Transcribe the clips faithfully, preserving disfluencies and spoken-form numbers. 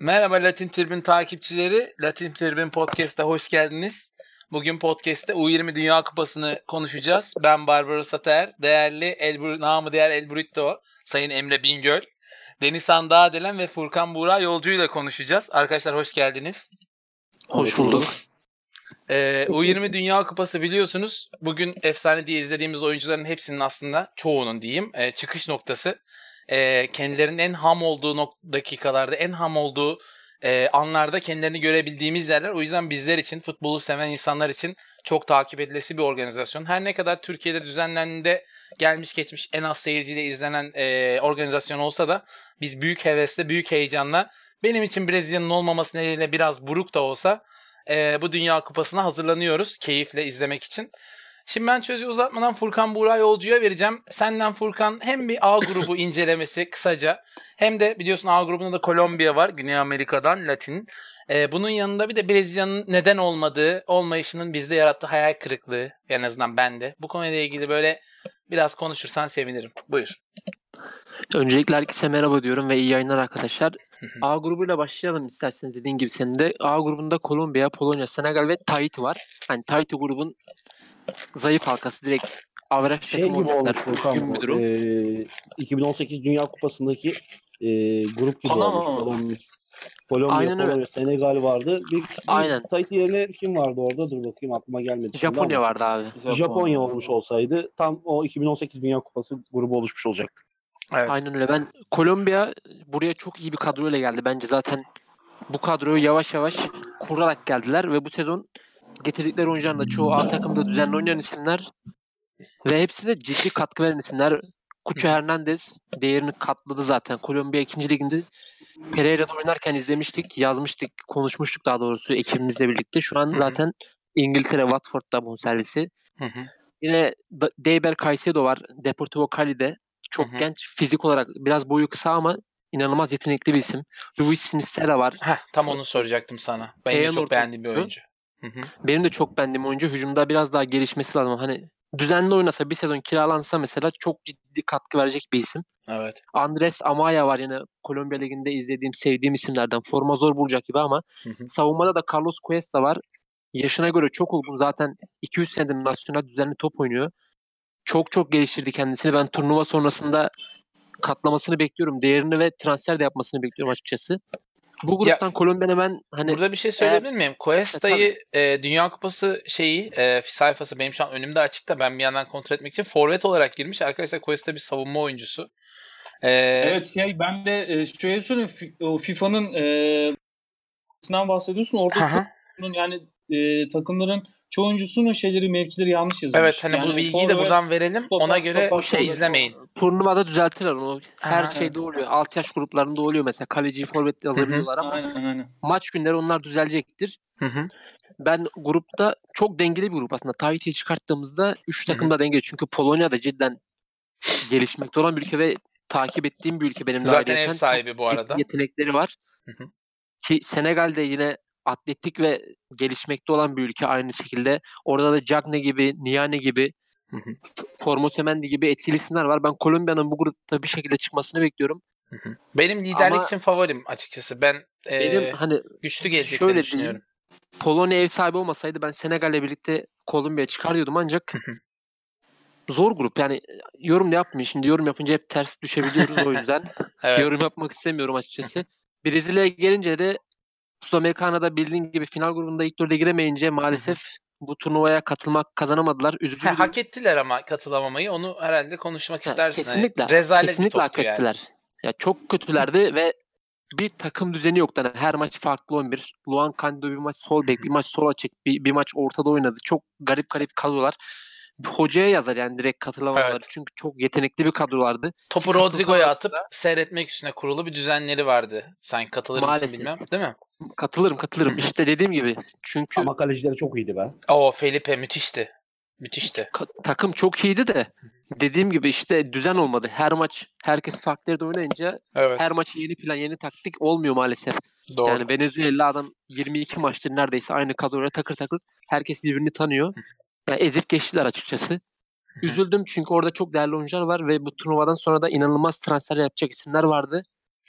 Merhaba Latin Tribün takipçileri. Latin Tribün Podcast'a hoş geldiniz. Bugün podcast'te U yirmi Dünya Kupası'nı konuşacağız. Ben Barbaros Ater, değerli El, namı değer El Burrito, Sayın Emre Bingöl, Denizhan Dağdelen ve Furkan Buğra Yolcu ile konuşacağız. Arkadaşlar hoş geldiniz. Hoş bulduk. Ee, U yirmi Dünya Kupası biliyorsunuz. Bugün efsane diye izlediğimiz oyuncuların hepsinin aslında çoğunun diyeyim e, çıkış noktası. E, kendilerinin en ham olduğu nok- dakikalarda, en ham olduğu e, anlarda kendilerini görebildiğimiz yerler. O yüzden bizler için, futbolu seven insanlar için çok takip edilesi bir organizasyon. Her ne kadar Türkiye'de düzenlendiğinde gelmiş geçmiş en az seyirciyle izlenen e, organizasyon olsa da biz büyük hevesle, büyük heyecanla, benim için Brezilya'nın olmaması nedeniyle biraz buruk da olsa e, bu Dünya Kupası'na hazırlanıyoruz keyifle izlemek için. Şimdi ben sözü uzatmadan Furkan Buğra Yolcu'ya vereceğim. Senden Furkan hem bir A grubu incelemesi kısaca hem de biliyorsun A grubunda da Kolombiya var. Güney Amerika'dan Latin. Ee, bunun yanında bir de Brezilya'nın neden olmadığı, olmayışının bizde yarattığı hayal kırıklığı, en azından bende. Bu konuyla ilgili böyle biraz konuşursan sevinirim. Buyur. Öncelikle herkese merhaba diyorum ve iyi yayınlar arkadaşlar. A grubuyla başlayalım isterseniz, dediğin gibi senin de. A grubunda Kolombiya, Polonya, Senegal ve Tahiti var. Hani Tahiti grubun zayıf halkası, direkt averaj Şey takım gibi olmuş olacaklar. Furkan Üzgün bir bu. durum. E, iki bin on sekiz Dünya Kupası'ndaki e, grup gibi Panama olmuş. mı? Kolombiya, Kolombiya, Aynen öyle. Polonya, Senegal vardı. Bir, bir Aynen. Tahiti yerine kim vardı orada? Dur bakayım, aklıma gelmedi şimdi Japonya ama. vardı abi. Japonya. Japonya olmuş olsaydı tam o iki bin on sekiz Dünya Kupası grubu oluşmuş olacaktı. Evet. Aynen öyle. Ben Kolombiya buraya çok iyi bir kadroyla geldi. Bence zaten bu kadroyu yavaş yavaş kurarak geldiler ve bu sezon getirdikleri oyuncuların da çoğu A takımda düzenli oynayan isimler ve hepsi de ciddi katkı veren isimler. Cucho Hernandez değerini katladı zaten. Kolombiya ikinci liginde Pereira'da oynarken izlemiştik, yazmıştık, konuşmuştuk daha doğrusu ekibimizle birlikte. Şu an zaten İngiltere Watford'da bonservisi. Hı hı. Yine Da- Deiber Caicedo var Deportivo Cali'de. Çok Hı hı. genç, fizik olarak biraz boyu kısa ama inanılmaz yetenekli bir isim. Luis Sinisterra var. Heh, tam onu soracaktım sana. Benim de Feyenoord çok beğendiğim bir oyuncusu. oyuncu. Hı hı. Benim de çok beğendiğim oyuncu. Hücumda biraz daha gelişmesi lazım. Hani düzenli oynasa, bir sezon kiralansa mesela çok ciddi katkı verecek bir isim. Evet. Andres Amaya var yine Kolombiya Ligi'nde izlediğim, sevdiğim isimlerden. Forma zor bulacak gibi ama Hı hı. savunmada da Carlos Cuesta var. Yaşına göre çok olgun. Zaten iki yüz senedir nasyonel düzenli top oynuyor. Çok çok geliştirdi kendisini. Ben turnuva sonrasında katlamasını bekliyorum. Değerini ve transfer de yapmasını bekliyorum açıkçası. Bu gruptan Kolombiya'nı ben hani Burada bir şey eğer söyleyebilir miyim? Cuesta'yı E, tabii. e, Dünya Kupası şeyi e, sayfası benim şu an önümde açık da ben bir yandan kontrol etmek için forvet olarak girmiş. Arkadaşlar Cuesta bir savunma oyuncusu. E, Evet şey ben de e, şöyle söyleyeyim, Fi- o FIFA'nın e, sından bahsediyorsun. Orada hı çok hı. yani e, takımların çoğu oyuncusunun şeyleri, mevkileri yanlış yazılmış. Evet, hani bu Yani bilgiyi de forvet, buradan verelim. Ona stoper, göre stoper, şey şey forvet, izlemeyin. forvet. turnuvada düzeltirler onu. Her Aha. şeyde oluyor. Alt yaş gruplarında oluyor mesela. Kaleci, forvet yazabiliyorlar ama Aynen aynen. maç günleri onlar düzelecektir. Hı hı. Ben grupta çok dengeli bir grup aslında. Tahiti'yi çıkarttığımızda üç Hı takım hı. da dengeli. Çünkü Polonya da cidden gelişmekte olan bir ülke ve takip ettiğim bir ülke benim de Zaten ev ayrıyeten. Çok sahibi bu ciddi arada. yetenekleri var. Hı hı. Ki Senegal de yine atletik ve gelişmekte olan bir ülke aynı şekilde. Orada da Cagne gibi, Niane gibi, Hı hı. Formos Mendy gibi etkili isimler var. Ben Kolombiya'nın bu grupta bir şekilde çıkmasını bekliyorum. Hı hı. Benim liderlik Ama için favorim açıkçası. Ben benim e, hani güçlü geleceklerini şöyle düşünüyorum. diyeyim, Polonya ev sahibi olmasaydı ben Senegal'le birlikte Kolombiya çıkar diyordum ancak Hı hı. zor grup. Yani yorum yapmayayım. Şimdi yorum yapınca hep ters düşebiliyoruz o yüzden. Evet. Yorum yapmak istemiyorum Hı açıkçası. hı. Brezilya'ya gelince de Sudamerikana'da bildiğin gibi final grubunda ilk dörde giremeyince Hı hı. maalesef bu turnuvaya katılmak kazanamadılar. Üzücü Ha, bir durum. hak ettiler ama katılamamayı. Onu herhalde konuşmak Ha, istersin. Hani kesinlikle. rezalet bir Kesinlikle hak toptu yani. ettiler. Ya çok kötülerdi ve bir takım düzeni yoktu. Yani her maç farklı on bir. Luan Candido bir maç sol bek, bir maç sol açık, bir, bir maç ortada oynadı. Çok garip garip kadrolar. Hocaya yazar yani direkt katılamamaları. Evet. Çünkü çok yetenekli bir kadrolardı. Ki Topu katılsalar Rodrigo'ya atıp da seyretmek üstüne kurulu bir düzenleri vardı. Sen katılır mısın maalesef. bilmem, değil mi? Katılırım katılırım. İşte dediğim gibi. Çünkü Ama kalecileri çok iyiydi be. O Felipe müthişti. Müthişti. ka- takım çok iyiydi de dediğim gibi işte düzen olmadı. Her maç herkes farklı yerde oynayınca Evet. her maç yeni plan, yeni taktik olmuyor maalesef. Doğru. Yani Venezuela'dan yirmi iki maçtır neredeyse aynı kadroya takır takır herkes birbirini tanıyor. Yani ezip geçtiler açıkçası. Üzüldüm çünkü orada çok değerli oyuncular var ve bu turnuvadan sonra da inanılmaz transfer yapacak isimler vardı.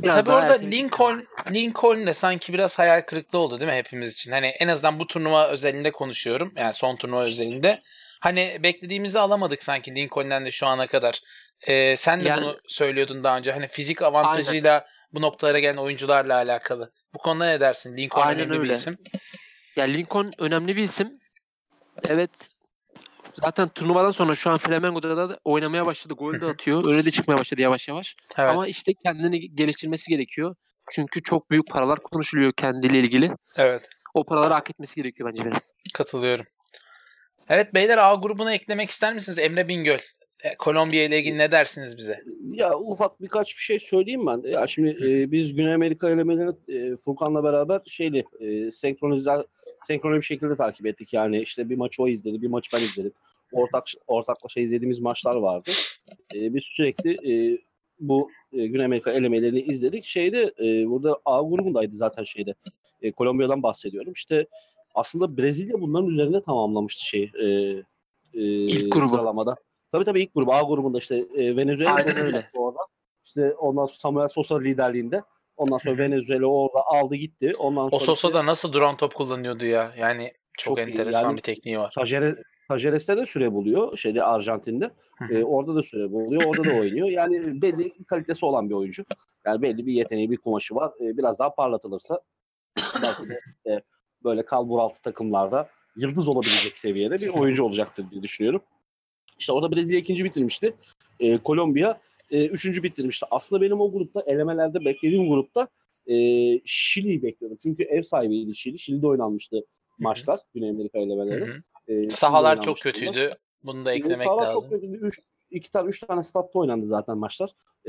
Biraz Tabii daha orada erteledi Lincoln maalesef. Lincoln de sanki biraz hayal kırıklığı oldu değil mi hepimiz için? Hani en azından bu turnuva özelinde konuşuyorum. Yani son turnuva özelinde. Hani beklediğimizi alamadık sanki Lincoln'den de şu ana kadar. Ee, sen de Yani bunu söylüyordun daha önce. Hani fizik aynen. avantajıyla bu noktalara gelen oyuncularla alakalı. Bu konuda ne dersin? Lincoln Aynen önemli bir öyle. isim. Ya Lincoln önemli bir isim. Evet. Zaten turnuvadan sonra şu an Flamengo'da da oynamaya başladı. Gol de atıyor. Öne de çıkmaya başladı yavaş yavaş. Evet. Ama işte kendini geliştirmesi gerekiyor. Çünkü çok büyük paralar konuşuluyor kendiyle ilgili. Evet. O paraları hak etmesi gerekiyor bence biraz. Katılıyorum. Evet beyler A grubuna eklemek ister misiniz? Emre Bingöl. E, Kolombiya ile ilgili ne dersiniz bize? Ya ufak birkaç bir şey söyleyeyim ben de. Ya şimdi e, biz Güney Amerika elemelerini e, Furkan'la beraber şeyli e, senkronize senkronize bir şekilde takip ettik. Yani işte bir maçı o izledi, bir maçı ben izledim. Ortak ortaklaşa izlediğimiz maçlar vardı. E, biz sürekli e, bu e, Güney Amerika elemelerini izledik. Şeyde e, burada A grubundaydı zaten şeyde. E, Kolombiya'dan bahsediyorum. İşte aslında Brezilya bunların üzerinde tamamlamıştı şey e, İlk e, grubu. sıralamada. Tabii tabii ilk grubu A grubunda işte e, Venezuela Aynen dokuz öyle. yaptı orada. İşte ondan sonra Samuel Sosa liderliğinde. Ondan sonra Hı hı. Venezuela orada aldı gitti. Ondan O sonra Sosa işte da nasıl duran top kullanıyordu ya? Yani çok çok iyi. enteresan Yani bir tekniği var. Tajeres, Tajeres'te de süre buluyor. Şeyde Arjantin'de. Hı E, hı. orada da süre buluyor. Orada da oynuyor. Yani belli kalitesi olan bir oyuncu. Yani belli bir yeteneği, bir kumaşı var. E, biraz daha parlatılırsa belki de e, böyle kalburaltı takımlarda yıldız olabilecek seviyede bir oyuncu olacaktır diye düşünüyorum. İşte orada Brezilya ikinci bitirmişti. E, Kolombiya e, üçüncü bitirmişti. Aslında benim o grupta elemelerde beklediğim grupta e, Şili'yi bekliyordum. Çünkü ev sahibiydi Şili. Şili'de oynanmıştı maçlar. Güney Amerika Hı elemeleri. hı. E, Şili'de Sahalar çok oynanmıştı bunlar. kötüydü. Bunu da E, eklemek sahalar çok lazım. kötü. Üç, iki tane, üç tane statta oynandı zaten maçlar.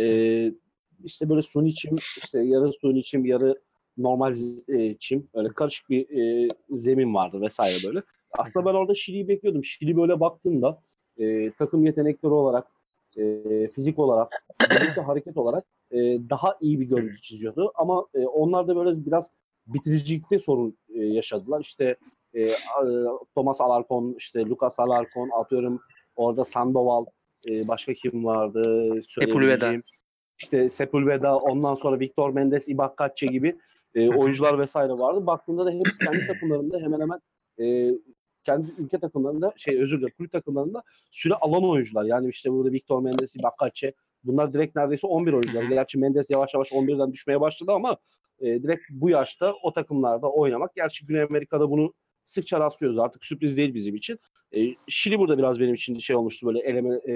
E, işte böyle suni çim, işte yarı suni çim, yarı normal e, çim. Öyle karışık bir e, zemin vardı vesaire böyle. Hı Aslında hı. ben orada Şili'yi bekliyordum. Şili böyle baktığımda e, takım yetenekleri olarak, e, fizik olarak, bireysel hareket olarak e, daha iyi bir görüntü çiziyordu. Ama e, onlar da böyle biraz bitiricilikte sorun e, yaşadılar. İşte e, Thomas Alarcon, işte Lucas Alarcon, atıyorum orada Sandoval, e, başka kim vardı Sepulveda. söyleyebileceğim. İşte Sepulveda, ondan sonra Victor Mendes, Ibakache gibi e, Hı hı. oyuncular vesaire vardı. Baktığında da hepsi kendi takımlarında hemen hemen e, kendi ülke takımlarında şey özür dilerim kulüp takımlarında süre alan oyuncular. Yani işte burada Victor Mendes, Ibakache bunlar direkt neredeyse on bir oyuncular. Hı hı. Gerçi Mendes yavaş yavaş on birden düşmeye başladı ama e, direkt bu yaşta o takımlarda oynamak. Gerçi Güney Amerika'da bunu sıkça rastlıyoruz. Artık sürpriz değil bizim için. E, Şili burada biraz benim için şey olmuştu böyle eleme e,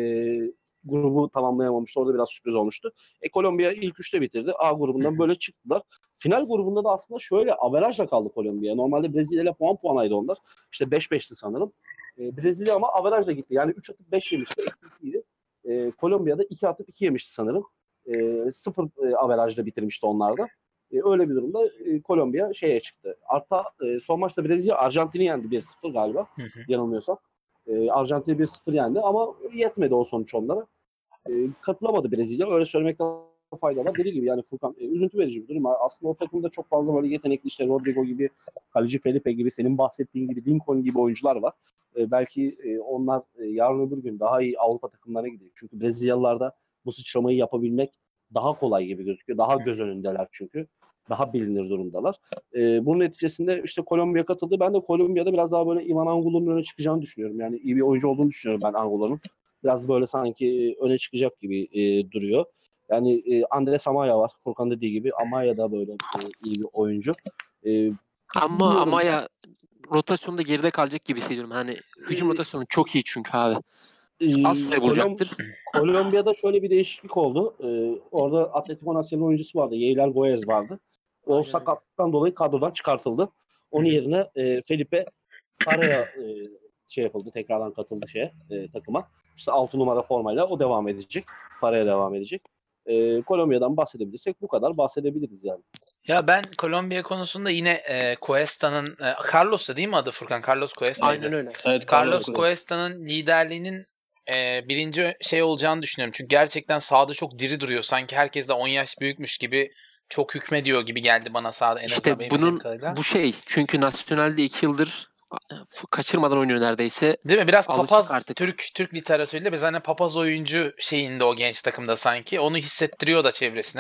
grubu tamamlayamamıştı. Orada biraz sürpriz olmuştu. E, Kolombiya ilk üçte bitirdi. A grubundan böyle çıktılar. Final grubunda da aslında şöyle averajla kaldı Kolombiya. Normalde Brezilya ile puan puanaydı onlar. İşte beş beşti sanırım. E, Brezilya ama averajla gitti. Yani üç atıp beş yemişti. Eksi ikiydi. E, Kolombiya'da iki atıp iki yemişti sanırım. E, sıfır e, averajla bitirmişti onlar da. E, öyle bir durumda e, Kolombiya şeye çıktı. Hatta e, son maçta Brezilya Arjantin'i yendi bir sıfır galiba. Hı hı. Yanılmıyorsam. E, Arjantin'i bir sıfır yendi ama yetmedi o sonuç onlara. E, katılamadı Brezilya. Öyle söylemekte fayda var. Dediği gibi yani Furkan e, üzüntü verici bir durum. Aslında o takımda çok fazla böyle yetenekli işte Rodrigo gibi, kaleci Felipe gibi, senin bahsettiğin gibi Lincoln gibi oyuncular var. E, belki e, onlar e, yarın öbür gün daha iyi Avrupa takımlarına gidecek. Çünkü Brezilyalılarda bu sıçramayı yapabilmek daha kolay gibi gözüküyor. Daha göz önündeler çünkü. Daha bilinir durumdalar. E, bunun neticesinde işte Kolombiya katıldı. Ben de Kolombiya'da biraz daha böyle Ivan Angulo'nun öne çıkacağını düşünüyorum. Yani iyi bir oyuncu olduğunu düşünüyorum ben Angulo'nun. Biraz böyle sanki öne çıkacak gibi e, duruyor. Yani e, Andres Amaya var. Furkan dediği gibi. Amaya da böyle e, iyi bir oyuncu. E, Ama bilmiyorum. Amaya rotasyonda geride kalacak gibi hissediyorum. Hani hücum E, rotasyonu çok iyi çünkü abi. e, Az süre Kolom bulacaktır. Kolombiya'da şöyle bir değişiklik oldu. E, orada Atletico Nacional oyuncusu vardı. Yeylel Goyez vardı. O Aynen öyle. sakatlıktan dolayı kadrodan çıkartıldı. Onun yerine e, Felipe Paraya e, şey yapıldı. Tekrardan katıldı şeye, e, takıma. İşte altı numara formayla o devam edecek. Paraya devam edecek. E, Kolombiya'dan bahsedebilirsek bu kadar bahsedebiliriz yani. Ya ben Kolombiya konusunda yine e, Cuesta'nın e, Carlos da değil mi adı Furkan? Carlos Cuesta'ydı. Aynen öyle. Evet, Carlos Carlos Cuesta. Cuesta'nın liderliğinin e, birinci şey olacağını düşünüyorum. Çünkü gerçekten sahada çok diri duruyor. Sanki herkes de on yaş büyükmüş gibi çok hükmediyor gibi geldi bana sahada en azından İşte benim izlediğim bunun kadarıyla. bu şey çünkü Nasyonel'de iki yıldır f- kaçırmadan oynuyor neredeyse. Değil mi? Biraz Alışık papaz artık. Türk Türk literatürüyle biz hani papaz oyuncu şeyinde o genç takımda sanki. Onu hissettiriyor da çevresine.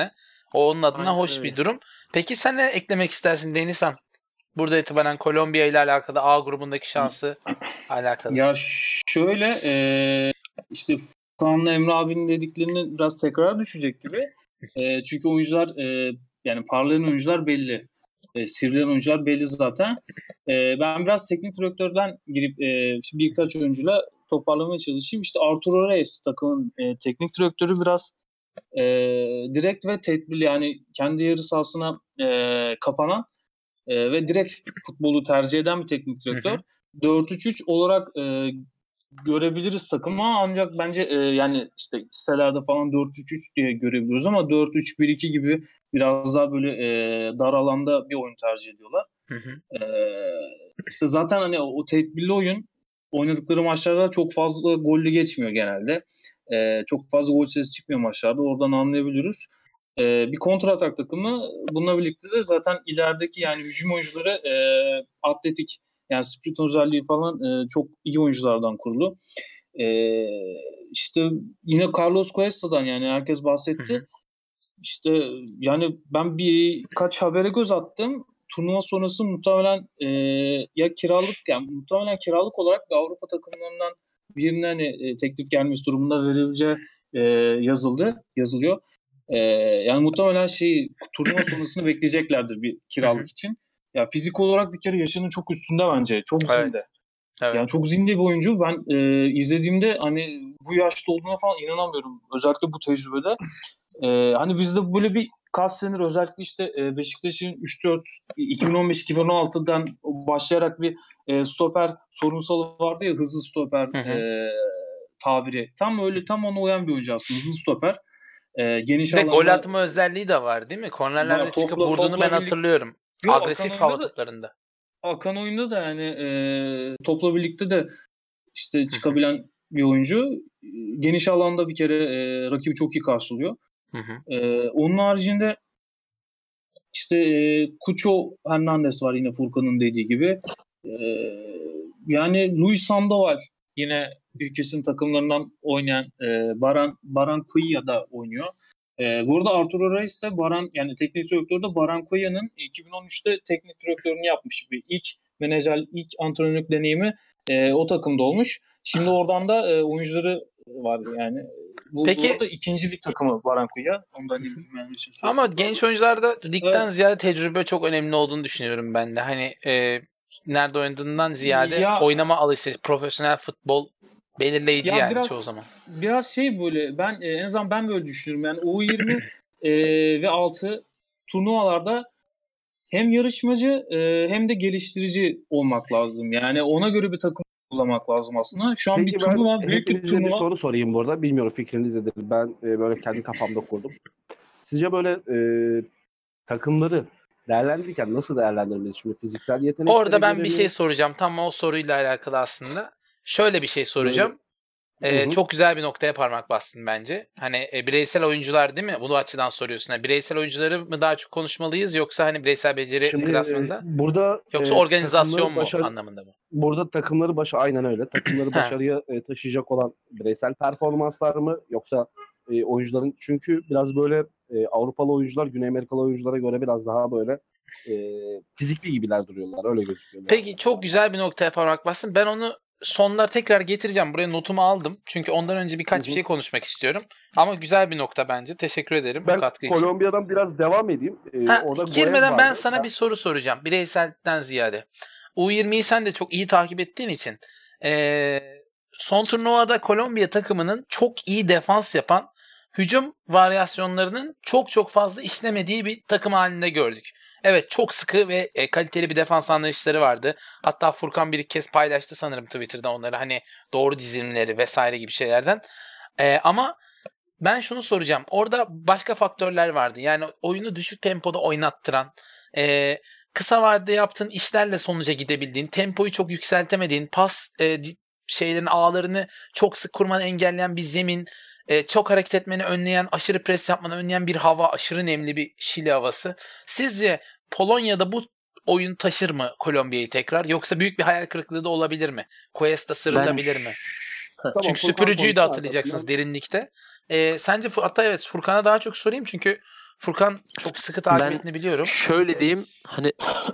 O onun adına Aynen hoş öyle. bir durum. Peki sen ne eklemek istersin Denizhan? Burada itibaren Kolombiya ile alakalı A grubundaki şansı alakalı. Ya şöyle e, işte Furkan'la Emre abinin dediklerini biraz tekrar düşecek gibi. E, çünkü oyuncular e, yani parlayan oyuncular belli. E, sivrilen oyuncular belli zaten. E, ben biraz teknik direktörden girip e, birkaç oyuncuyla toparlamaya çalışayım. İşte Arturo Reyes takımın e, teknik direktörü biraz e, direkt ve tedbirli, yani kendi yarı sahasına e, kapanan e, ve direkt futbolu tercih eden bir teknik direktör. Hı hı. dört üç üç olarak e, görebiliriz takımı, ancak bence e, yani işte sitelerde falan dört üç üç diye görebiliyoruz ama dört üç bir iki gibi biraz daha böyle e, dar alanda bir oyun tercih ediyorlar. Hı hı. E, işte zaten hani o tedbirli oyun oynadıkları maçlarda çok fazla gollü geçmiyor genelde. E, çok fazla gol sesi çıkmıyor maçlarda. Oradan anlayabiliyoruz. E, bir kontra atak takımı. Bununla birlikte de zaten ilerideki yani hücum oyuncuları e, atletik, yani sprint özelliği falan e, çok iyi oyunculardan kurulu. E, işte yine Carlos Cuesta'dan yani herkes Hı bahsetti. hı. İşte yani ben birkaç habere göz attım. Turnuva sonrası muhtemelen e, ya kiralık, yani muhtemelen kiralık olarak Avrupa takımlarından birine hani e, teklif gelmesi durumunda verileceği e, yazıldı, yazılıyor. E, yani muhtemelen şey turnuva sonrasını bekleyeceklerdir bir Hı hı. kiralık için. Ya fizik olarak bir kere yaşının çok üstünde bence. Çok Evet. zinde. Evet. Yani çok zinde bir oyuncu. Ben e, izlediğimde hani bu yaşta olduğuna falan inanamıyorum. Özellikle bu tecrübede. E, hani bizde böyle bir kas senir, özellikle işte e, Beşiktaş'ın üç dört iki bin on beş iki bin on altıdan başlayarak bir e, stoper sorunsalı vardı ya, hızlı stoper Hı hı. e, tabiri. Tam öyle, tam ona uyan bir oyuncu aslında. Hızlı stoper. E, geniş Bir de gol alanda atma özelliği de var değil mi? Kornerlerde var. çıkıp Topla vurduğunu ben topla birlikte. hatırlıyorum. Yo, Akan Agresif hava oyunda da toplarında. Akan oyunda da yani e, topla birlikte de işte Hı hı. çıkabilen bir oyuncu. Geniş alanda bir kere e, rakibi çok iyi karşılıyor. Hı hı. E, onun haricinde işte e, Cucho Hernandez var yine Furkan'ın dediği gibi. E, yani Luis Sandoval yine ülkesinin takımlarından oynayan e, Baran Baran da oynuyor. E, bu arada Arturo Reis de Baran, yani teknik direktör de Baran Kuya'nın iki bin on üçte teknik direktörünü yapmış. Bir ilk menajer, ilk antrenörlük deneyimi e, o takımda olmuş. Şimdi oradan da e, oyuncuları var yani. Bu, bu Peki arada ikinci lig takımı Baran Kuya. Onu da hani bilmeyenler için ama söylemek genç lazım. oyuncularda ligden Evet. ziyade tecrübe çok önemli olduğunu düşünüyorum ben de. Hani e, nerede oynadığından ziyade Ya oynama alışveriş, profesyonel futbol belirleyici ya yani çoğu biraz zaman. biraz şey böyle, ben e, en azından ben böyle düşünüyorum. Yani U yirmi e, ve altı turnuvalarda hem yarışmacı e, hem de geliştirici olmak lazım. Yani ona göre bir takım kurmak lazım aslında. Şu an bir Peki ben turnuva, büyük bir hepinize bir turnuva. soru sorayım burada. Bilmiyorum fikriniz nedir. Ben e, böyle kendi kafamda kurdum. Sizce böyle e, takımları değerlendirirken nasıl değerlendirmeliyiz? Şimdi fiziksel yeteneklere Orada ben göre bir şey mi? soracağım. Tam o soruyla alakalı aslında. Şöyle bir şey Böyle soracağım. hı Ee, hı. çok güzel bir noktaya parmak bastın bence. Hani e, bireysel oyuncular değil mi? Bunu açıdan soruyorsun. Yani bireysel oyuncuları mı daha çok konuşmalıyız yoksa hani bireysel beceri Şimdi e, klasmanında burada yoksa e, organizasyon takımları mu başarı anlamında mı? burada takımları başa aynen öyle. Takımları Ha. başarıya e, taşıyacak olan bireysel performanslar mı yoksa e, oyuncuların, çünkü biraz böyle e, Avrupalı oyuncular Güney Amerikalı oyunculara göre biraz daha böyle e, fizikli gibiler duruyorlar. Öyle gözüküyor Peki çok değerlendirmelerde. güzel bir noktaya parmak bastın. Ben onu sonlar tekrar getireceğim. Buraya notumu aldım. Çünkü ondan önce Hı birkaç bir hı. şey konuşmak istiyorum. Ama güzel bir nokta bence. Teşekkür ederim bu Ben katkı için. Kolombiya'dan biraz devam edeyim. E, Ha, orada Goez girmeden ben vardı. sana Ben bir soru soracağım. Bireyselden ziyade. U yirmiyi sen de çok iyi takip ettiğin için. Ee, son turnuvada Kolombiya takımının çok iyi defans yapan, hücum varyasyonlarının çok çok fazla işlemediği bir takım halinde gördük. Evet, çok sıkı ve e, kaliteli bir defans anlayışları vardı. Hatta Furkan bir iki kez paylaştı sanırım Twitter'da onları, hani doğru dizilimleri vesaire gibi şeylerden. Ee, ama ben şunu soracağım. Orada başka faktörler vardı. Yani oyunu düşük tempoda oynattıran, e, kısa vadede yaptığın işlerle sonuca gidebildiğin, tempoyu çok yükseltemediğin, pas e, di- şeylerin ağlarını çok sık kurmanı engelleyen bir zemin, e, çok hareket etmeni önleyen, aşırı pres yapmanı önleyen bir hava, aşırı nemli bir Şili havası. Sizce Polonya'da bu oyun taşır mı Kolombiya'yı tekrar, yoksa büyük bir hayal kırıklığı da olabilir mi? Cuesta Ben sırıtabilir mi? tamam, Çünkü Furkan süpürücüyü de konuşsun hatırlayacaksınız arkasından. derinlikte. Ee, sence Fu- hatta evet Furkan'a daha çok sorayım çünkü Furkan çok sıkı takip Ben ettiğini biliyorum. şöyle diyeyim, hani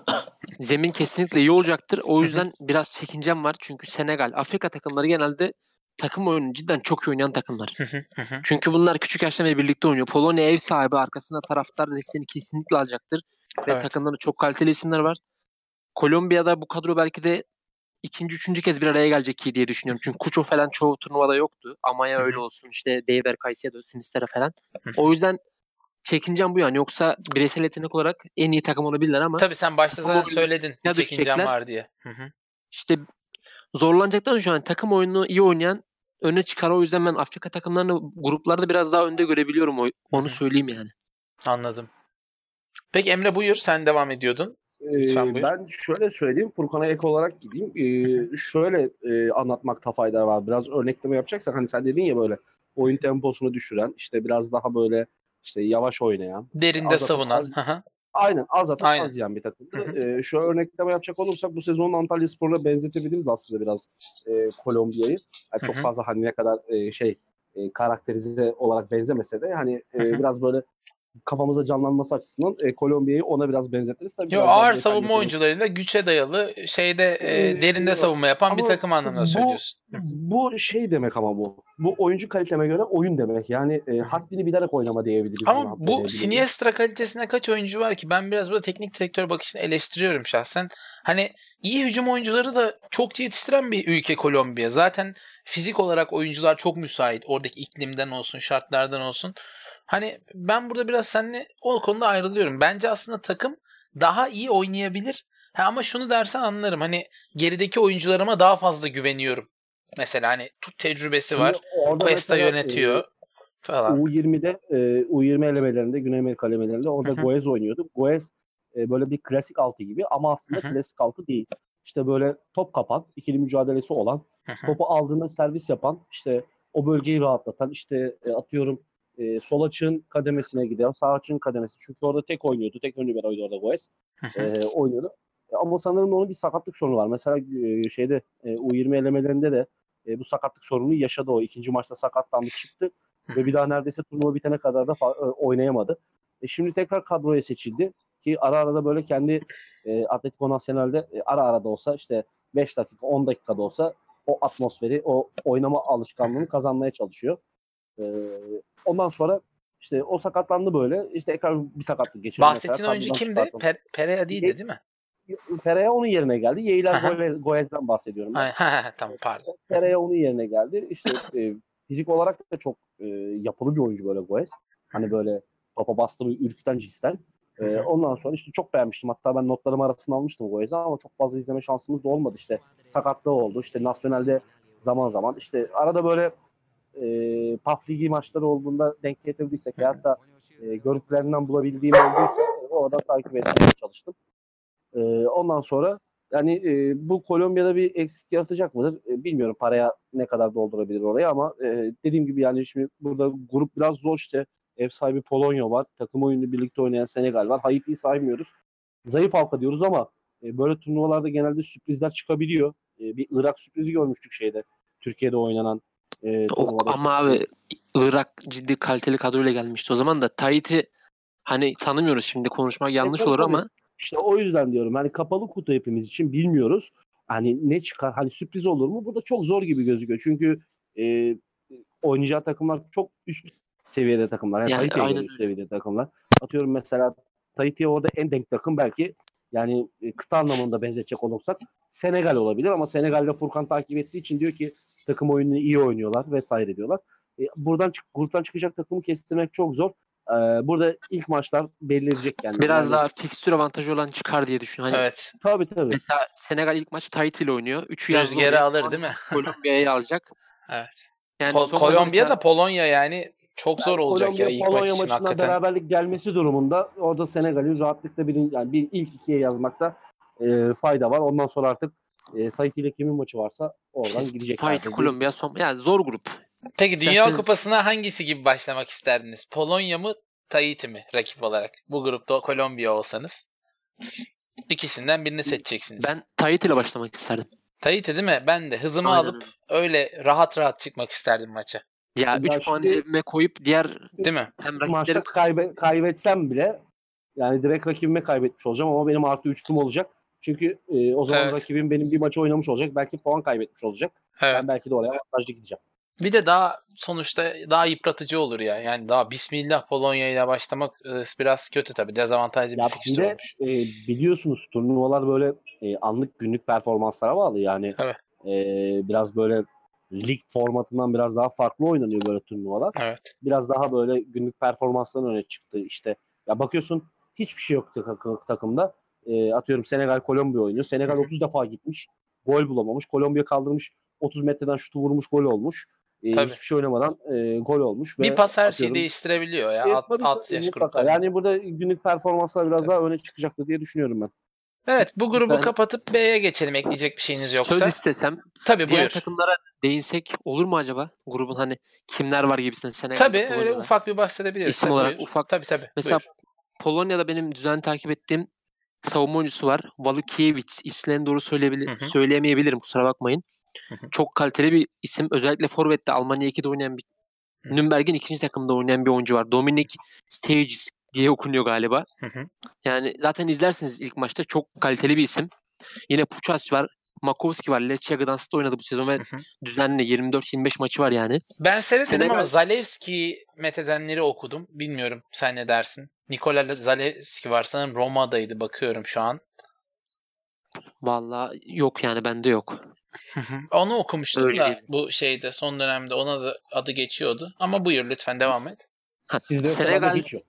zemin kesinlikle iyi olacaktır. O yüzden biraz çekincem var. Çünkü Senegal, Afrika takımları genelde takım oyunu cidden çok iyi oynayan takımlar. Çünkü bunlar küçük yaştan beri birlikte oynuyor. Polonya ev sahibi, arkasında taraftar desteğini kesinlikle alacaktır. Ve Evet. takımlarında çok kaliteli isimler var. Kolombiya'da bu kadro belki de ikinci, üçüncü kez bir araya gelecek ki diye düşünüyorum. Çünkü Kucho falan çoğu turnuvada yoktu. Amaya öyle olsun, işte Deiber Caicedo, Sinisterra falan. O yüzden çekincem bu yani. Yoksa bireysel yetenek olarak en iyi takım olabilirler ama Tabii sen başta takım zaten oyunu söyledin bir ya çekincem düşecekler. var diye. Hı hı. İşte zorlanacaklar şu an. Takım oyunu iyi oynayan öne çıkar. O yüzden ben Afrika takımlarını gruplarda biraz daha önde görebiliyorum. o- Onu söyleyeyim yani. Anladım. Peki Emre buyur. Sen devam ediyordun. Lütfen Ee, buyur. ben şöyle söyleyeyim, Furkan'a ek olarak gideyim. Ee, şöyle e, anlatmakta fayda var. Biraz örnekleme yapacaksak, hani sen dedin ya, böyle oyun temposunu düşüren, işte biraz daha böyle işte yavaş oynayan, işte Derinde az atıp az, savunan. Hı hı. aynen az atıp Aynen. az yiyen bir Hı takımdı. hı. Ee, şu örnekleme yapacak olursak, bu sezonun Antalyaspor'la benzetebiliriz aslında biraz e, Kolombiya'yı. Yani Hı çok hı. fazla hani ne kadar e, şey e, karakterize olarak benzemese de hani e, Hı hı. biraz böyle kafamıza canlanması açısından e, Kolombiya'yı ona biraz benzetiriz. Tabii Yo, biraz daha ağır detay savunma yetenek. oyuncularıyla güçe dayalı şeyde e, Ee, derinde savunma yapan bir ama takım anlamında bu söylüyorsun. Hı bu şey demek, ama bu. Bu oyuncu kaliteme göre oyun demek. Yani e, hı. haddini bilerek oynama diyebiliriz Ama buna, bu e, bilemiyorum. Siniestra kalitesine kaç oyuncu var ki? Ben biraz burada teknik direktör bakışını eleştiriyorum şahsen. Hani iyi hücum oyuncuları da çok yetiştiren bir ülke Kolombiya. Zaten fizik olarak oyuncular çok müsait. Oradaki iklimden olsun, şartlardan olsun. Hani ben burada biraz seninle o konuda ayrılıyorum. Bence aslında takım daha iyi oynayabilir. Ha, ama şunu dersen anlarım. Hani gerideki oyuncularıma daha fazla güveniyorum. Mesela hani tut tecrübesi Şimdi var. orada Cuesta mesela e, yönetiyor falan. U yirmide e, U yirmi elemelerinde, Güney Amerika elemelerinde Hı orada hı, Goez oynuyordu. Goez e, böyle bir klasik altı gibi, ama hı aslında hı, klasik altı değil. İşte böyle top kapan, ikili mücadelesi olan, hı hı. topu aldığında servis yapan, işte o bölgeyi rahatlatan, işte e, atıyorum e, sol açığın kademesine giden, sağ açığın kademesi. Çünkü orada tek oynuyordu. Tek ön liberoydu orada Goez. Hı hı. E, oynuyordu. E, ama sanırım onun bir sakatlık sorunu var. Mesela e, şeyde e, U yirmi elemelerinde de e, bu sakatlık sorunu yaşadı o. İkinci maçta sakatlandı, çıktı. Ve bir daha neredeyse turnuva bitene kadar da fa- oynayamadı. E şimdi tekrar kadroya seçildi. Ki ara ara da böyle kendi e, Atletico Nacional'de e, ara ara da olsa, işte beş dakika on dakikada olsa o atmosferi, o oynama alışkanlığını kazanmaya çalışıyor. E, ondan sonra işte o sakatlandı böyle. İşte tekrar bir sakatlık geçirdi mesela. Bahsettiğin oyuncu Kadrodan kimdi? çıkartıldı. Per Perea değildi Ye- değil mi? Pereira onun yerine geldi. Yeiler Hı hı. Goez- Goez'den bahsediyorum ben. Ay, ha, ha, tamam pardon. Pereira onun yerine geldi. İşte e, fizik olarak da çok e, yapılı bir oyuncu böyle Goes. Hani böyle topa bastığı bir ürküten cinsten. Hı E, hı. ondan sonra işte çok beğenmiştim. Hatta ben notlarım arasında almıştım Goes'i, ama çok fazla izleme şansımız da olmadı. İşte sakatlığı oldu. İşte Nasyonel'de zaman zaman. İşte arada böyle e, P A F Ligi maçları olduğunda denk getirdiysek Hı ya hı. hatta e, görüntülerinden bulabildiğim olduysa e, oradan takip etmeye çalıştım. Ee, ondan sonra yani e, bu Kolombiya'da bir eksik yaratacak mıdır? E, bilmiyorum, paraya ne kadar doldurabilir oraya, ama e, dediğim gibi yani şimdi burada grup biraz zor işte. Ev sahibi Polonya var. Takım oyunu birlikte oynayan Senegal var. Haiti'yi saymıyoruz. Zayıf halka diyoruz ama e, böyle turnuvalarda genelde sürprizler çıkabiliyor. E, bir Irak sürprizi görmüştük şeyde. Türkiye'de oynanan e, O, turnuvada işte. ama abi Irak ciddi kaliteli kadroyla gelmişti. O zaman da Tahiti hani tanımıyoruz, şimdi konuşmak E, yanlış tabii olur tabii. ama İşte o yüzden diyorum. Hani kapalı kutu hepimiz için, bilmiyoruz. Hani ne çıkar? Hani sürpriz olur mu? Bu da çok zor gibi gözüküyor. Çünkü e, oynayacağı takımlar çok üst seviyede takımlar. Yani yani Tahiti'ye göre aynen üst öyle. seviyede takımlar. Atıyorum mesela Tahiti'ye orada en denk takım belki, yani e, kıta anlamında benzetecek olursak Senegal olabilir, ama Senegal'de Furkan takip ettiği için diyor ki takım oyununu iyi oynuyorlar vesaire diyorlar. E, buradan çık, gruptan çıkacak takımı kestirmek çok zor. E, burada ilk maçlar belli edecek kendini. Biraz Yani daha fikstür avantajı olan çıkar diye düşünüyorum. Hani Evet. tabii tabii. mesela Senegal ilk maçı Tahiti ile oynuyor. Üçü yazılı Rüzgarı oraya. alır Puanı değil mi? Kolombiya'ya alacak. Evet. Yani Pol- son maçı Kolombiya mesela da Polonya yani çok zor Yani olacak ya Kolombiya ilk maç Polonya için maçına hakikaten. beraberlik gelmesi durumunda orada Senegal'in rahatlıkla bir, yani bir ilk ikiye yazmakta e, fayda var. Ondan sonra artık e, Tahiti ile kimin maçı varsa işte oradan Tahiti, gideceklerdir diye Kolombiya düşünüyorum. son, yani zor grup. Peki Dünya İsterseniz Kupası'na hangisi gibi başlamak isterdiniz? Polonya mı, Tahiti mi rakip olarak? Bu grupta Kolombiya olsanız. İkisinden birini seçeceksiniz. ben Tahiti ile başlamak isterdim. Tahiti değil mi? Ben de hızımı Aynen alıp öyle. öyle rahat rahat çıkmak isterdim maça. Ya üç Ya puan şimdi cebime koyup diğer Değil mi? hem şu maçta rakiplerim kaybe, kaybetsem bile yani direkt rakibime kaybetmiş olacağım ama benim artı üçlüm olacak. Çünkü e, o zaman Evet. rakibim benim bir maçı oynamış olacak. Belki puan kaybetmiş olacak. Evet. Ben belki de oraya avantajlı gideceğim. Bir de daha sonuçta daha yıpratıcı olur ya. Yani daha Bismillah Polonya ile başlamak e, biraz kötü tabii. Dezavantajlı bir Ya bir fikstür de olmuş. e, biliyorsunuz turnuvalar böyle e, anlık günlük performanslara bağlı. Yani Evet. e, biraz böyle lig formatından biraz daha farklı oynanıyor böyle turnuvalar. Evet. Biraz daha böyle günlük performansların öne çıktı. İşte ya bakıyorsun hiçbir şey yok tak- takımda. E, atıyorum Senegal Kolombiya oynuyor. Senegal otuz defa gitmiş. Gol bulamamış. Kolombiya kaldırmış. otuz metreden şutu vurmuş, gol olmuş. E, Tabii. hiçbir şey oynamadan e, gol olmuş Bir ve pas her şeyi atıyorum değiştirebiliyor ya. e, At, tabii at tabii yaş mutlaka. gruplarında. Yani burada günlük performanslar biraz Tabii. daha öne çıkacaktır diye düşünüyorum ben. Evet, bu grubu ben kapatıp B'ye geçelim ekleyecek bir şeyiniz yoksa. söz istesem Tabii diğer buyur. takımlara değinsek olur mu acaba? Grubun hani kimler var gibisinden Senegal'de Tabii öyle Polonya'da. ufak bir bahsedebiliriz. İsim Tabii olarak buyur. ufak. Tabii tabii Mesela buyur. Polonya'da benim düzenli takip ettiğim savunma oyuncusu var. Walukiewicz. İsmini doğru söyleyebilir, Hı hı. söyleyemeyebilirim, kusura bakmayın. Hı hı. Çok kaliteli bir isim. Özellikle Forvet'te Almanya ikide oynayan bir Hı. Nürnberg'in ikinci takımda oynayan bir oyuncu var. Dominik Sturridge diye okunuyor galiba. Hı hı. Yani zaten izlersiniz ilk maçta, çok kaliteli bir isim. Yine Puchas var. Makovski var. Lecce Gdansk'ta oynadı bu sezon ve Hı hı. düzenli yirmi dört yirmi beş maçı var yani. Ben seyretmedim ama Senegal Zalewski methedenleri okudum. Bilmiyorum sen ne dersin? Nikola Zalewski var sanırım, Roma'daydı, bakıyorum şu an. vallahi yok yani, bende yok. Hı hı. Onu okumuştum Öyle da diyeyim. bu şeyde son dönemde ona da adı geçiyordu. Ama buyur lütfen devam et. Ha, Sizde yoksa bende Senegal hiç yok.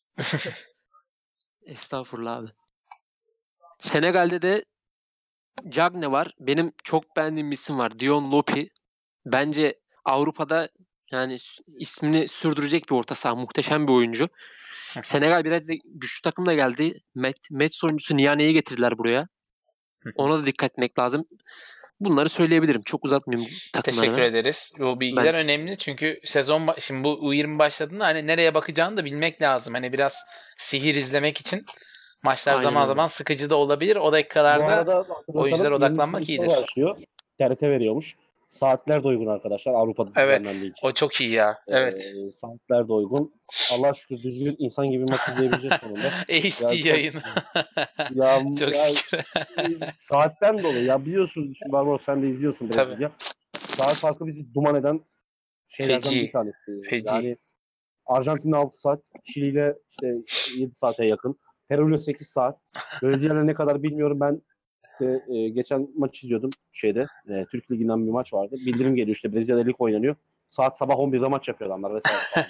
estağfurullah abi. Senegal'de de Cagne var. Benim çok beğendiğim bir isim var. Dion Lopi. Bence Avrupa'da yani s- ismini sürdürecek bir orta saha. Muhteşem bir oyuncu. Senegal biraz da güçlü takımla geldi. Met, Metz oyuncusu Niane'yi getirdiler buraya. Ona da dikkat etmek lazım. Bunları söyleyebilirim. Çok uzatmayayım Teşekkür takımlarını. ederiz. Bu bilgiler Ben önemli çünkü sezon ba- şimdi bu U yirmi başladığında hani nereye bakacağını da bilmek lazım. Hani biraz sihir izlemek için maçlar aynen zaman öyle. zaman sıkıcı da olabilir. O Bu dakikalarda arada oyunculara hatırlatalım yirmisi odaklanmak Mayıs'ta iyidir. başlıyor. T R T veriyormuş. Saatler de uygun arkadaşlar Avrupa'da Evet, düzenlendiği için. o çok iyi ya. Evet. Ee, saatler de uygun. Allah şükür düzgün insan gibi maç izleyebileceğiz sonunda. H D Ya çok yayın. ya, Çok ya şükür. e, saatten dolayı ya biliyorsun şimdi Barbaros sen de izliyorsun Tabii. Brezilya. Saat farkı bizi duman eden şeylerden bir Feci. tanesi. Feci. Yani Arjantin'le altı saat, Şili ile işte yedi saate yakın. Peru ile sekiz saat. Brezilya ne kadar bilmiyorum. Ben işte, e, geçen maç izliyordum şeyde. E, Türk Ligi'nden bir maç vardı. Bildirim geliyor işte Brezilya'da lig oynanıyor. Saat sabah on birde maç yapıyor adamlar vesaire falan.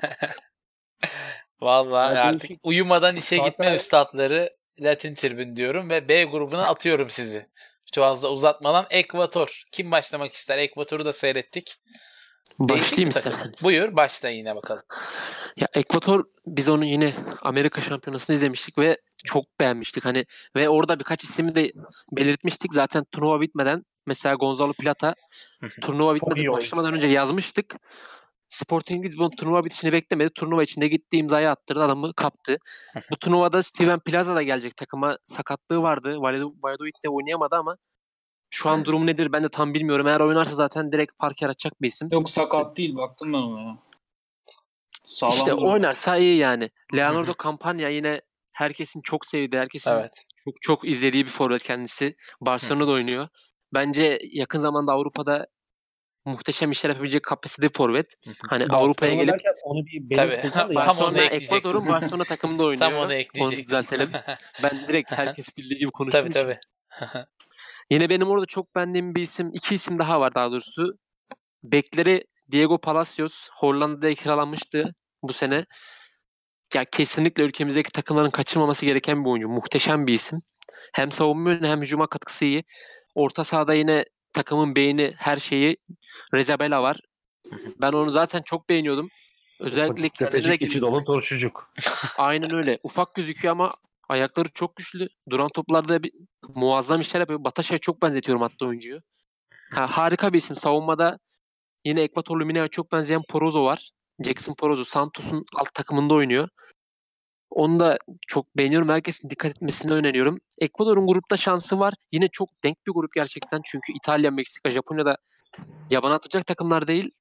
Vallahi Ya artık değişik uyumadan işe gitme saatler üstadları Latin Tribün diyorum ve B grubuna atıyorum sizi. Çok fazla uzatmadan Ekvator. Kim başlamak ister? Ekvator'u da seyrettik. Değişik Başlayayım bir takım. isterseniz. Buyur başla yine bakalım. Ya Ekvator, biz onu yine Amerika Şampiyonası'nda izlemiştik ve çok beğenmiştik. Hani ve orada birkaç ismi de belirtmiştik zaten turnuva bitmeden. Mesela Gonzalo Plata turnuva çok iyi bitmeden, oyuncu. başlamadan önce yazmıştık. Sporting Lisbon turnuva bitişini beklemedi. Turnuva içinde gitti, imzayı attırdı, adamı kaptı. Bu turnuvada Steven Plaza da gelecek takıma. Sakatlığı vardı. Valladolid- Valladolid'de oynayamadı ama şu an durumu nedir ben de tam bilmiyorum. Eğer oynarsa zaten direkt parke atacak bir isim. Yok, sakat değil, baktım ben ona ya. Sağlam İşte duruyor. oynarsa iyi yani. Leonardo Campagna yine herkesin çok sevdiği, herkesin Evet. çok çok izlediği bir forvet kendisi. Barcelona'da oynuyor. Bence yakın zamanda Avrupa'da muhteşem işler yapabilecek kapasite bir forvet. Hani Avrupa'ya Barcelona gelip derken onu bir benim Tabii. Furkan da Tam yanlış onu Barcelona, anladım. ekleyecektim. Ekvador'un Barcelona takımında Tam onu oynuyor. Onu ekleyecektim. düzeltelim. Ben direkt herkes bildiği gibi konuştuğum Tabii için. tabii. Yine benim orada çok beğendiğim bir isim, iki isim daha var daha doğrusu. Bekleri Diego Palacios Hollanda'da kiralanmıştı bu sene. Ya kesinlikle ülkemizdeki takımların kaçırmaması gereken bir oyuncu. Muhteşem bir isim. Hem savunma yönü hem hücuma katkısı iyi. Orta sahada yine takımın beyni, her şeyi, Rezabela var. Ben onu zaten çok beğeniyordum. Özellikle Ufacık kendine de tepecik içi güveniyor. dolu turşucuk. Aynen öyle. Ufak gözüküyor ama ayakları çok güçlü. Duran toplarda bir muazzam işler yapıyor. Bataşa'ya çok benzetiyorum hatta oyuncuyu. Ha, harika bir isim. Savunmada yine Ekvator Lumine'ye çok benzeyen Porozo var. Jackson Porozo. Santos'un alt takımında oynuyor. Onu da çok beğeniyorum. Herkesin dikkat etmesini öneriyorum. Ekvador'un grupta şansı var. Yine çok denk bir grup gerçekten. Çünkü İtalya, Meksika, Japonya da yaban atacak takımlar değil.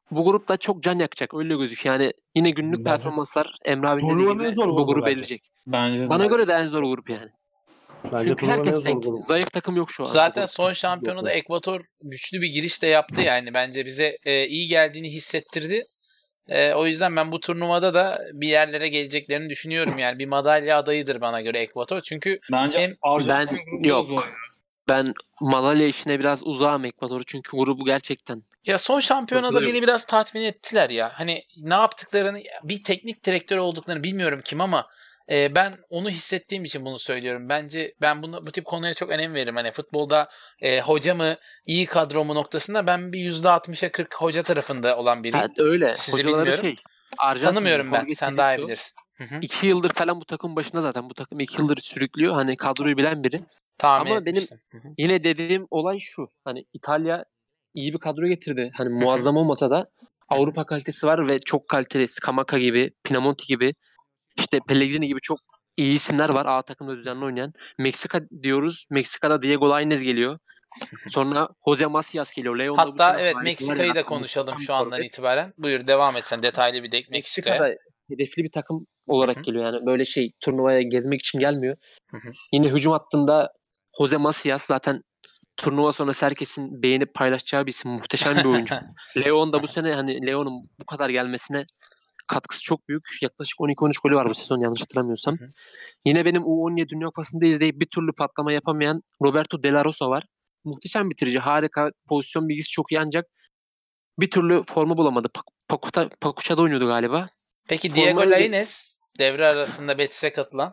bu grupta çok can yakacak. Öyle gözüküyor. Yani yine günlük Bence- performanslar Emre abinin dediği Turnuvanın en gibi zor bu grubu grubu bence. belirleyecek. Bence de. Bana göre de en zor grup yani. Bence Çünkü turnuvanın en herkes zor tek. grubu. Zayıf takım yok şu an. bu Zaten grupta. son şampiyonada Ekvator güçlü bir giriş de yaptı yani. Bence bize e, iyi geldiğini hissettirdi. E, o yüzden ben bu turnuvada da bir yerlere geleceklerini düşünüyorum yani. Bir madalya adayıdır bana göre Ekvator. Çünkü Bence hem Arjantin Ben- grubu da yok. zor. Ben madalya işine biraz uzağım Ekvador'u. Çünkü grubu gerçekten ya son şampiyonada Sıkıntıları beni biraz tatmin ettiler ya. Hani ne yaptıklarını, bir teknik direktör olduklarını bilmiyorum kim ama e, ben onu hissettiğim için bunu söylüyorum. Bence ben bunu bu tip konulara çok önem veririm. Hani futbolda e, hoca mı iyi kadro mu noktasında ben bir yüzde altmışa kırk hoca tarafında olan biriyim. ha, öyle. Sizi Hocaları bilmiyorum. şey Arjantin Tanımıyorum ben. Jorge Sen daha iyi Tedesco bilirsin. Hı hı. iki yıldır falan bu takım başında zaten. Bu takım iki yıldır sürüklüyor. Hani kadroyu bilen biri. Tahmin Ama benim etmiştim. Hı hı. yine dediğim olay şu. Hani İtalya iyi bir kadro getirdi. Hani muazzam olmasa da Avrupa kalitesi var ve çok kaliteli Scamacca gibi, Pinamonti gibi, işte Pellegrini gibi çok iyi isimler var A takımda düzenli oynayan. Meksika diyoruz. Meksika'da Diego Lainez geliyor. Sonra Jose Macias geliyor. Leon da bu Hatta sene evet harikalar Meksika'yı da yarattı. konuşalım Muhteşem bir şu andan forvet. itibaren. Buyur devam et sen detaylı bir de Meksika'ya. Meksika'da hedefli bir takım Hı olarak hı. geliyor. Yani böyle şey turnuvaya gezmek için gelmiyor. Hı hı. Yine hücum hattında Jose Macias zaten turnuva sonrası herkesin beğenip paylaşacağı bir isim. Muhteşem bir oyuncu. Leon da bu sene hani Leon'un bu kadar gelmesine katkısı çok büyük. Yaklaşık on iki on üç golü var bu sezon yanlış hatırlamıyorsam. Hı hı. Yine benim U on yedi Dünya Kupası'nda izleyip bir türlü patlama yapamayan Roberto De La Rosa var. Muhteşem bitirici. Harika. Pozisyon bilgisi çok iyi ancak bir türlü formu bulamadı. Pak- Pakuta, Pakuça'da oynuyordu galiba. Peki Formu Diego öyle- Lainez devre arasında Betis'e katılan.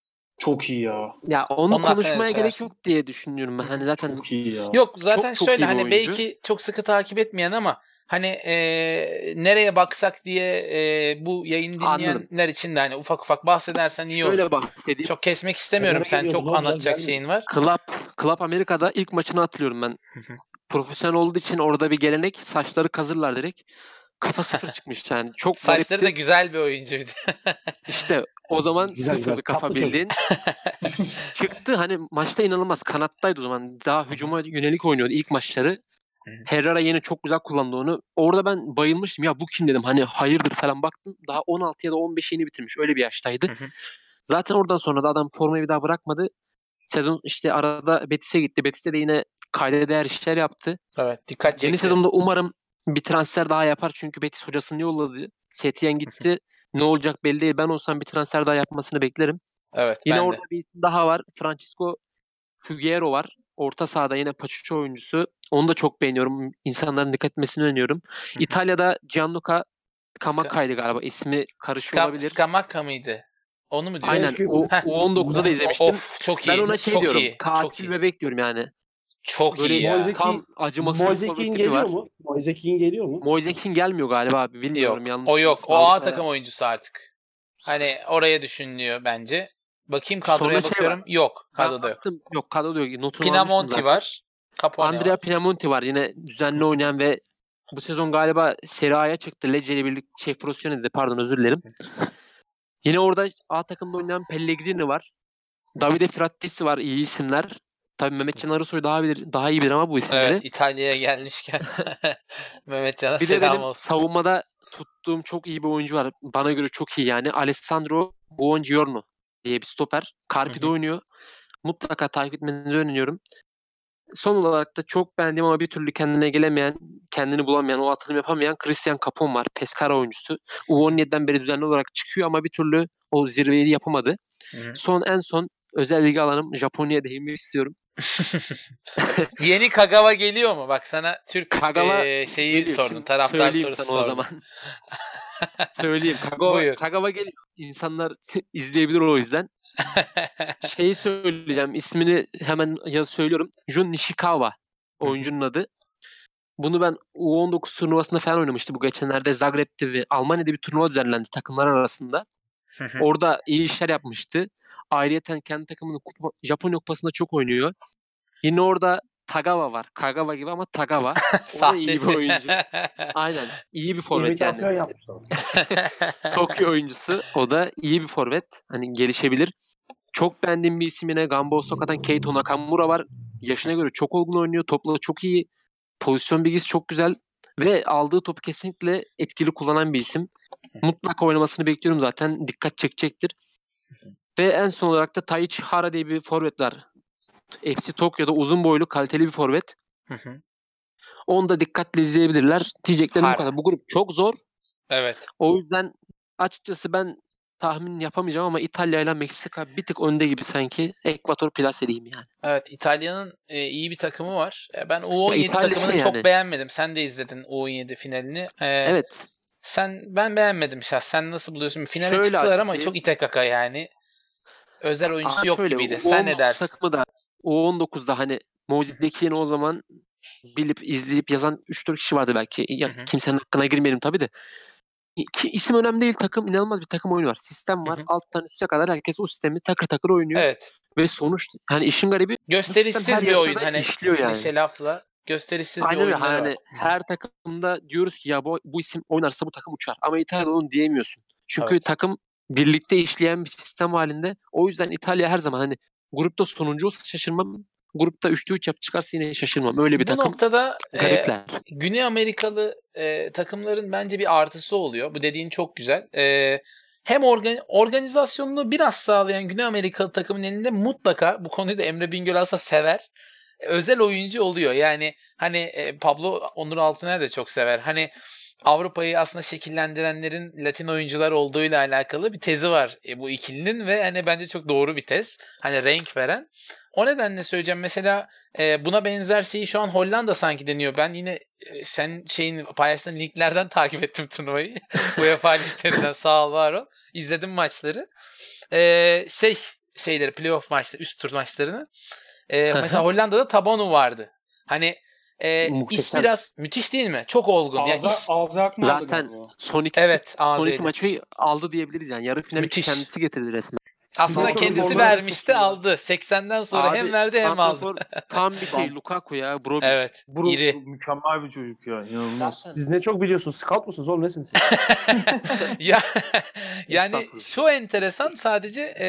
Çok iyi ya. Ya onu Onun hakkında ne konuşmaya gerek söylersin? yok diye düşünüyorum ben. Hani zaten Çok iyi ya. Yok zaten çok çok şöyle iyi bir hani oyuncu. belki çok sıkı takip etmeyen ama hani e, nereye baksak diye e, bu yayın Anladım. dinleyenler için de hani ufak ufak bahsedersen iyi olur. Şöyle bahsedeyim. Çok kesmek istemiyorum. Fener'e Sen geliyordu, çok ne oldu ya? anlatacak Gelmedi. şeyin var. Club, Club Amerika'da ilk maçını hatırlıyorum ben. Hı hı. Profesyonel olduğu için orada bir gelenek. Saçları kazırlar direkt. Kafa sıfır çıkmış yani. Çok Saçları da garipti. güzel bir oyuncuydu. İşte o zaman Güzel, sıfırdı güzel. kafa Tatlı çocuk. bildiğin. Çıktı hani maçta inanılmaz. Kanattaydı o zaman. Daha hücuma yönelik oynuyordu ilk maçları. Hı hı. Herrera yine çok güzel kullandı onu. Orada ben bayılmıştım. Ya bu kim dedim. Hani hayırdır falan baktım. Daha on altı ya da on beş yeni bitirmiş. Öyle bir yaştaydı. Hı hı. Zaten oradan sonra da adam formayı bir daha bırakmadı. Sezon işte arada Betis'e gitti. Betis'te de yine kayda değer işler yaptı. Evet dikkat Yeni çekti. sezonda umarım bir transfer daha yapar. Çünkü Betis hocasını yolladı. Setien gitti. Ne olacak belli değil. Ben olsam bir transfer daha yapmasını beklerim. Evet Yine ben orada de. bir isim daha var. Francisco Figueroa var. Orta sahada yine Paçuca oyuncusu. Onu da çok beğeniyorum. İnsanların dikkat etmesini öneriyorum. hı. İtalya'da Gianluca Ska, Scamacca'ydı galiba. İsmi karışıyor Ska, olabilir. Scamacca mıydı? Onu mu diyorsun? Aynen. Belki- O, Heh. U on dokuzda da izlemiştim. Of çok Ben iyi. ona şey çok diyorum. iyi. Çok Katil iyi. bebek diyorum yani. Çok Böyle iyi ya. Moise tam acımasız bir Moise forvet Kean tipi geliyor var. mu? Moise Kean geliyor mu? Moise Kean gelmiyor galiba abi. Bilmiyorum Yok. yanlış O yok. olmasın. O A Avrupa'ya- takım oyuncusu artık. Hani oraya düşünülüyor bence. Bakayım Sonra kadroya şey bakıyorum. var. Yok. Ben Kadroda yok. baktım. Yok kadroda yok. Notunu almıştım Pinamonti zaten. var. Capone Andrea var. Pinamonti var. Yine düzenli oynayan ve bu sezon galiba Serie A'ya çıktı. Lecce ile birlikte şey Frosino'ydi pardon özür dilerim. Yine orada A takımda oynayan Pellegrini var. Davide Frattesi var. İyi isimler. Tabii Mehmetcan Arısoy daha bilir, daha iyi bilir ama bu isimleri. Evet İtalya'ya gelmişken Mehmetcan'a Bir de selam benim olsun. savunmada tuttuğum çok iyi bir oyuncu var. Bana göre çok iyi yani. Alessandro Buongiorno diye bir stoper. Carpi'de Hı hı. oynuyor. Mutlaka takip etmenizi öneriyorum. Son olarak da çok beğendiğim ama bir türlü kendine gelemeyen, kendini bulamayan, o atılım yapamayan Christian Capon var. Pescara oyuncusu. U on yediden beri düzenli olarak çıkıyor ama bir türlü o zirveyi yapamadı. Hı hı. Son en son özel ilgi alanım Japonya'ya değinmek istiyorum. Yeni Kagawa geliyor mu? Bak sana Türk Kagawa eee, şeyi geliyor. sordum. Şimdi Taraftar söyleyeyim sorusu sana o sordum. zaman. Söyleyeyim. Kagawa, Buyur. Kagawa geliyor. İnsanlar izleyebilir o yüzden. Şeyi söyleyeceğim. İsmini hemen yaz söylüyorum. Jun Nishikawa oyuncunun adı. Bunu ben U on dokuz turnuvasında falan oynamıştı bu geçenlerde. Zagreb'te ve Almanya'da bir turnuva düzenlendi takımlar arasında. Hı hı. Orada iyi işler yapmıştı. Ayrıyeten kendi takımının kupa, Japonya kupasında çok oynuyor. Yine orada Tagawa var. Kagawa gibi ama Tagawa. O da iyi bir Sahtesi. oyuncu. Aynen. İyi bir forvet yani. İmitasyon yapmışlar. Tokyo oyuncusu. O da iyi bir forvet. Hani gelişebilir. Çok beğendiğim bir isim yine Gamba Osaka'dan Keito Nakamura var. Yaşına göre çok olgun oynuyor. Topla çok iyi. Pozisyon bilgisi çok güzel. Ve aldığı topu kesinlikle etkili kullanan bir isim. Mutlaka oynamasını bekliyorum zaten. Dikkat çekecektir. Ve en son olarak da Taichi Hara diye bir forvet var. F C Tokyo'da uzun boylu kaliteli bir forvet. Hı hı. Onu da dikkatle izleyebilirler. Diyeceklerim bu Hara. kadar. Bu grup çok zor. Evet. O yüzden açıkçası ben tahmin yapamayacağım ama İtalya ile Meksika bir tık önde gibi sanki. Ekvator plus edeyim yani. Evet, İtalya'nın e, iyi bir takımı var. E, ben U on yedi İtalya takımını şey çok yani. beğenmedim. Sen de izledin U on yedi finalini. E, Evet. Sen ben beğenmedim şahsen. Sen nasıl buluyorsun? Finale Şöyle çıktılar ama açıklayayım. çok ite kaka yani. Özel oyuncusu Ama yok şöyle gibiydi. U Sen on ne dokuz dersin? takımı da U on dokuzda hani Mozi'dekini o zaman bilip izleyip yazan üç dört kişi vardı belki. Ya, Hı hı. kimsenin hakkına girmeyelim tabii de. Ki, isim önemli değil. Takım inanılmaz bir takım oyunu var. Sistem Hı var. hı. Alttan üste kadar herkes o sistemi takır takır oynuyor. Evet. Ve sonuç hani işin garibi bu sistem her Gösterişsiz bir oyun. yarışmada Hani işliyor yani. klişe lafla gösterişsiz bir Aynen öyle. oyunları var. Hani her takımda diyoruz ki ya bu, bu isim oynarsa bu takım uçar. Ama İtalya'da onu diyemiyorsun. Çünkü Evet. takım birlikte işleyen bir sistem halinde. O yüzden İtalya her zaman hani grupta sonuncu olsa şaşırmam. Grupta üçte üç yap çıkarsa yine şaşırmam. Öyle bir Bu takım. noktada e, Garipler. Güney Amerikalı e, takımların bence bir artısı oluyor. Bu dediğin çok güzel. E, hem organ, organizasyonunu biraz sağlayan Güney Amerikalı takımın elinde mutlaka, bu konuyu da Emre Bingöl aslında sever, özel oyuncu oluyor. Yani hani e, Pablo Onur Altuner de çok sever. Hani Avrupa'yı aslında şekillendirenlerin Latin oyuncular olduğuyla alakalı bir tezi var e, bu ikilinin ve hani bence çok doğru bir tez. Hani renk veren. O nedenle söyleyeceğim, mesela e, buna benzer şeyi şu an Hollanda sanki deniyor. Ben yine e, sen şeyin paylaştığın linklerden takip ettim turnuvayı. UEFA linklerinden, sağ ol var ol. İzledim maçları. E, şey şeyleri, playoff maçları, üst tur maçlarını. E, mesela Hollanda'da Tabonu vardı. Hani e, iş Muhteşem. biraz müthiş değil mi? Çok olgun. Yani Ağza, iş, Ağzak mı aldı Zaten galiba? son iki, evet, son iki A Z'ydi. maçı aldı diyebiliriz yani. Yarı finali Müthiş. kendisi getirdi resmen. Aslında Santrafor kendisi golleri de vermişti, çok iyi ya. aldı. seksenden sonra hem Abi verdi hem aldı. santrafor tam bir şey. Lukaku ya. Broby. Evet. Bro, iri. mükemmel bir çocuk ya. İnanılmaz. Siz ne çok biliyorsunuz. Scout musunuz oğlum, nesiniz siz? Ya yani Estağfurullah. şu enteresan, sadece e,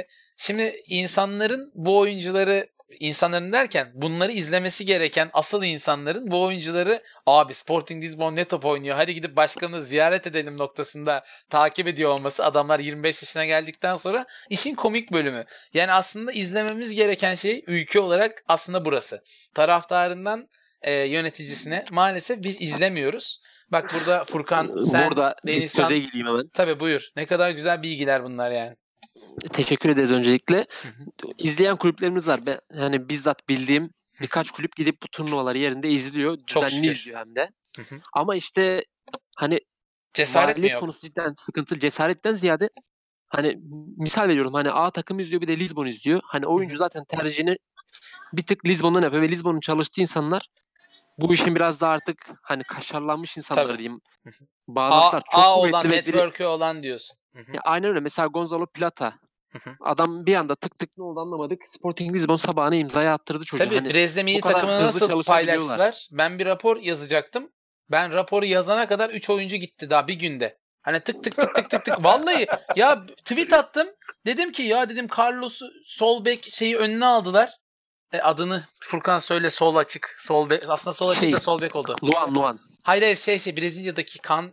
şimdi insanların bu oyuncuları, insanların derken bunları izlemesi gereken asıl insanların bu oyuncuları, abi Sporting Lisbon ne top oynuyor, hadi gidip başkanı ziyaret edelim noktasında takip ediyor olması, adamlar yirmi beş yaşına geldikten sonra, işin komik bölümü. Yani aslında izlememiz gereken şey ülke olarak aslında burası. Taraftarından e, yöneticisine maalesef biz izlemiyoruz. Bak burada Furkan, sen, Burada bir Denizhan, söze gireyim hemen. tabii buyur. Ne kadar güzel bilgiler bunlar yani. Teşekkür ederiz öncelikle. Hı hı. İzleyen kulüplerimiz var. Ben yani bizzat bildiğim birkaç kulüp gidip bu turnuvaları yerinde izliyor. Çok Düzenli şükür. izliyor hem de. Hı hı. Ama işte hani Cesaret mi maliyet yok? konusu cidden sıkıntılı. Cesaretten ziyade hani misal veriyorum, hani A takım izliyor bir de Lisbon izliyor. Hani oyuncu zaten tercihini bir tık Lisbon'dan yapıyor ve Lisbon'un çalıştığı insanlar bu işin biraz daha artık hani kaşarlanmış insanlar Tabii. diyeyim. Hı hı. A, Bağlantılar çok A kuvvetli olan, ve direkt- network'ü olan diyorsun. Hı hı. ya aynen öyle. Mesela Gonzalo Plata. Hı hı. Adam bir anda tık tık ne oldu anlamadık. Sporting Lisbon sabahına imzayı attırdı çocuğa. Tabii Hani Brezilya milli bu kadar takımını hızlı nasıl çalışabiliyorlar. paylaştılar? Ben bir rapor yazacaktım. Ben raporu yazana kadar üç oyuncu gitti daha bir günde. Hani tık tık tık tık tık tık. Vallahi ya, tweet attım. Dedim ki ya, dedim Carlos'u sol bek şeyi önüne aldılar. E, adını Furkan söyle, sol açık. Sol bek. Aslında sol açık Şey, da sol bek oldu. Luan Luan. Hayır hayır, şey şey Brezilya'daki kan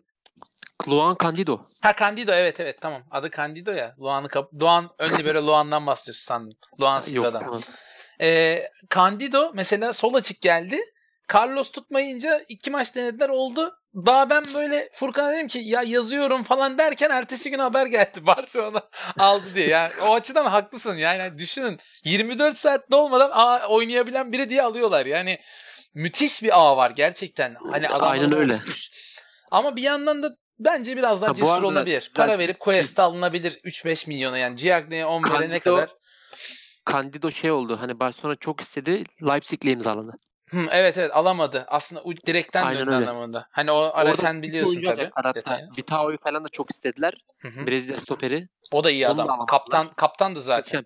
Luan Candido. Ha, Candido, evet evet, tamam. Adı Candido ya. Luan'ı kap Doğan ön libero Luan'dan bahsediyorsun sandım. Luan Yok Silva'dan. tamam. Ee, Candido mesela sol açık geldi. Carlos tutmayınca iki maç denediler, oldu. Daha ben böyle Furkan'a dedim ki ya yazıyorum falan derken ertesi gün haber geldi. Barcelona aldı diye. Yani o açıdan haklısın. Yani düşünün, yirmi dört saatte olmadan A oynayabilen biri diye alıyorlar. Yani müthiş bir ağ var gerçekten. Hani adamlar Aynen öyle. oturtmuş. Ama bir yandan da bence biraz daha Ha, bu cesur arada olabilir. güzel- Para verip Cuesta alınabilir üç beş milyona yani. Giagne'ye on bire ne Candido- kadar? Candido şey oldu. Hani Barcelona çok istedi. Leipzig'le imzaladı. Hı, evet evet, alamadı. Aslında u- direkten Aynen döndü öyle. anlamında. Hani o ara Orada sen iki biliyorsun oyuncu tabii. alacaklar hatta. detayı. Vitao'yu falan da çok istediler. Hı hı. Brezilya stoperi. O da iyi Onu da adam. alamadılar. Kaptan kaptandı zaten. Muhteşem.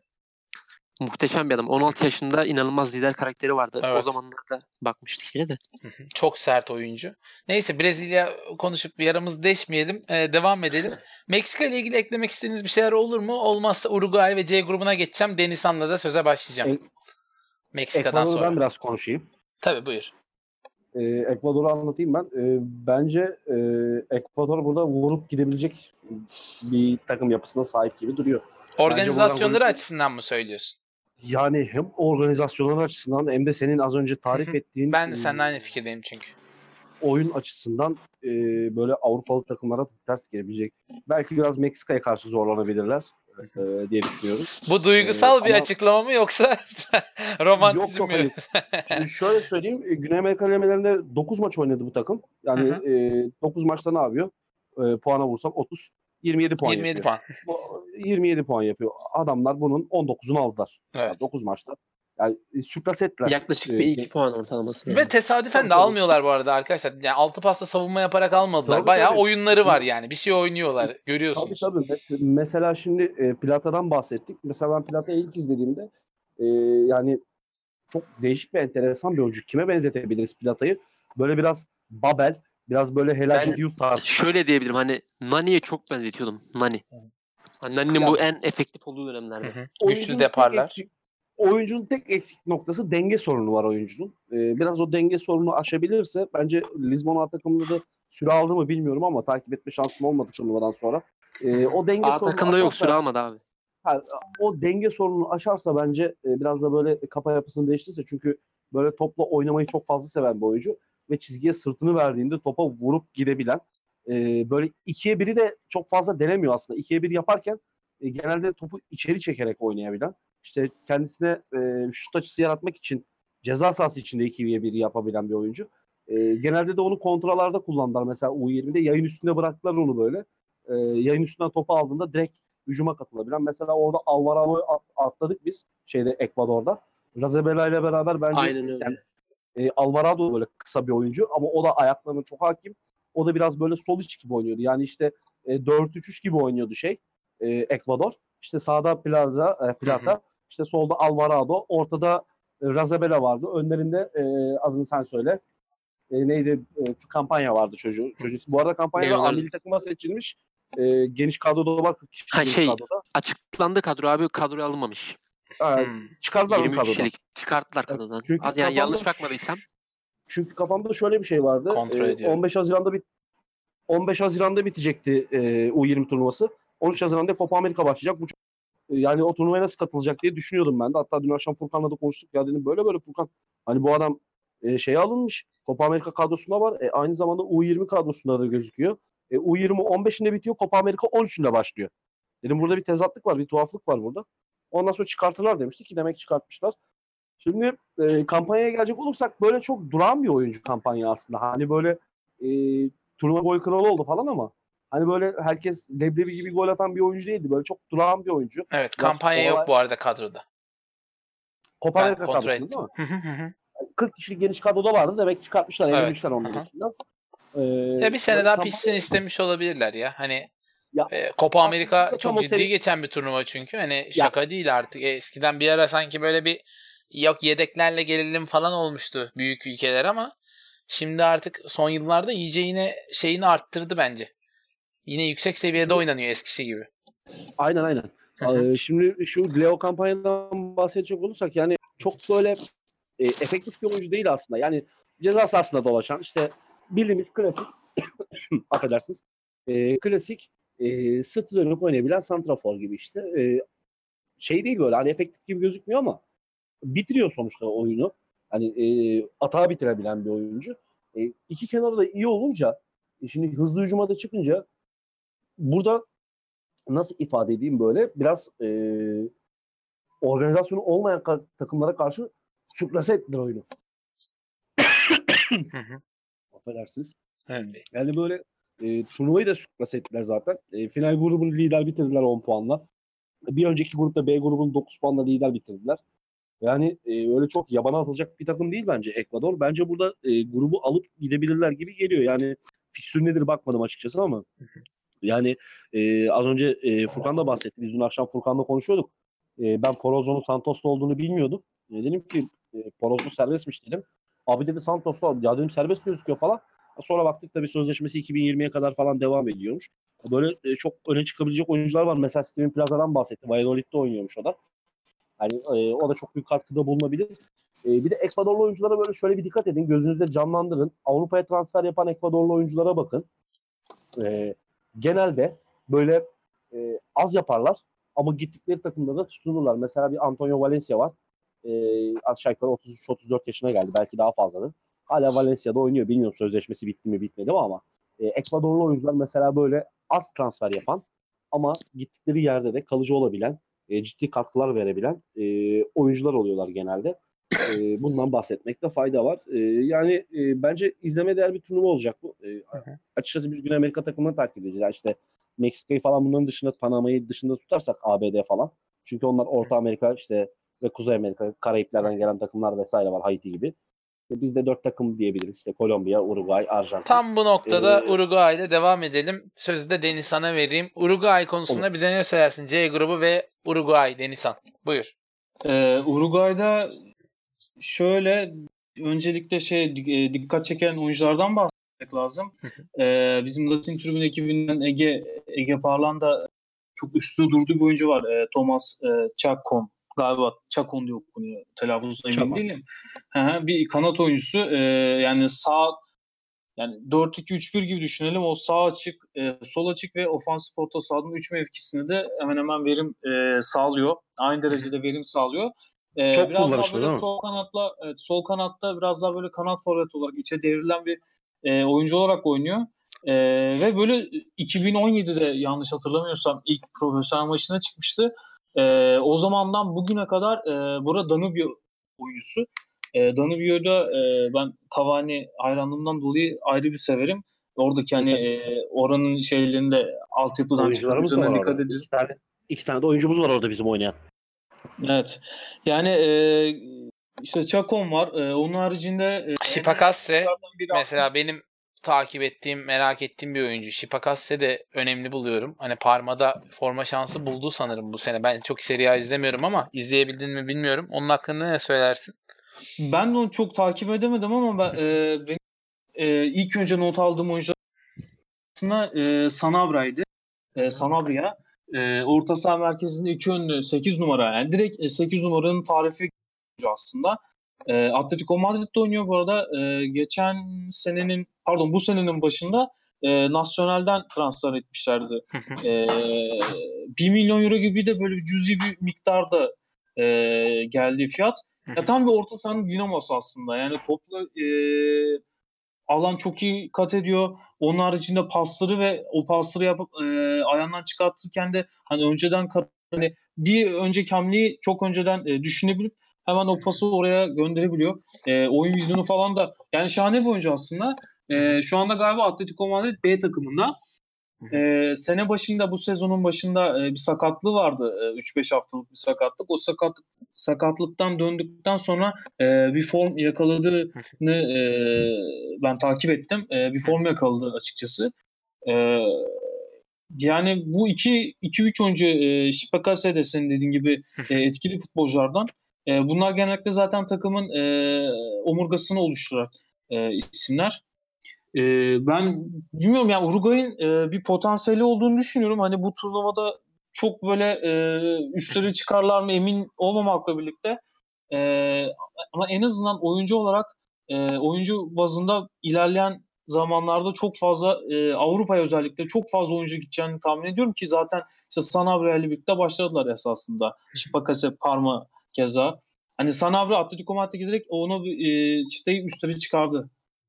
Muhteşem bir adam. on altı yaşında inanılmaz lider karakteri vardı. O Evet. zamanlarda bakmıştık yine de. Hı hı. Çok sert oyuncu. Neyse, Brezilya konuşup yaramız deşmeyelim. Ee, devam edelim. Meksika ile ilgili eklemek istediğiniz bir şeyler olur mu? Olmazsa Uruguay ve C grubuna geçeceğim. Denizhan'la da söze başlayacağım. E- Meksika'dan Ekvador'u sonra. ben biraz konuşayım. Tabii buyur. e, Ekvador'u anlatayım ben. E, bence e, Ekvador burada vurup gidebilecek bir takım yapısına sahip gibi duruyor. Bence buradan Organizasyonları gol- açısından mı söylüyorsun? Yani hem organizasyonel açısından hem de senin az önce Hı tarif hı. ettiğin Ben de e, seninle aynı fikirdeyim çünkü. oyun açısından e, böyle Avrupalı takımlara ters gelebilecek. Belki biraz Meksika'ya karşı zorlanabilirler e, diye düşünüyorum. Bu duygusal E, bir ama açıklama mı yoksa yok romantizm yok mi? hani şimdi şöyle söyleyeyim. e, Güney Amerika elemelerinde dokuz maç oynadı bu takım. Hı Yani hı. e, dokuz maçta ne yapıyor? E, puana vursam otuz, yirmi yedi puan yirmi yedi yapıyor. puan. Bu yirmi yedi puan yapıyor. Adamlar bunun on dokuzunu aldılar. Evet. Yani dokuz maçta. Yani e, sürpriz ettiler. Yaklaşık bir E, iki puan ortalaması Ve yani. tesadüfen tabii de tabii. almıyorlar bu arada arkadaşlar. Yani altı pasta savunma yaparak almadılar. Tabii, Bayağı tabii. oyunları var yani. Bir şey oynuyorlar. Tabii Görüyorsunuz. tabii. Me- Mesela şimdi e, Plata'dan bahsettik. Mesela ben Plata'yı ilk izlediğimde e, yani çok değişik ve enteresan bir oyuncu. Kime benzetebiliriz Plata'yı? Böyle biraz Babel, biraz böyle Helal Ben Diyor tarzı. şöyle diyebilirim, hani Nani'ye çok benzetiyordum. Nani. Hani Nani'nin Ya bu en efektif olduğu Hı dönemlerde. hı. Güçlü oyuncunun tek deparlar. eksik oyuncunun tek eksik noktası denge sorunu var oyuncunun. Ee, biraz o denge sorununu aşabilirse bence Lisbon A takımında da süre aldı mı bilmiyorum ama takip etme şansım olmadı turnuvadan sonra. Ee, o denge A sorununu takımda yok, süre aşarsa almadı abi. ha, o denge sorununu aşarsa bence e, biraz da böyle kafa yapısını değiştirirse çünkü böyle topla oynamayı çok fazla seven bir oyuncu ve çizgiye sırtını verdiğinde topa vurup gidebilen e, böyle ikiye biri de çok fazla denemiyor aslında. ikiye bir yaparken e, genelde topu içeri çekerek oynayabilen işte kendisine e, şut açısı yaratmak için ceza sahası içinde ikiye bir yapabilen bir oyuncu. E, genelde de onu kontralarda kullandılar. Mesela U yirmide yayın üstünde bıraktılar onu böyle. E, yayın üstünden topu aldığında direkt hücuma katılabilen. Mesela orada Alvaro'yu atladık biz şeyde Ekvador'da. Razabela ile beraber bence Aynen yani, öyle. e, Alvarado böyle kısa bir oyuncu ama o da ayaklarına çok hakim. O da biraz böyle sol iç gibi oynuyordu. Yani işte e, dört üç üç gibi oynuyordu şey e, Ekvador. İşte sağda Plaza, e, Hı hı. Plata, işte solda Alvarado, ortada e, Razabela vardı. Önlerinde e, adını sen söyle. E, neydi? E, şu kampanya vardı çocuğu. Çocuğu. Bu arada kampanyada A Leonardo. milli takıma seçilmiş. E, geniş kadroda var. kırk kişi Ha geniş şey, kadroda. açıklandı kadro abi, kadroya alınmamış. Ha, Hmm. çıkardılar onu yirmi üç kadrodan. kişilik çıkarttılar Evet, kadrodan. Çünkü Az yani, kafamda yanlış bakmadıysam. çünkü kafamda şöyle bir şey vardı. Kontrol E, ediyorum. on beş Haziran'da bit on beş Haziran'da bitecekti e, U yirmi turnuvası. on üç Haziran'da Copa Amerika başlayacak. Bu çok- e, yani o turnuvaya nasıl katılacak diye düşünüyordum ben de. Hatta dün akşam Furkan'la da konuştuk. Ya dedim böyle böyle Furkan. Hani bu adam e, şeye alınmış. Copa Amerika kadrosunda var. E, aynı zamanda U yirmi kadrosunda da gözüküyor. E, U yirmi on beşinde bitiyor. Copa Amerika on üçünde başlıyor. Dedim burada bir tezatlık var. Bir tuhaflık var burada. Ondan sonra çıkartırlar demişti ki demek çıkartmışlar. Şimdi e, kampanyaya gelecek olursak böyle çok duran bir oyuncu kampanya aslında. Hani böyle e, turnuva gol kralı oldu falan ama hani böyle herkes leblebi gibi gol atan bir oyuncu değildi. Böyle çok duran bir oyuncu. Evet, Biraz kampanya yok olay bu arada kadroda. Copa Ben Amerika kontrol kadrosunda ettim. değil mi? Hı hı hı hı. kırk kişilik geniş kadroda vardı. Demek ki çıkartmışlar. Evet. Elemişler Hı onları hı. içinden. Ee, Ya bir sene böyle daha kampanya pişsin istemiş olabilirler ya. Hani ya e, Copa Amerika aslında tam çok o ciddi seri geçen bir turnuva çünkü. Hani ya şaka değil artık. E, eskiden bir ara sanki böyle bir yok yedeklerle gelelim falan olmuştu büyük ülkeler ama şimdi artık son yıllarda iyice yine şeyini arttırdı bence. Yine yüksek seviyede şimdi oynanıyor eskisi gibi. aynen aynen. Hı hı. Ee, şimdi şu Leo kampanyadan bahsedecek olursak yani çok böyle e, efektif bir oyuncu değil aslında. Yani ceza sahasında dolaşan işte bildiğimiz klasik affedersiniz e, klasik e, sırt dönüp oynayabilen santrafor gibi işte. E, şey değil böyle hani efektif gibi gözükmüyor ama bitiriyor sonuçta oyunu. Hani e, atağa bitirebilen bir oyuncu. E, iki kenarı da iyi olunca e, şimdi hızlı hücuma da çıkınca burada nasıl ifade edeyim böyle biraz e, organizasyonu olmayan ka- takımlara karşı sürklase ettiler oyunu. Hı hı. Affedersiniz. Önemli değil. Yani böyle e, turnuvayı da sürklase ettiler zaten. E, final grubunu lider bitirdiler on puanla. Bir önceki grupta B grubunu dokuz puanla lider bitirdiler. Yani e, öyle çok yabana atılacak bir takım değil bence Ekvador. Bence burada e, grubu alıp gidebilirler gibi geliyor. Yani fikstür nedir bakmadım açıkçası ama yani e, az önce e, Furkan da bahsetti. Biz dün akşam Furkan'la konuşuyorduk. E, ben Porozzo'nun Santos'ta olduğunu bilmiyordum. E, dedim ki e, Porozzo serbestmiş dedim. Abi dedi Santos'ta ya dedim serbest gözüküyor falan. Sonra baktık tabii sözleşmesi iki bin yirmiye kadar falan devam ediyormuş. Böyle e, çok öne çıkabilecek oyuncular var. Mesela Steven Plaza'dan bahsetti. Valladolid'de oynuyormuş o da. Yani e, o da çok büyük katkıda bulunabilir. E, bir de Ekvadorlu oyunculara böyle şöyle bir dikkat edin. Gözünüzde canlandırın. Avrupa'ya transfer yapan Ekvadorlu oyunculara bakın. E, genelde böyle e, az yaparlar ama gittikleri takımda da tutunurlar. Mesela bir Antonio Valencia var. E, aşağı yukarı otuz üç otuz dört yaşına geldi. Belki daha fazladır. Hala Valencia'da oynuyor. Bilmiyorum sözleşmesi bitti mi bitmedi mi ama e, Ekvadorlu oyuncular mesela böyle az transfer yapan ama gittikleri yerde de kalıcı olabilen, e, ciddi katkılar verebilen e, oyuncular oluyorlar genelde. E, bundan bahsetmekte fayda var. E, yani e, bence izleme değer bir turnuva olacak bu. E, açıkçası biz Güney Amerika takımını takip edeceğiz. Yani işte Meksika'yı falan bunların dışında, Panama'yı dışında tutarsak A B D falan. Çünkü onlar Orta Amerika işte ve Kuzey Amerika, Karayipler'den gelen takımlar vesaire var, Haiti gibi. İşte biz de dört takım diyebiliriz. İşte Kolombiya, Uruguay, Arjantin. Tam bu noktada Ee, Uruguay ile devam edelim. Sözü de Denizhan'a vereyim. Uruguay konusunda Olur. bize ne söylersin? C grubu ve Uruguay, Denizhan. Buyur. Ee, Uruguay'da şöyle öncelikle şey e, dikkat çeken oyunculardan bahsetmek lazım. Ee, bizim Latin Tribün ekibinden Ege Ege Parlan'da çok üstü durduğu bir oyuncu var. Ee, Thomas e, Chacon. Galiba Chacon diye okunuyor. Telaffuzuna emin Chacon. değilim. Hı hı, bir kanat oyuncusu. Ee, yani sağ yani dört iki üç bir gibi düşünelim. O sağ açık, e, sol açık ve ofansif orta sahanın üç mevkisinde de hemen hemen verim e, sağlıyor. Aynı derecede verim sağlıyor. E, Çok biraz daha kullanışlı böyle değil mi? sol kanatla, evet, sol kanatta biraz daha böyle kanat forvet olarak içe devrilen bir e, oyuncu olarak oynuyor. E, ve böyle iki bin on yedide yanlış hatırlamıyorsam ilk profesyonel maçına çıkmıştı. E, o zamandan bugüne kadar e, burada Danubio oyuncusu. E, Danubio'da e, ben Cavani hayranlığımdan dolayı ayrı bir severim. Oradaki hani e, oranın şeylerinde altyapıdan çıkan Oyuncularımız da var oyuncularına dikkat orada. ediyorum. İki tane, iki tane de oyuncumuz var orada bizim oynayan. Evet. Yani e, işte Chacon var. E, onun haricinde e, Şipakasse oyunculardan biri mesela benim takip ettiğim, merak ettiğim bir oyuncu. Şipakasse de önemli buluyorum. Hani Parma'da forma şansı buldu sanırım bu sene. Ben çok Serie A izlemiyorum ama izleyebildin mi bilmiyorum. Onun hakkında ne söylersin? ben de onu çok takip edemedim ama ben, e, benim e, ilk önce not aldığım oyuncular arasında e, Sanabra'ydı. E, Sanabria. E, orta saha merkezinde iki önlü sekiz numara. Yani direkt e, sekiz numaranın tarifi aslında. E, Atletico Madrid'de oynuyor bu arada. E, geçen senenin pardon bu senenin başında e, Nacional'den transfer etmişlerdi. E, bir milyon euro gibi de böyle bir cüzi bir miktarda e, geldiği fiyat. Ya tam bir orta sahanın dinamosu aslında. Yani topla e, alan çok iyi kat ediyor. Onun haricinde pasları ve o pasları yapıp e, ayağından çıkartırken de hani önceden hani bir önceki hamleyi çok önceden e, düşünebilip hemen o pası oraya gönderebiliyor. E, oyun vizyonu falan da yani şahane bir oyuncu aslında. E, şu anda galiba Atletico Madrid B takımında. E, sene başında bu sezonun başında e, bir sakatlığı vardı. E, üç beş haftalık bir sakatlık. O sakatlık sakatlıktan döndükten sonra e, bir form yakaladığını e, ben takip ettim. E, bir form yakaladı açıkçası. E, yani bu iki iki üç oyuncu e, Şipakase de senin dediğin gibi e, etkili futbolculardan. E, bunlar genellikle zaten takımın e, omurgasını oluşturan e, isimler. E, ben bilmiyorum yani Uruguay'ın e, bir potansiyeli olduğunu düşünüyorum. Hani bu turnuvada çok böyle e, üstleri çıkarlar mı emin olmamakla birlikte e, ama en azından oyuncu olarak e, oyuncu bazında ilerleyen zamanlarda çok fazla e, Avrupa'ya özellikle çok fazla oyuncu gideceğini tahmin ediyorum ki zaten işte Sanabria ile birlikte başladılar esasında. Şipakase, Parma keza. Hani Sanabria Atletico Madrid'e giderek onu e, çıtayı üstleri çıkardı.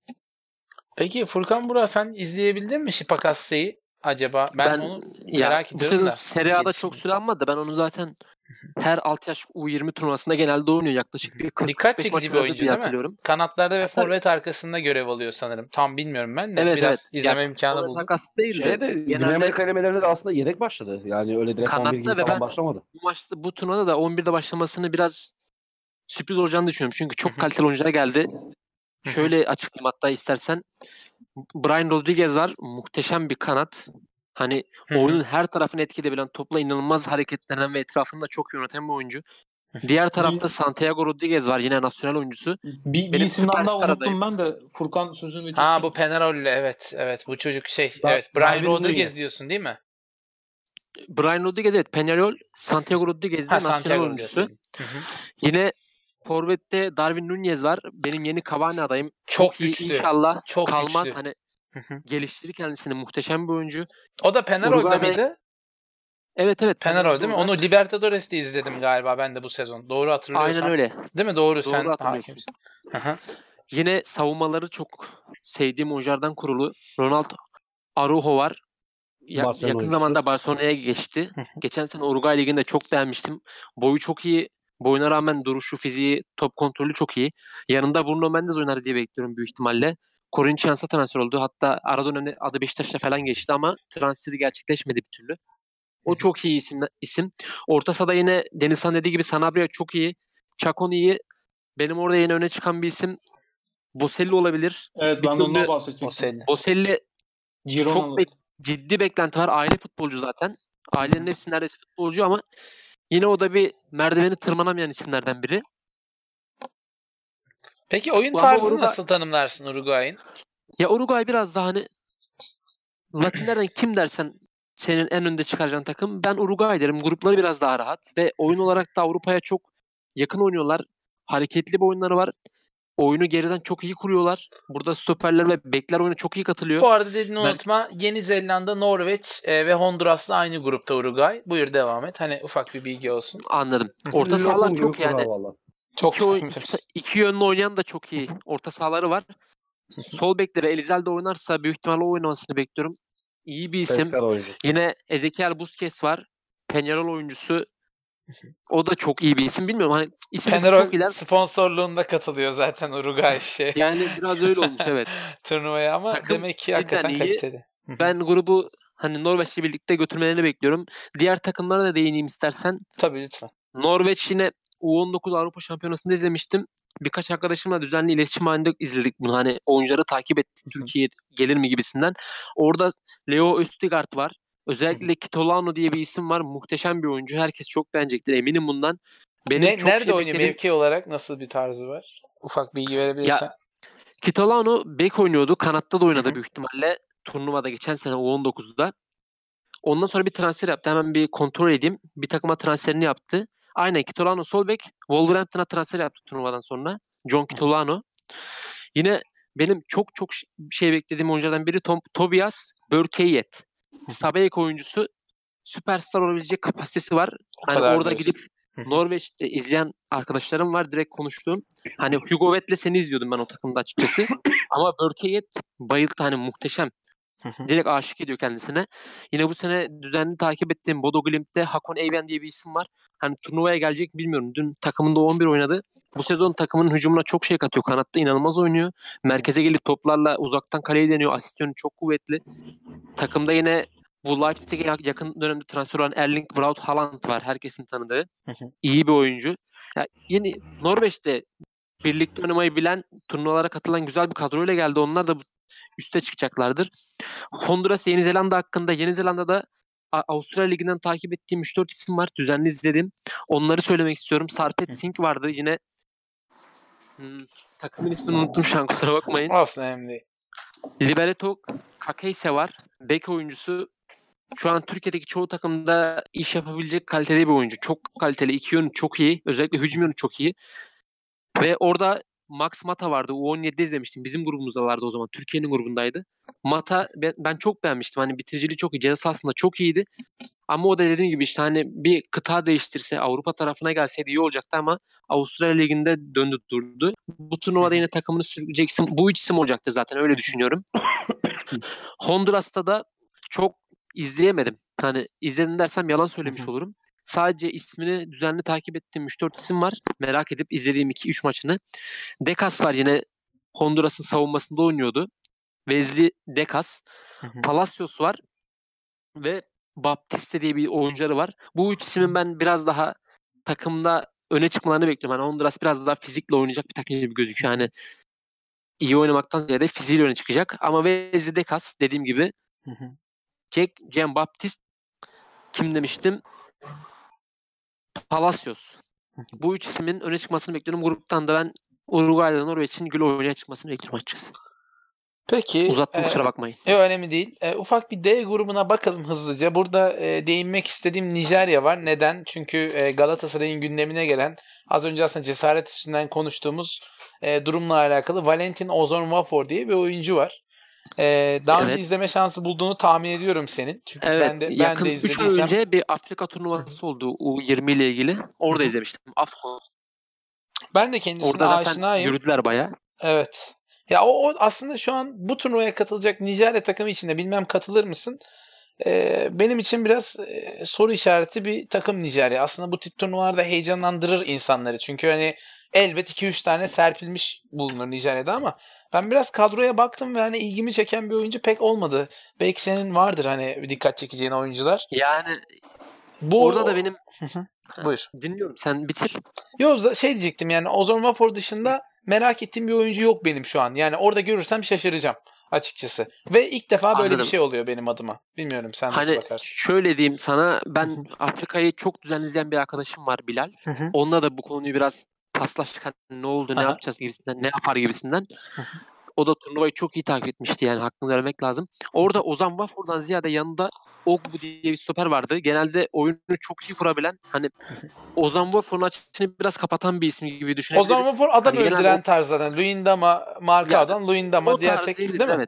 Peki Furkan Burak sen izleyebildin mi Şipakasse'yi acaba? Ben, Ben onu ya merak bu ediyorum sezon da. Serie A'da Yetişkin. çok süre almadı da ben onu zaten her alt yaş U yirmi turnuvasında genelde oynuyor. Yaklaşık bir kırk Dikkat kırk beş maç çekici bir oynadı oyuncu diye değil mi? hatırlıyorum. Kanatlarda ve Tabii, forvet arkasında görev alıyor sanırım. Tam bilmiyorum ben de. evet evet. Biraz Ya izleme imkanı forvet buldum. arkası değil de Şeyde Güney genelde Amerika elemelerinde de aslında yedek başladı. Yani öyle direkt on bir gibi kanatta ve falan ben başlamadı. bu maçta bu turnuvada da on birde başlamasını biraz sürpriz olacağını düşünüyorum. Çünkü çok kaliteli oyuncular geldi. Şöyle açıklayayım hatta istersen. Brian Rodriguez var. Muhteşem bir kanat. Hani oyunun her tarafını etkileyebilen, topla inanılmaz hareketlenen ve etrafını da çok yöneten bir oyuncu. Diğer tarafta Biz Santiago Rodriguez var. Yine nasyonel oyuncusu. bir, bir Benim isimden daha süperstar unuttum adayım. ben de Furkan sözünü Ha bitirsin. bu Penaroll'le evet evet bu çocuk şey Da- evet Brian Darwin Rodriguez Nunez. diyorsun değil mi? Brian Rodriguez evet. Peñarol, Santiago Rodriguez Ha de nasyonel Santiago oyuncusu. diyorsun. Hı hı. Yine Forvet'te Darwin Núñez var. Benim yeni Cavani adayım. Çok Çok iyi. güçlü. İnşallah Çok kalmaz. güçlü. Hani Hı hı. geliştirir kendisini. Muhteşem bir oyuncu. O da Peñarol'da Uruguay'da mıydı? evet evet. Peñarol değil mi? Peñarol'da Onu Libertadores'te izledim galiba ben de bu sezon. Doğru aynen hatırlıyorsam. öyle. Değil mi? Doğru, Doğru sen hatırlıyorsun. hakimsin. Hı hı. Yine savunmaları çok sevdiğim oyunculardan kurulu Ronald Araujo var. Ya- Barcelona yakın oyuncusu. zamanda Barcelona'ya geçti. Hı hı. Geçen sene Uruguay Ligi'nde çok beğenmiştim. Boyu çok iyi. Boyuna rağmen duruşu, fiziği, top kontrolü çok iyi. Yanında Bruno Mendes oynar diye bekliyorum büyük ihtimalle. Corinthians'a transfer oldu. Hatta ara dönemde adı Beşiktaş'ta falan geçti ama transferi gerçekleşmedi bir türlü. O çok iyi isim. isim. Orta sahada yine Denizhan dediği gibi Sanabria çok iyi. Chacon iyi. Benim orada yine öne çıkan bir isim Boselli olabilir. Evet Bir ben de ondan türlü O bahsedecektim. senin. Boselli çok Girona'lı. bek- ciddi beklenti var. Aile futbolcu zaten. Ailenin hepsi neredeyse futbolcu ama yine o da bir merdiveni tırmanamayan isimlerden biri. Peki oyun Ama tarzını Uruguay, nasıl tanımlarsın Uruguay'ın? ya Uruguay biraz daha hani Latinlerden kim dersen senin en önde çıkaracağın takım. Ben Uruguay derim. Grupları biraz daha rahat ve oyun olarak da Avrupa'ya çok yakın oynuyorlar. Hareketli bir oyunları var. Oyunu geriden çok iyi kuruyorlar. Burada stoperler ve bekler oyuna çok iyi katılıyor. Bu arada dediğini Mer- unutma. Yeni Zelanda, Norveç e, ve Honduras'la aynı grupta Uruguay. Buyur devam et. Hani ufak bir bilgi olsun. Anladım. Orta sahalar Lokum gibi çok kurar yani valla. Çok iki, oy- iki, ta- iki yönlü oynayan da çok iyi. Orta sahaları var. Sol bekleri Elizalde oynarsa büyük ihtimalle o oynamasını bekliyorum. İyi bir isim. Tezkar oyuncu. Yine Ezequiel Busquets var. Peñarol oyuncusu. O da çok iyi bir isim. Bilmiyorum hani isim isim çok Peñarol iyiler. sponsorluğunda katılıyor zaten Uruguay şey. Yani biraz öyle olmuş evet. Turnuvaya ama Takım demek ki cidden hakikaten iyi. kaliteli. Ben grubu hani Norveç'le birlikte götürmelerini bekliyorum. Diğer takımlara da değineyim istersen. Tabii lütfen. Norveç yine U on dokuz Avrupa Şampiyonası'nda izlemiştim. Birkaç arkadaşımla düzenli iletişim halinde izledik bunu. Hani oyuncuları takip ettik. Türkiye gelir mi gibisinden. Orada Leo Östigard var. Özellikle Kitolano diye bir isim var. Muhteşem bir oyuncu. Herkes çok beğenecektir. Eminim bundan. Benim Ne, çok nerede şey oynuyor beklediğim... mevki olarak? Nasıl bir tarzı var? Ufak bilgi Ya verebilirsen. Kitolano bek oynuyordu. Kanatta da oynadı Hı hı. büyük ihtimalle. Turnuvada geçen sene U on dokuzda. Ondan sonra bir transfer yaptı. Hemen bir kontrol edeyim. Bir takıma transferini yaptı. Aynen Kitolano sol bek. Wolverhampton'a transfer yaptı turnuvadan sonra. John Kitolano. Yine benim çok çok ş- şey beklediğim oyunculardan biri Tom, Tobias Burkeyet. Stabæk oyuncusu. Süperstar olabilecek kapasitesi var. O Hani kadar orada diyorsun. gidip Hı hı. Norveç'te izleyen arkadaşlarım var. Direkt konuştuğum. Hani Hugo Wett'le seni izliyordum ben o takımda açıkçası. Ama Burkeyet bayıldı. Hani muhteşem. Hı hı. Direkt aşık ediyor kendisine. Yine bu sene düzenli takip ettiğim Bodo Glimt'te Hakon Eyven diye bir isim var. Hani turnuvaya gelecek mi bilmiyorum. Dün takımında on bir oynadı. Bu sezon takımın hücumuna çok şey katıyor. Kanatta inanılmaz oynuyor. Merkeze gelip toplarla uzaktan kaleyi deniyor. Asist yönü çok kuvvetli. Takımda yine bu Leipzig'e yak- yakın dönemde transfer olan Erling Braut Haaland var. Herkesin tanıdığı. Hı hı. İyi bir oyuncu. Ya yeni Norveç'te birlikte oynamayı bilen, turnuvalara katılan güzel bir kadroyla geldi. Onlar da bu- üste çıkacaklardır. Honduras, Yeni Zelanda hakkında. Yeni Zelanda'da A- Avustralya Ligi'nden takip ettiğim üç dört isim var. Düzenli izledim. Onları söylemek istiyorum. Sarpet Singh vardı yine. Hmm, takımın ismini unuttum şu an kusura bakmayın. Olsun önemli değil. Liberato Kakeyse var. Bek oyuncusu. Şu an Türkiye'deki çoğu takımda iş yapabilecek kaliteli bir oyuncu. Çok kaliteli. İki yönü çok iyi. Özellikle hücum yönü çok iyi. Ve orada Max Mata vardı. U on yedide izlemiştim. Bizim grubumuzdalardı o zaman. Türkiye'nin grubundaydı. Mata ben, ben çok beğenmiştim. Hani bitiriciliği çok iyi. Ceza sahasında çok iyiydi. Ama o da dediğim gibi işte hani bir kıta değiştirse Avrupa tarafına gelseydi iyi olacaktı ama Avustralya Ligi'nde döndü durdu. Bu turnuvada yine takımını sürecek isim bu üç isim olacaktı zaten öyle düşünüyorum. Honduras'ta da çok izleyemedim. Hani izledim dersem yalan söylemiş olurum. Sadece ismini düzenli takip ettiğim üç dört isim var. Merak edip izlediğim iki üç maçını. Decas var yine Honduras'ın savunmasında oynuyordu. Wesley Decas. Palacios var ve Baptiste diye bir oyuncuları var. Bu üç ismin ben biraz daha takımda öne çıkmalarını bekliyorum. Hani Honduras biraz daha fizikle oynayacak bir takım gibi gözüküyor. Hani iyi oynamaktan ziyade fiziğiyle öne çıkacak. Ama Wesley Decas dediğim gibi Jack, Jean Baptiste kim demiştim? Palacios. Bu üç ismin öne çıkmasını bekliyorum. Gruptan da ben Uruguay'la Norveç'in gül oynaya çıkmasını bekliyorum açıkçası. Peki. Uzattım e, kusura bakmayın. Yok önemli değil. E, ufak bir D grubuna bakalım hızlıca. Burada e, değinmek istediğim Nijerya var. Neden? Çünkü e, Galatasaray'ın gündemine gelen az önce aslında cesaret üstünden konuştuğumuz e, durumla alakalı Valentin Ozonwafor diye bir oyuncu var. E, daha önce Evet. izleme şansı bulduğunu tahmin ediyorum senin. Çünkü Evet, ben de ben yakın de üç ay izlediysem önce bir Afrika turnuvası oldu U yirmi ile ilgili. Orada Hı hı. izlemiştim. Afcon. ben de kendisine Orada zaten aşinayım. yürüdüler bayağı. Evet. Ya o, o aslında şu an bu turnuvaya katılacak Nijerya takımı içinde bilmem katılır mısın? Ee, benim için biraz e, soru işareti bir takım Nijerya. Aslında bu tip turnuvalarda heyecanlandırır insanları. Çünkü hani elbet iki üç tane serpilmiş bulunur Nijerya'da ama ben biraz kadroya baktım ve hani ilgimi çeken bir oyuncu pek olmadı. Belki senin vardır hani dikkat çekeceğin oyuncular. Yani Bu orada da benim Hı hı. Buyur. dinliyorum. Sen bitir. Yok za- şey diyecektim yani Ozon Wafor dışında merak ettiğim bir oyuncu yok benim şu an. Yani orada görürsem şaşıracağım açıkçası. Ve ilk defa böyle bir Anladım. şey oluyor benim adıma. Bilmiyorum sen nasıl Hani bakarsın? şöyle diyeyim sana, Hı ben hı. Afrika'yı çok düzenli izleyen bir arkadaşım var, Bilal. Hı hı. Onunla da bu konuyu biraz paslaştık. Hani ne oldu, ne Aha. yapacağız gibisinden, ne yapar gibisinden. Hı hı. O da turnuvayı çok iyi takip etmişti, yani hakkını vermek lazım. Orada Ozan Wafor'dan ziyade yanında Ogbu diye bir stoper vardı. Genelde oyunu çok iyi kurabilen, hani Ozan Wafor'un açısını biraz kapatan bir isim gibi Ozon düşünebiliriz. Wafor adam Hani genelde o, öldüren tarz zaten. Luyendama, ya, Markao'dan Luyendama o tarz diyersek diyebiliriz, değil mi? evet.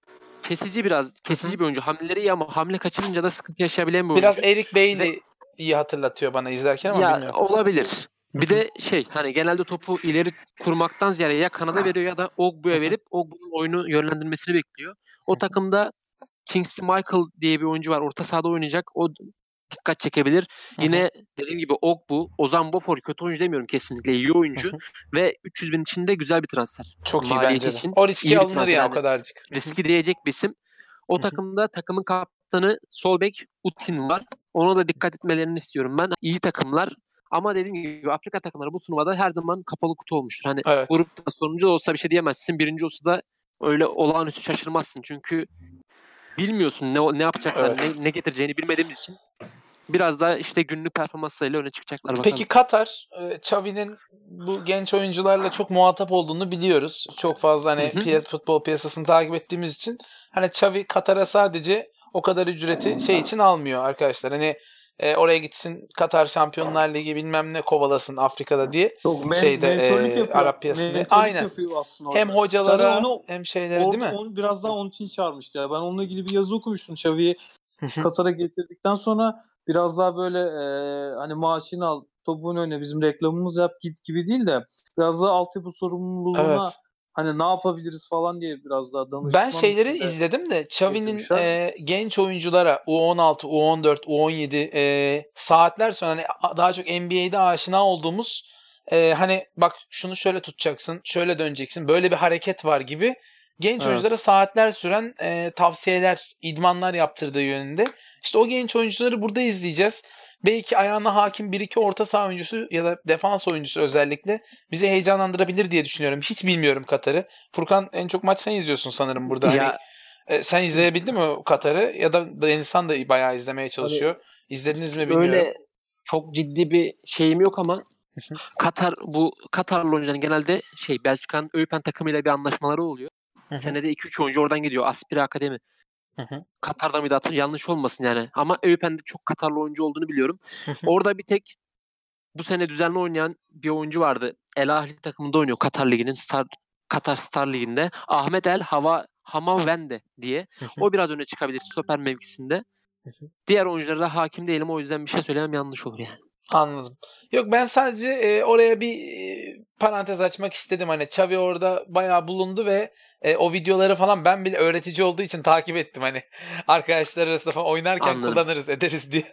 Kesici biraz, Hı hı. kesici bir oyuncu. Hamleleri iyi ama hamle kaçırınca da sıkıntı yaşayabilen bir Biraz oyuncu. Eric Ve Bailey iyi hatırlatıyor bana izlerken ama ya bilmiyorum. olabilir. Hı Bir hı. de şey, hani genelde topu ileri kurmaktan ziyade ya kanada veriyor ya da Hı Ogbu'ya hı. verip Ogbu'nun oyunu yönlendirmesini bekliyor. Hı O hı. takımda Kingsley Michael diye bir oyuncu var. Orta sahada oynayacak. O dikkat çekebilir. Hı hı. Yine dediğim gibi Ogbu, Ozan Wafor kötü oyuncu demiyorum kesinlikle. İyi Hı oyuncu hı. ve üç yüz bin içinde güzel bir transfer. Çok iyi Maliyeti bence de. için O riski iyi bir alınır transfer. ya o Yani kadarcık. Hı hı. riski diyecek bir isim. O Hı hı. takımda takımın kaptanı sol bek Utin var. Ona da dikkat etmelerini istiyorum ben. İyi takımlar ama dediğim gibi Afrika takımları bu turnuvada her zaman kapalı kutu olmuştur. Hani Evet. grupta sonuncu da olsa bir şey diyemezsin. Birinci olsa da öyle olağanüstü şaşırmazsın. Çünkü bilmiyorsun ne ne yapacaklar, Evet. ne, ne getireceğini bilmediğimiz için biraz da işte günlük performanslarıyla öne çıkacaklar Peki bakalım. Katar, e, Xavi'nin bu genç oyuncularla çok muhatap olduğunu biliyoruz. Çok fazla Hı hani hı. piyas, futbol piyasasını takip ettiğimiz için hani Xavi Katar'a sadece o kadar ücreti şey için almıyor arkadaşlar. Hani e, oraya gitsin Katar Şampiyonlar Ligi bilmem ne kovalasın Afrika'da diye Yok men- şeyde mentorluk e, yapıyor. Arap piyasasında. Mentorluk Aynen. yapıyor aslında Hem orada. Zaten hocalara onu hem şeylere değil orada mi? onu biraz daha onun için çağırmıştı. Ya. Ben onunla ilgili bir yazı okumuştum. Xavi'yi Hı hı. Katar'a getirdikten sonra biraz daha böyle e, hani maaşını al, topunu oyna, bizim reklamımız yap git gibi değil de biraz daha altyapı sorumluluğuna Evet. hani ne yapabiliriz falan diye biraz daha Ben danışman şeyleri içinde izledim de Xavi'nin getirmişler. e, genç oyunculara U on altı, U on dört, U on yedi e, saatler sonra hani a- daha çok N B A'de aşina olduğumuz e, hani bak şunu şöyle tutacaksın, şöyle döneceksin, böyle bir hareket var gibi genç oyunculara Evet. saatler süren e, tavsiyeler, idmanlar yaptırdığı yönünde. İşte o genç oyuncuları burada izleyeceğiz. Belki ayağına hakim bir iki orta saha oyuncusu ya da defans oyuncusu özellikle bizi heyecanlandırabilir diye düşünüyorum. Hiç bilmiyorum Katar'ı. Furkan en çok maç sen izliyorsun sanırım burada. Hani Ya e, sen izleyebildin mi o Katar'ı ya da Denizhan da bayağı izlemeye hani çalışıyor. İzlediniz mi bilmiyorum. öyle çok ciddi bir şeyim yok ama Katar, bu Katarlı oyuncuların genelde şey, Belçika'nın Eupen takımıyla bir anlaşmaları oluyor. Hı hı, Senede iki üç oyuncu oradan gidiyor. Aspire Akademi. hı hı, Katar'da mıydı hatır, yanlış olmasın yani. Ama Eupen'de çok Katarlı oyuncu olduğunu biliyorum. hı hı. Orada bir tek bu sene düzenli oynayan bir oyuncu vardı. El Ahly takımında oynuyor Katar Ligi'nin Star Katar Star Ligi'nde. Ahmet El Hava Hamavende diye. Hı hı, O biraz öne çıkabilir stoper mevkisinde. hı hı. Diğer oyunculara da hakim değilim, o yüzden bir şey söylemem yanlış olur yani. Anladım. Yok ben sadece e, oraya bir e, parantez açmak istedim. Hani Xavi orada bayağı bulundu ve e, o videoları falan ben bile öğretici olduğu için takip ettim. Hani arkadaşlar arasında falan oynarken Anladım. kullanırız ederiz diye.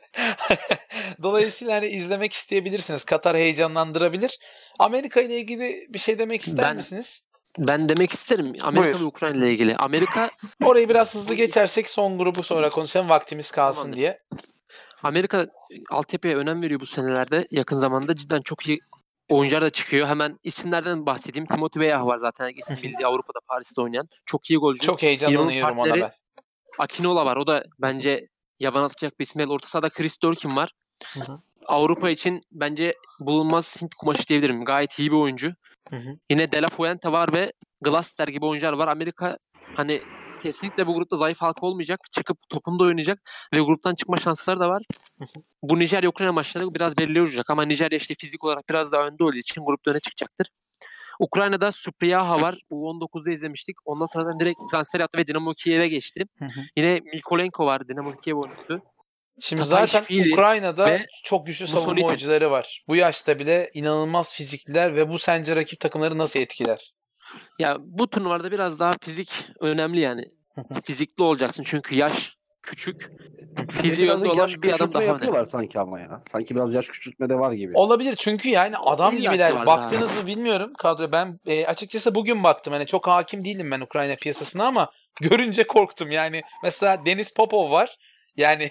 Dolayısıyla hani izlemek isteyebilirsiniz. Katar heyecanlandırabilir. Amerika ile ilgili bir şey demek ister Ben misiniz? ben demek isterim Amerika ve Buyur. Ukrayna ile ilgili. Amerika Orayı biraz hızlı bu geçersek son grubu sonra konuşalım vaktimiz kalsın tamamdır. diye. Amerika altyapıya önem veriyor bu senelerde. Yakın zamanda cidden çok iyi oyuncular da çıkıyor. Hemen isimlerden bahsedeyim. Timothy Weah var zaten, isim bildiği, Avrupa'da Paris'te oynayan. Çok iyi golcü. Çok Yine onun heyecanlanıyorum ona partneri ben. Akinola var. O da bence yaban atacak bir isim değil. Orta sahada Chris Durkin var. Hı hı. Avrupa için bence bulunmaz Hint kumaşı diyebilirim. Gayet iyi bir oyuncu. Hı hı. Yine De La Fuente var ve Glaster gibi oyuncular var. Amerika Hani kesinlikle bu grupta zayıf halka olmayacak. Çıkıp topunu da oynayacak ve gruptan çıkma şansları da var. Bu Nijerya-Ukrayna maçları biraz belirleyici olacak ama Nijerya işte fizik olarak biraz daha önde olduğu için grupta öne çıkacaktır. Ukrayna'da Supriyaha var. U on dokuzda izlemiştik. Ondan sonra direkt transfer yaptı ve Dinamo Kiev'e geçti. Hı hı. Yine Mikolenko var, Dinamo Kiev oyuncusu. Şimdi Tatay zaten Şifili Ukrayna'da ve çok güçlü savunma Mussolini. oyuncuları var. Bu yaşta bile inanılmaz fizikliler ve bu sence rakip takımları nasıl etkiler? Ya bu turnuvalarda biraz daha fizik önemli yani. Fizikli olacaksın çünkü yaş küçük. Fiziği önde Birazcık yaş olan bir adam küçültme daha önemli. yapıyorlar sanki ama ya. Sanki biraz yaş küçültme de var gibi. Olabilir çünkü yani adam İlla ki gibiler. vardır Baktınız abi. mı bilmiyorum kadro. Ben e, açıkçası bugün baktım. Hani çok hakim değilim ben Ukrayna piyasasına ama görünce korktum. Yani mesela Deniz Popov var. Yani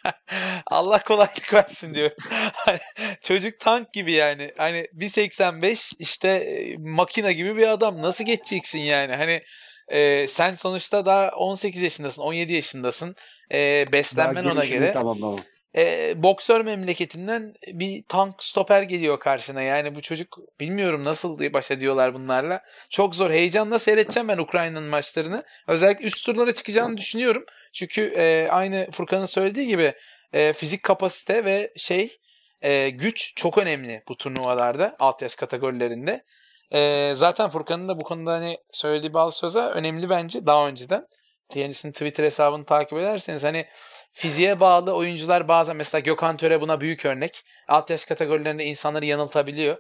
Allah kolaylık versin diyor. Hani çocuk tank gibi yani. Hani bir seksen beş işte e, makina gibi bir adam. Nasıl geçeceksin yani? Hani e, sen sonuçta daha on sekiz yaşındasın, on yedi yaşındasın. E, Daha beslenmen ona gelişimini göre. tamamlamaz. E, boksör memleketinden bir tank stoper geliyor karşına. Yani bu çocuk bilmiyorum nasıl baş ediyorlar bunlarla. Çok zor. Heyecanla seyredeceğim ben Ukrayna'nın maçlarını. Özellikle üst turlara çıkacağını düşünüyorum. Çünkü e, aynı Furkan'ın söylediği gibi e, fizik kapasite ve şey e, güç çok önemli bu turnuvalarda. Alt yaş kategorilerinde. E, zaten Furkan'ın da bu konuda hani söylediği bazı sözler önemli bence daha önceden. Kendisinin Twitter hesabını takip ederseniz hani fiziğe bağlı oyuncular bazen mesela Gökhan Töre buna büyük örnek. Alt yaş kategorilerinde insanları yanıltabiliyor.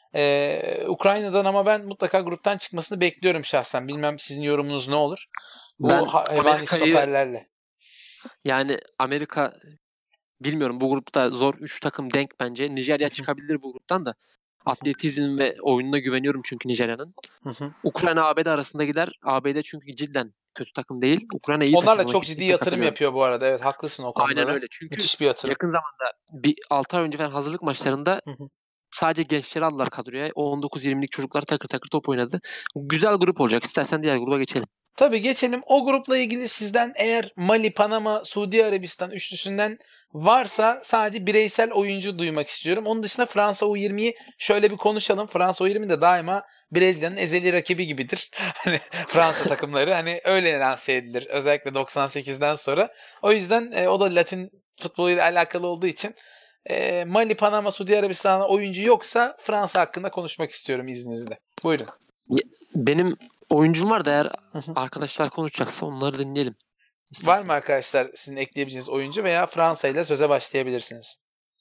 Ee, Ukrayna'dan ama ben mutlaka gruptan çıkmasını bekliyorum şahsen. Bilmem sizin yorumunuz ne olur? Bu Ben ha- hayvani Amerika'yı stoperlerle. yani Amerika bilmiyorum bu grupta zor üç takım denk bence. Nijerya çıkabilir bu gruptan da. Atletizm ve oyununa güveniyorum çünkü Nijerya'nın. Hı hı. Ukrayna A B D arasında gider. A B D çünkü cidden kötü takım değil. Ukrayna iyi takım. Onlar da Ona çok ciddi kesinlikle yatırım katılıyorum. yapıyor bu arada. Evet haklısın o konuda Aynen da. öyle. Çünkü Müthiş bir yatırım. yakın zamanda bir altı ay önce falan hazırlık maçlarında Hı hı. sadece gençleri aldılar kadroya. O on dokuz yirmilik çocuklar takır takır top oynadı. Güzel grup olacak. İstersen diğer gruba geçelim. Tabii geçelim. O grupla ilgili sizden eğer Mali, Panama, Suudi Arabistan üçlüsünden varsa sadece bireysel oyuncu duymak istiyorum. Onun dışında Fransa U yirmiyi şöyle bir konuşalım. Fransa U yirmi de daima Brezilya'nın ezeli rakibi gibidir. Hani Fransa takımları hani öyle lanse edilir. Özellikle doksan sekizden sonra. O yüzden e, o da Latin futboluyla alakalı olduğu için e, Mali, Panama, Suudi Arabistan'da oyuncu yoksa Fransa hakkında konuşmak istiyorum izninizle. Buyurun. Benim oyuncum var da eğer Hı hı. arkadaşlar konuşacaksa onları dinleyelim. Var İsterseniz. mı arkadaşlar sizin ekleyebileceğiniz oyuncu veya Fransa ile söze başlayabilirsiniz.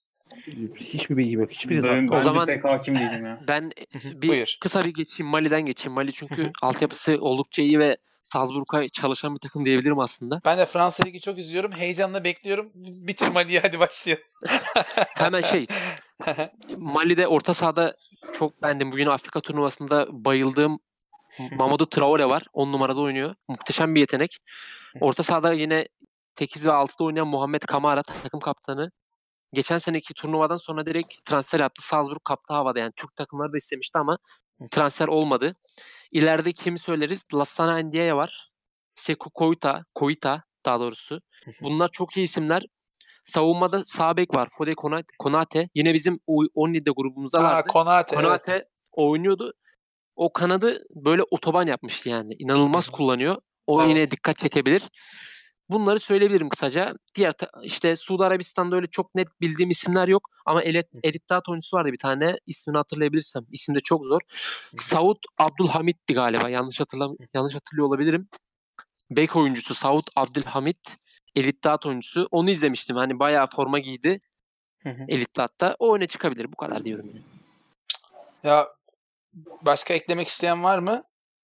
Hiçbir bilgim yok. Hiçbiri Ben, zaten. ben O zaman- de pek hakim değilim ya. Ben bir Buyur. kısa bir geçeyim. Mali'den geçeyim. Mali çünkü Hı hı. altyapısı oldukça iyi ve Salzburg'a çalışan bir takım diyebilirim aslında. Ben de Fransa Ligi çok izliyorum. Heyecanla bekliyorum. Bitir Mali'yi hadi başlayalım. Hemen şey Mali'de orta sahada çok beğendim. Bugün Afrika turnuvasında bayıldığım Mamadou Traore var. on numarada oynuyor. Muhteşem bir yetenek. Orta sahada yine sekiz ve altıda oynayan Muhammed Kamara takım kaptanı. Geçen seneki turnuvadan sonra direkt transfer yaptı. Salzburg kaptı havada yani. Türk takımları da istemişti ama transfer olmadı. İleride kimi söyleriz? Lassana Ndiaye var. Sekou Koita, Koita daha doğrusu. Bunlar çok iyi isimler. Savunmada sağ bek var. Fode Konate. Konate. Yine bizim U on yedi grubumuzda Ha, vardı. Konate, Konate evet. oynuyordu. O kanadı böyle otoban yapmıştı yani. İnanılmaz kullanıyor. O Evet. yine dikkat çekebilir. Bunları söyleyebilirim kısaca. Diğer ta- işte Suudi Arabistan'da öyle çok net bildiğim isimler yok ama Elit, Elittat oyuncusu vardı bir tane. İsmini hatırlayabilirsem. İsim de çok zor. Saud Abdülhamit'ti galiba. Yanlış hatırlam yanlış hatırlıyor olabilirim. Bek oyuncusu Saud Abdülhamit. Elittat oyuncusu. Onu izlemiştim. Hani bayağı forma giydi. Hı hı. Elittat'ta. O öne çıkabilir. Bu kadar diyorum yani. Ya başka eklemek isteyen var mı?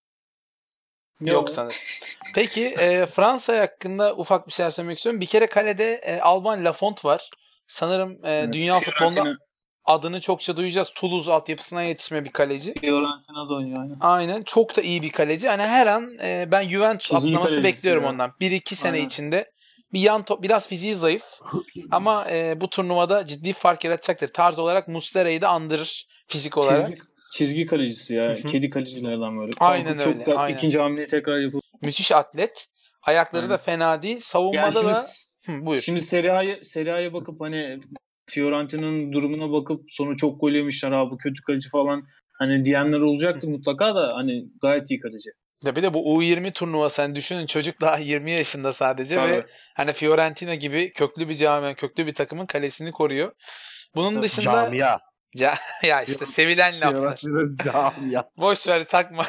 Yok sanırım. Peki e, Fransa hakkında ufak bir şey söylemek istiyorum. Bir kere kalede e, Alban Lafont var. Sanırım e, Evet, dünya futbolunda Fiorentina- adını çokça duyacağız. Toulouse altyapısına yetişme bir kaleci. Fiorentina'da oynuyor aynen. Aynen. Çok da iyi bir kaleci. Hani her an e, ben Juventus Çizgi atlaması kalecisi bekliyorum ya. ondan. bir iki sene Aynen. içinde. Bir yan top, biraz fiziği zayıf. Ama e, bu turnuvada ciddi fark yaratacaktır. Tarz olarak Muslera'yı da andırır fizik olarak. Çizgi, çizgi kalecisi ya. Hı hı. Kedi kalecilerden böyle. Aynen Kalkıp öyle, çok da aynen. ikinci hamleyi tekrar yapıp. Müthiş atlet. Ayakları da Aynen. fena değil. Yani Savunmada şimdi, da Hı, buyur. şimdi Serie A'ya Serie A'ya bakıp hani Fiorentina'nın durumuna bakıp sonra çok gol yemişler abi bu kötü kaleci falan hani diyenler olacaktır mutlaka da hani gayet iyi kaleci. Ya bir de bu U yirmi turnuvası hani düşünün çocuk daha yirmi yaşında sadece ve Tabii. hani Fiorentina gibi köklü bir camia, köklü bir takımın kalesini koruyor. Bunun Tabii. dışında Camia. Ca- ya işte sevilen laflar. Camia. Boş ver takma.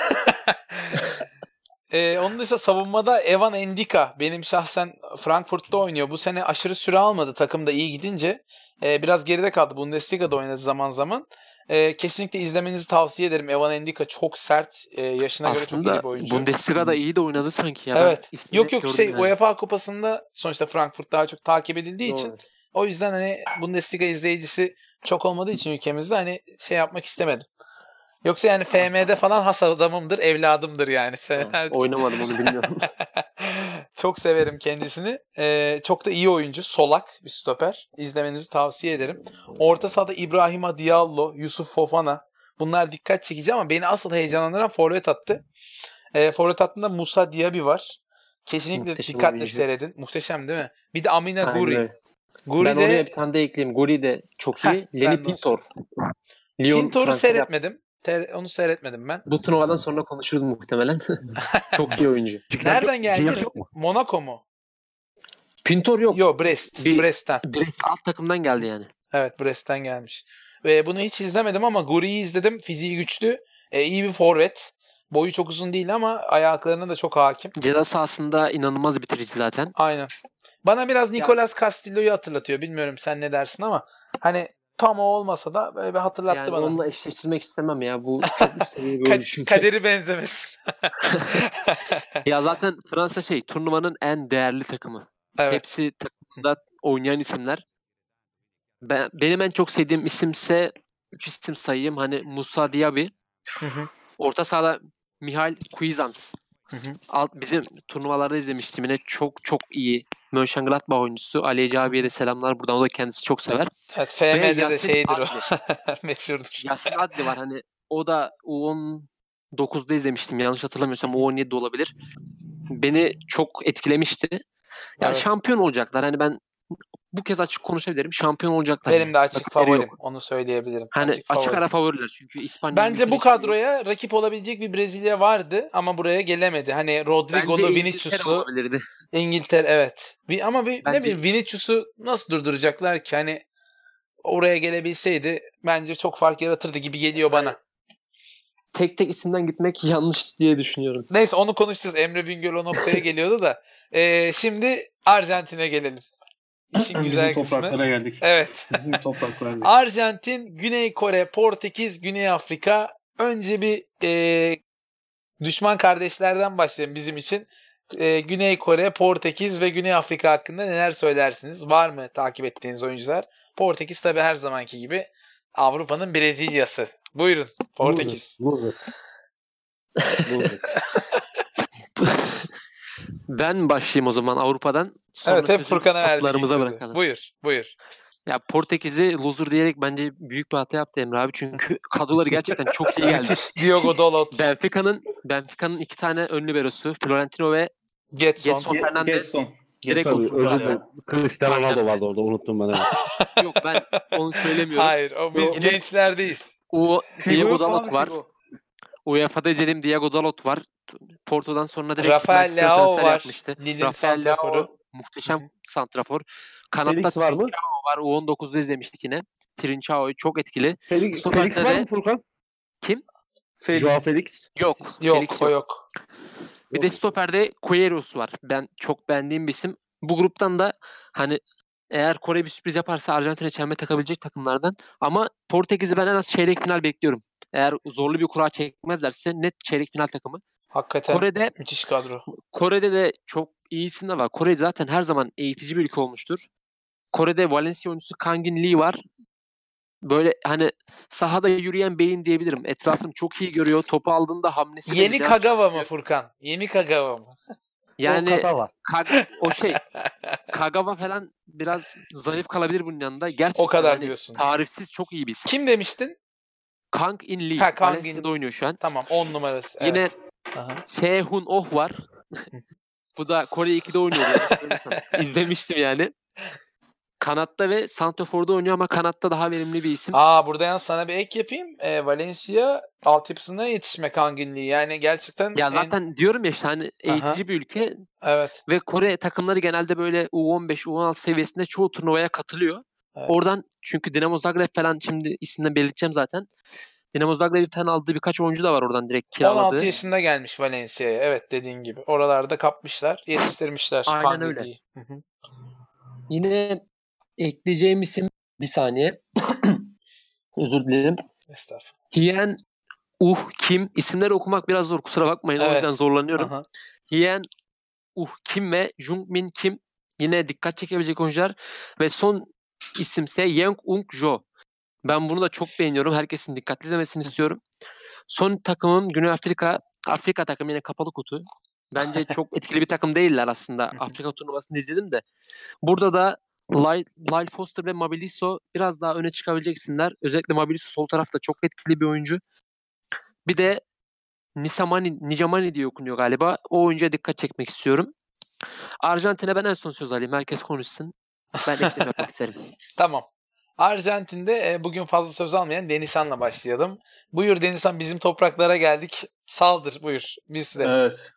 Ee, onun dışında savunmada Evan Endika benim şahsen Frankfurt'ta oynuyor. Bu sene aşırı süre almadı takımda iyi gidince. Ee, biraz geride kaldı. Bundesliga'da oynadı zaman zaman. Ee, kesinlikle izlemenizi tavsiye ederim. Evan Endika çok sert. e, yaşına göre çok iyi Aslında bir oyuncu. Bundesliga'da iyi de oynadı sanki ya. Evet. Ben ismini Yok yok gördüm şey yani. UEFA Kupası'nda sonuçta Frankfurt daha çok takip edildiği için Doğru. o yüzden hani Bundesliga izleyicisi çok olmadığı için ülkemizde hani şey yapmak istemedim. Yoksa yani F M'de falan has adamımdır, evladımdır yani Ha, senelerdir. oynamadım onu bilmiyorum. Çok severim kendisini. Ee, çok da iyi oyuncu. Solak bir stoper. İzlemenizi tavsiye ederim. Orta sahada İbrahima Diallo, Yusuf Fofana. Bunlar dikkat çekici ama beni asıl heyecanlandıran forvet attı. Ee, forvet hattında Musa Diaby var. Kesinlikle Muhteşem dikkatle oyuncu. seyredin. Muhteşem değil mi? Bir de Amina Aynen Guri. öyle. Guri Ben de oraya bir tane de ekleyeyim. Guri de çok Heh, iyi. Lenny sen de onu Pintor. Lyon Pintor'u transfer yaptı. seyretmedim. Ter- onu seyretmedim ben. Bu turnuvadan sonra konuşuruz muhtemelen. Çok iyi oyuncu. Nereden geldi? Ciyah yok mu? Monaco mu? Pintor yok. Yok Brest. Bir Brest'ten. Brest alt takımdan geldi yani. Evet Brest'ten gelmiş. Ve bunu hiç izlemedim ama Guri'yi izledim. Fiziği güçlü. E, iyi bir forvet. Boyu çok uzun değil ama ayaklarına da çok hakim. Ceza sahasında inanılmaz bitirici zaten. Aynen. Bana biraz Nicolas Castillo'yu hatırlatıyor. Bilmiyorum sen ne dersin ama hani tam o olmasa da böyle bir hatırlattı Yani bana. onunla eşleştirmek istemem ya. Bu çok üst seviye bir Ka- oyuncu çünkü. kaderi benzemesin. Ya zaten Fransa şey turnuvanın en değerli takımı. Evet. Hepsi takımda oynayan isimler. Ben, benim en çok sevdiğim isimse üç isim sayayım. Hani Musa Diaby. Hı hı. Orta sahada Mihail Cuisance. Hı hı. Alt, bizim turnuvalarda izlemiştim yine çok çok iyi. Mönchengladbach oyuncusu. Ali Ece abiye de selamlar buradan. O da kendisi çok sever. Evet F M'de de Yasin şeydir o. Adli. Meşhurdur. Yasin Adli var hani o da U on dokuzda izlemiştim yanlış hatırlamıyorsam U on yedide olabilir. Beni çok etkilemişti. Ya Evet. şampiyon olacaklar. Hani ben bu kez açık konuşabilirim. Şampiyon olacaklar. Benim yani. de açık Rakipleri favorim. yok. Onu söyleyebilirim. Hani açık, açık, favorim. ara favoriler çünkü İspanya Bence bu İngiltere hiçbiri yok. kadroya rakip olabilecek bir Brezilya vardı ama buraya gelemedi. Hani Bence Rodrigo'lu, İngiltere Vinicius'lu, olabilirdi. İngiltere evet. Bir, ama bir, ne Bence- bileyim Vinicius'u nasıl durduracaklar ki? Hani oraya gelebilseydi bence çok fark yaratırdı gibi geliyor bana. Hani- Tek tek isimden gitmek yanlış diye düşünüyorum. Neyse onu konuşacağız. Emre Bingöl o noktaya geliyordu da. Ee, şimdi Arjantin'e gelelim. İşin güzel Bizim kısmı. topraklara geldik. Evet. Bizim topraklara geldik. Arjantin, Güney Kore, Portekiz, Güney Afrika. Önce bir e, düşman kardeşlerden başlayalım bizim için. E, Güney Kore, Portekiz ve Güney Afrika hakkında neler söylersiniz? Var mı takip ettiğiniz oyuncular? Portekiz tabii her zamanki gibi Avrupa'nın Brezilya'sı. Buyurun Portekiz. Loser. Loser. Ben başlayayım o zaman Avrupa'dan. Sonra Evet hep sözü Furkan'a verdik ilk toplarımıza sözü. bırakalım. Buyur, buyur. Ya Portekiz'i loser diyerek bence büyük bir hata yaptı Emre abi. Çünkü kadroları gerçekten çok iyi geldi. Müthiş Diogo Dalot, Benfica'nın Benfica'nın iki tane ön liberosu Florentino ve Getson. Getson Ge- Fernandes Getson. direkt Getson Tabii, olsun özür zaten. dilerim. Cristiano Aynen Ronaldo öyle. vardı orada. Unuttum ben. Evet. Yok ben onu söylemiyorum. Hayır, o biz Yine- gençlerdeyiz. O Figo Diego yok mu Dalot abi, var. Figo? U E F A'da izlediğim Diego Dalot var. Porto'dan sonra direkt Rafael Manchester'a Leao transfer var. yapmıştı. Lille'in Rafael santraforu. Leao muhteşem santrafor. Kanatta Felix var mı? var. U on dokuzda izlemiştik yine. Trinçao'yu çok etkili. Felix, Stoper'de Felix var de- mı Furkan? Kim? Felix. Joao Felix. Yok. Yok, Felix o yok. yok. Bir de stoperde Queiroz var. Ben çok beğendiğim bir isim. Bu gruptan da hani eğer Kore bir sürpriz yaparsa Arjantin'e çelme takabilecek takımlardan. Ama Portekiz'i ben en az çeyrek final bekliyorum. Eğer zorlu bir kura çekmezlerse net çeyrek final takımı. Hakikaten Kore'de müthiş kadro. Kore'de de çok iyi isimler var. Kore zaten her zaman eğitici bir ülke olmuştur. Kore'de Valencia oyuncusu Kangin Lee var. Böyle hani sahada yürüyen beyin diyebilirim. Etrafını çok iyi görüyor. Topu aldığında hamlesi Yeni güzel. Kagawa mı Furkan? Yeni Kagawa mı? Yani Kolkata var. Kag- o şey Kagawa falan biraz zayıf kalabilir bunun yanında. Gerçekten O kadar hani diyorsun. tarifsiz çok iyi bir isim. Kim demiştin? Kang In Lee. Ha, Kang In- Valencia'da oynuyor şu an. Tamam on numarası. Yine Evet. Aha. Sehun Oh var. Bu da Kore ikide oynuyordu. yanlış hatırlamıyorsam. İzlemiştim yani. Kanatta ve santraforda oynuyor ama kanatta daha verimli bir isim. Aa burada yalnız sana bir ek yapayım. E, Valencia altyapısına yetişme kanginliği. Yani gerçekten Ya en... zaten diyorum ya işte hani Aha. eğitici bir ülke Evet. ve Kore takımları genelde böyle U on beş, U on altı seviyesinde çoğu turnuvaya katılıyor. Evet. Oradan çünkü Dinamo Zagreb falan şimdi isimden belirteceğim zaten. Dinamo Zagreb'in falan aldığı birkaç oyuncu da var oradan direkt on altı kiraladığı. yaşında gelmiş Valencia'ya. Evet dediğin gibi. Oralarda kapmışlar, yetiştirmişler Aynen öyle. kanginliği. Hı hı. Yine ekleyeceğim isim bir saniye. Özür dilerim. Estağfurullah. Hien Uh Kim. İsimleri okumak biraz zor kusura bakmayın. O yüzden Evet. zorlanıyorum. Aha. Hien Uh Kim ve Jungmin Kim yine dikkat çekebilecek oyuncular. Ve son isimse Yang Ung Jo. Ben bunu da çok beğeniyorum. Herkesin dikkatli izlemesini istiyorum. Son takımım Güney Afrika. Afrika takımı yine kapalı kutu. Bence çok etkili bir takım değiller aslında. Afrika turnuvasını izledim de. Burada da Lyle, Lyle Foster ve Mabiliso biraz daha öne çıkabilecek isimler. Özellikle Mabiliso sol tarafta çok etkili bir oyuncu. Bir de Nisamani, Nijamani diye okunuyor galiba. O oyuncuya dikkat çekmek istiyorum. Arjantin'e ben en son söz alayım. Herkes konuşsun. Ben ekleme yapmak isterim. Tamam. Arjantin'de e, bugün fazla söz almayan Denizhan'la başlayalım. Buyur Denizhan, bizim topraklara geldik. Saldır buyur. Biz de. Evet.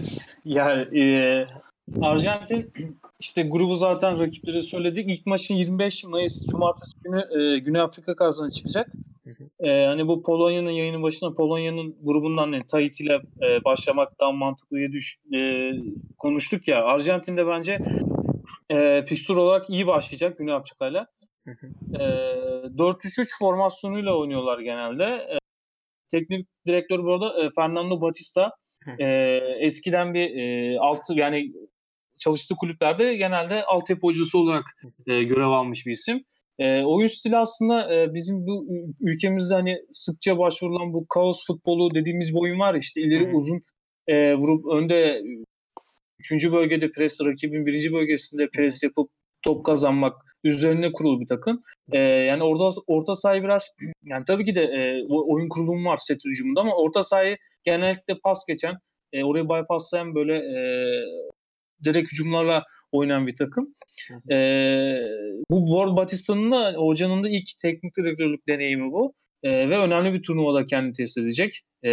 Yani e, Arjantin işte grubu zaten rakipleri söyledik. İlk maçı yirmi beş Mayıs Cumartesi günü e, Güney Afrika karşısına çıkacak. E, hani bu Polonya'nın yayının başına Polonya'nın grubundan yani Tahiti ile e, başlamak daha mantıklı diye düş, e, konuştuk ya. Arjantin'de bence e, fikstür olarak iyi başlayacak Güney Afrika ile. E, dört üç üç formasyonuyla oynuyorlar genelde. E, teknik direktör bu arada e, Fernando Batista. E, eskiden bir e, altı yani çalıştığı kulüplerde genelde altyapı hocası olarak e, görev almış bir isim. E, oyun stili aslında e, bizim bu ülkemizde hani sıkça başvurulan bu kaos futbolu dediğimiz bir oyun var ya, işte ileri Hı hı. uzun e, vurup önde üçüncü bölgede pres, rakibin birinci bölgesinde pres yapıp top kazanmak üzerine kurulu bir takım. E, yani orada orta sahayı biraz yani tabii ki de e, oyun kurulumu var set hücumunda ama orta sahayı genellikle pas geçen, e, orayı bypasslayan böyle e, direkt hücumlarla oynayan bir takım. E, bu Ward Batista'nın da hocanın da ilk teknik direktörlük deneyimi bu. E, ve önemli bir turnuvada kendini test edecek. E,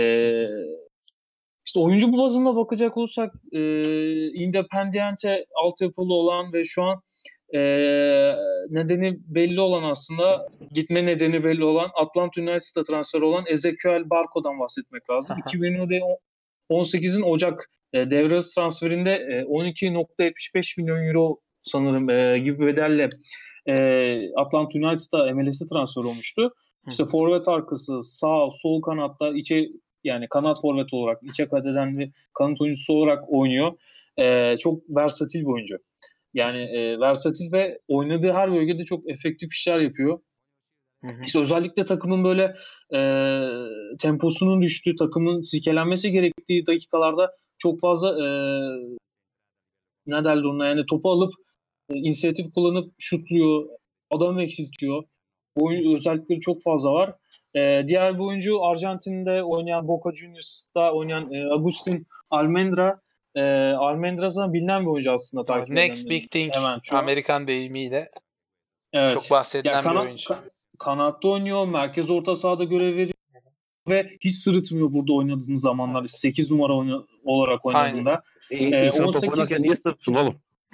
işte oyuncu bu bazında bakacak olursak e, Independiente altyapılı olan ve şu an e, nedeni belli olan aslında gitme nedeni belli olan Atlanta United'a transfer olan Ezequiel Barco'dan bahsetmek lazım. iki bin on sekizin Ocak e, devre arası transferinde e, on iki nokta yetmiş beş milyon euro sanırım e, gibi bedelle e, Atlanta United'a M L S'e transfer olmuştu. İşte forvet arkası, sağ, sol kanatta içe yani kanat forvet olarak içe kat eden bir kanat oyuncusu olarak oynuyor. E, çok versatil bir oyuncu. Yani e, versatil ve oynadığı her bölgede çok efektif işler yapıyor. Hı hı. İşte özellikle takımın böyle e, temposunun düştüğü, takımın silkelenmesi gerektiği dakikalarda çok fazla e, ne derler ona yani topu alıp e, inisiyatif kullanıp şutluyor, adamı eksiltiyor. Oyun özellikleri çok fazla var. E, diğer bir oyuncu Arjantin'de oynayan Boca Juniors'ta oynayan e, Agustin Almendra. E, Almendra zaten bilinen bir oyuncu aslında takip eden. Next Big Thing, Hemen şu an. Amerikan deyimiyle. Evet. Çok bahsedilen ya, kana- bir oyuncu. Ka- kanatta oynuyor, merkez orta sahada görev veriyor ve hiç sırıtmıyor burada oynadığın zamanlar. sekiz numara oyna- olarak oynadığında. Ee, Ee, İnsan on top sekiz oynarken niye sırtsın oğlum?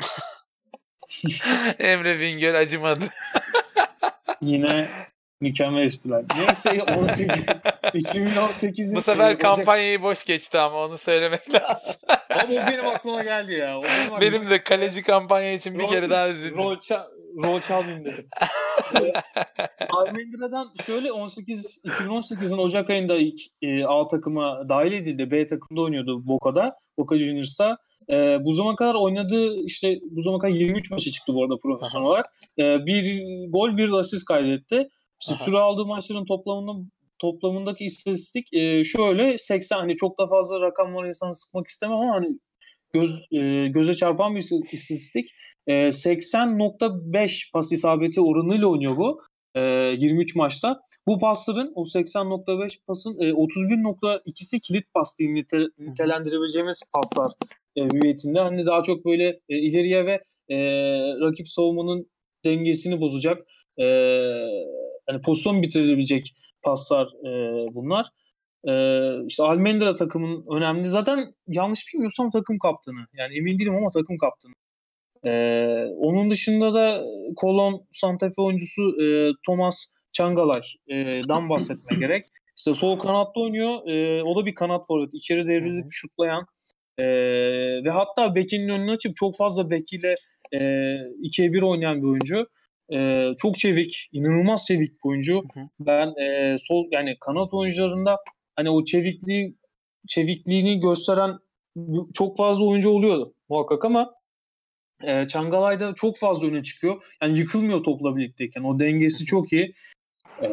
Emre Bingöl acımadı. Yine mükemmel espriler. Neyse on sekiz iki bin on sekizin Bu sefer e, Ocak- kampanyayı boş geçti ama onu söylemek lazım. Ama o benim aklıma geldi ya. O benim, Benim de kaleci kampanya için bir Rol- kere daha üzüldüm. Rol, ça- rol çalmayayım dedim. Ee, Almendra'dan şöyle on sekiz iki bin on sekizin Ocak ayında ilk e, A takıma dahil edildi. B takımda oynuyordu Boca'da. Boca Juniors'ta. E, bu zamana kadar oynadığı işte bu zamana kadar yirmi üç maçı çıktı bu arada profesyonel olarak. E, bir gol bir asist kaydetti. İşte Aha. süre aldığı maçların toplamının toplamındaki istatistik e, şöyle seksen hani çok da fazla rakamları insanı sıkmak istemem ama hani göz e, göze çarpan bir istatistik. E, seksen nokta beş pas isabeti oranıyla oynuyor bu. E, yirmi üç maçta. Bu pasların o seksen nokta beş pasın e, otuz bir nokta ikisi kilit pas diye nite, nitelendirebileceğimiz paslar e, hüviyetinde. Hani daha çok böyle e, ileriye ve e, rakip savunmanın dengesini bozacak, e, hani pozisyon bitirebilecek paslar e, bunlar. E, işte Almendra takımın önemli. Zaten yanlış bilmiyorsam takım kaptanı. Yani emin değilim ama takım kaptanı. E, onun dışında da Kolon Santa Fe oyuncusu e, Thomas Çangalay'dan bahsetme gerek. İşte sol kanatta oynuyor. E, o da bir kanat forvet. İçeri devrilip şutlayan e, ve hatta bekinin önünü açıp çok fazla bekiyle e, ikiye bir oynayan bir oyuncu. E, çok çevik, inanılmaz çevik bir oyuncu. Hı hı. Ben e, sol yani kanat oyuncularında hani o çevikliği çevikliğini gösteren çok fazla oyuncu oluyordu muhakkak ama e, Çangalay'da çok fazla öne çıkıyor. Yani yıkılmıyor topla birlikteyken. O dengesi çok iyi. E,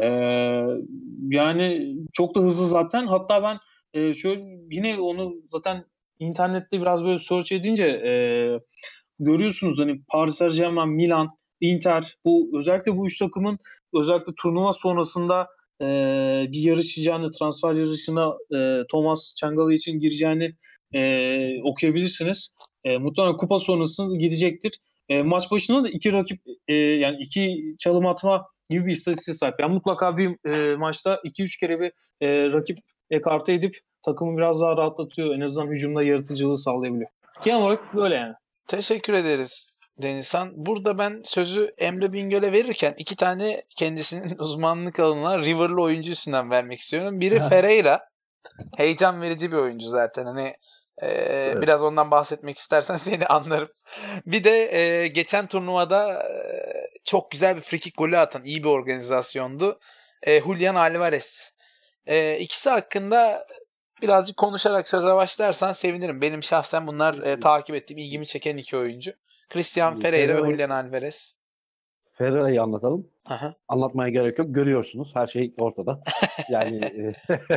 yani çok da hızlı zaten. Hatta ben e, şöyle yine onu zaten internette biraz böyle search edince e, görüyorsunuz hani Paris Saint-Germain, Milan, Inter bu özellikle bu üç takımın özellikle turnuva sonrasında e, bir yarışacağını, transfer yarışına e, Thomas Çangalay için gireceğini e, okuyabilirsiniz. E, muhtemelen kupa sonrası gidecektir. E, maç başına da iki rakip e, yani iki çalım atma gibi bir istatistiğe sahip. Yani mutlaka bir e, maçta iki üç kere bir e, rakip ekarte edip takımı biraz daha rahatlatıyor. En azından hücumda yaratıcılığı sağlayabiliyor. Genel olarak böyle yani. Teşekkür ederiz Denizhan. Burada ben sözü Emre Bingöl'e verirken iki tane kendisinin uzmanlık alanına River'lı oyuncu üstünden vermek istiyorum. Biri Ferreira. Heyecan verici bir oyuncu zaten. Hani e, Evet. biraz ondan bahsetmek istersen seni anlarım. Bir de e, geçen turnuvada e, çok güzel bir frikik golü atan iyi bir organizasyondu. E, Julian Alvarez. E, ikisi hakkında birazcık konuşarak söze başlarsan sevinirim. Benim şahsen bunlar e, takip ettiğim, ilgimi çeken iki oyuncu. Christian Ferreira ve Ferreira- Julian Alvarez. Ferreira'yı anlatalım. Aha. Anlatmaya gerek yok. Görüyorsunuz. Her şey ortada. Yani e,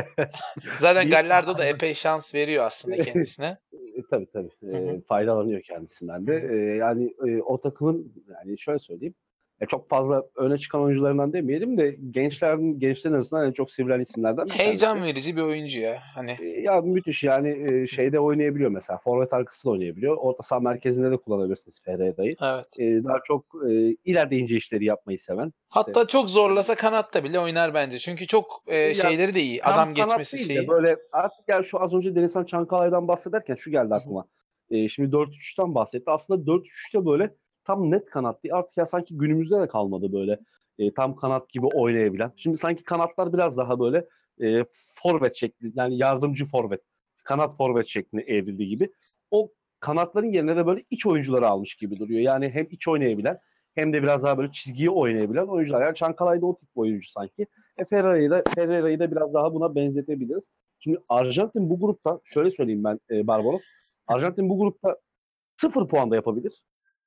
Zaten bir Gallardo da epey şans veriyor aslında kendisine. E, tabii tabii. Hı E, hı. faydalanıyor kendisinden de. Hı hı. E, yani e, o takımın yani şöyle söyleyeyim. E, çok fazla öne çıkan oyuncularından demeyelim de gençlerin gençlerin arasında en çok sivrilen isimlerden bir Heyecan tanesi. verici bir oyuncu ya. Hani E, ya müthiş yani e, şeyde oynayabiliyor mesela. Forvet arkası da oynayabiliyor. Orta saha merkezinde de kullanabilirsiniz Ferreira'yı. evet. E, daha çok e, ileride ince işleri yapmayı seven. İşte, Hatta çok zorlasa kanatta bile oynar bence. Çünkü çok e, ya şeyleri de iyi. tam Adam kanat geçmesi değil de şeyi. böyle artık yani şu az önce Denizhan Çankalay'dan bahsederken şu geldi Hı hı. aklıma. Ee, şimdi dört üç üçten bahsetti. Aslında dört üç üçte böyle tam net kanat değil. Artık ya sanki günümüzde de kalmadı böyle e, tam kanat gibi oynayabilen. Şimdi sanki kanatlar biraz daha böyle e, forvet şekli yani yardımcı forvet. Kanat forvet şeklinde evrildi gibi. O kanatların yerine de böyle iç oyuncuları almış gibi duruyor. Yani hem iç oynayabilen hem de biraz daha böyle çizgiyi oynayabilen oyuncular. Yani Çankalay'da o tip bir oyuncu sanki. E Ferreira'yı da, Ferreira'yı da biraz daha buna benzetebiliriz. Şimdi Arjantin bu grupta şöyle söyleyeyim ben e, Barbaros. Arjantin bu grupta sıfır puan da yapabilir.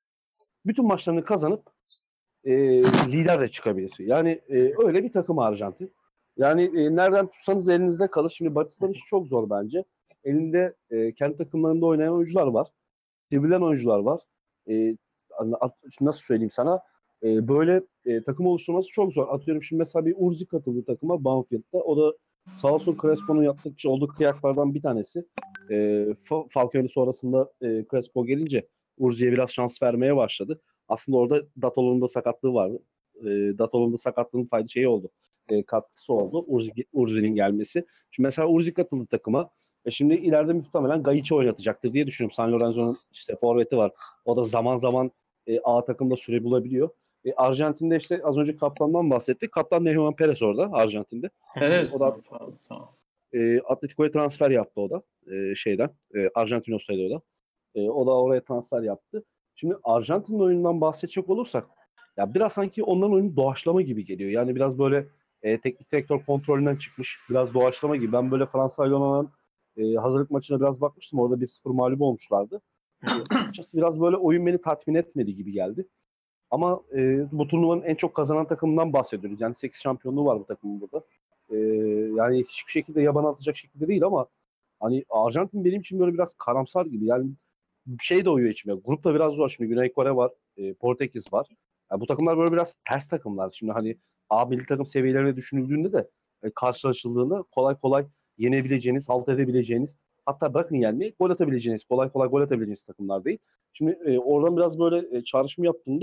Bütün maçlarını kazanıp e, lider de çıkabilir. Yani e, öyle bir takım Arjantin. Yani e, nereden tutsanız elinizde kalır. Şimdi Batista'nın işi çok zor bence. Elinde e, kendi takımlarında oynayan oyuncular var. Sevilen oyuncular var. E, nasıl söyleyeyim sana? E, böyle e, takım oluşturması çok zor. Atıyorum şimdi mesela bir Urzi katıldı takıma Banfield'da. O da sağ olsun Crespo'nun yaptığı olduğu kıyaklardan bir tanesi. E, Falcao'nun sonrasında e, Crespo gelince Urzi'ye biraz şans vermeye başladı. Aslında orada Datolo'nun da sakatlığı vardı. E, Datolo'nun da sakatlığının fayda şeyi oldu. E, katkısı oldu. Urzi, Urzi'nin gelmesi. Şimdi mesela Urzi katıldı takıma. E şimdi ileride muhtemelen Gaic'i oynatacaktır diye düşünüyorum. San Lorenzo'nun işte forveti var. O da zaman zaman e, A takımda süre bulabiliyor. E, Arjantin'de işte az önce kaptandan bahsettik. Kaptan Nehuman Perez orada Arjantin'de. Evet. O da Tamam, tamam. e, Atletico'ya transfer yaptı o da. E, şeyden. E, Argentinos'taydı o da. E, o da oraya transfer yaptı. Şimdi Arjantin'in oyunundan bahsedecek olursak ya biraz sanki onların oyunu doğaçlama gibi geliyor. Yani biraz böyle e, teknik direktör kontrolünden çıkmış. Biraz doğaçlama gibi. Ben böyle Fransa ile olan e, hazırlık maçına biraz bakmıştım. Orada bir sıfır mağlup olmuşlardı. E, açıkçası biraz böyle oyun beni tatmin etmedi gibi geldi. Ama e, bu turnuvanın en çok kazanan takımından bahsediyoruz. Yani sekiz şampiyonluğu var bu takımın burada. E, yani hiçbir şekilde yaban atacak şekilde değil ama hani Arjantin benim için böyle biraz karamsar gibi. Yani bir şey de uyuyor içime. Grupta biraz zor. Şimdi Güney Kore var, e, Portekiz var. Yani bu takımlar böyle biraz ters takımlar. Şimdi hani A milli takım seviyelerine düşünüldüğünde de e, karşılaşıldığında kolay kolay yenebileceğiniz, halt edebileceğiniz, hatta bırakın yenmeyi, gol atabileceğiniz, kolay kolay gol atabileceğiniz takımlar değil. Şimdi e, oradan biraz böyle e, çağrışım yaptığımda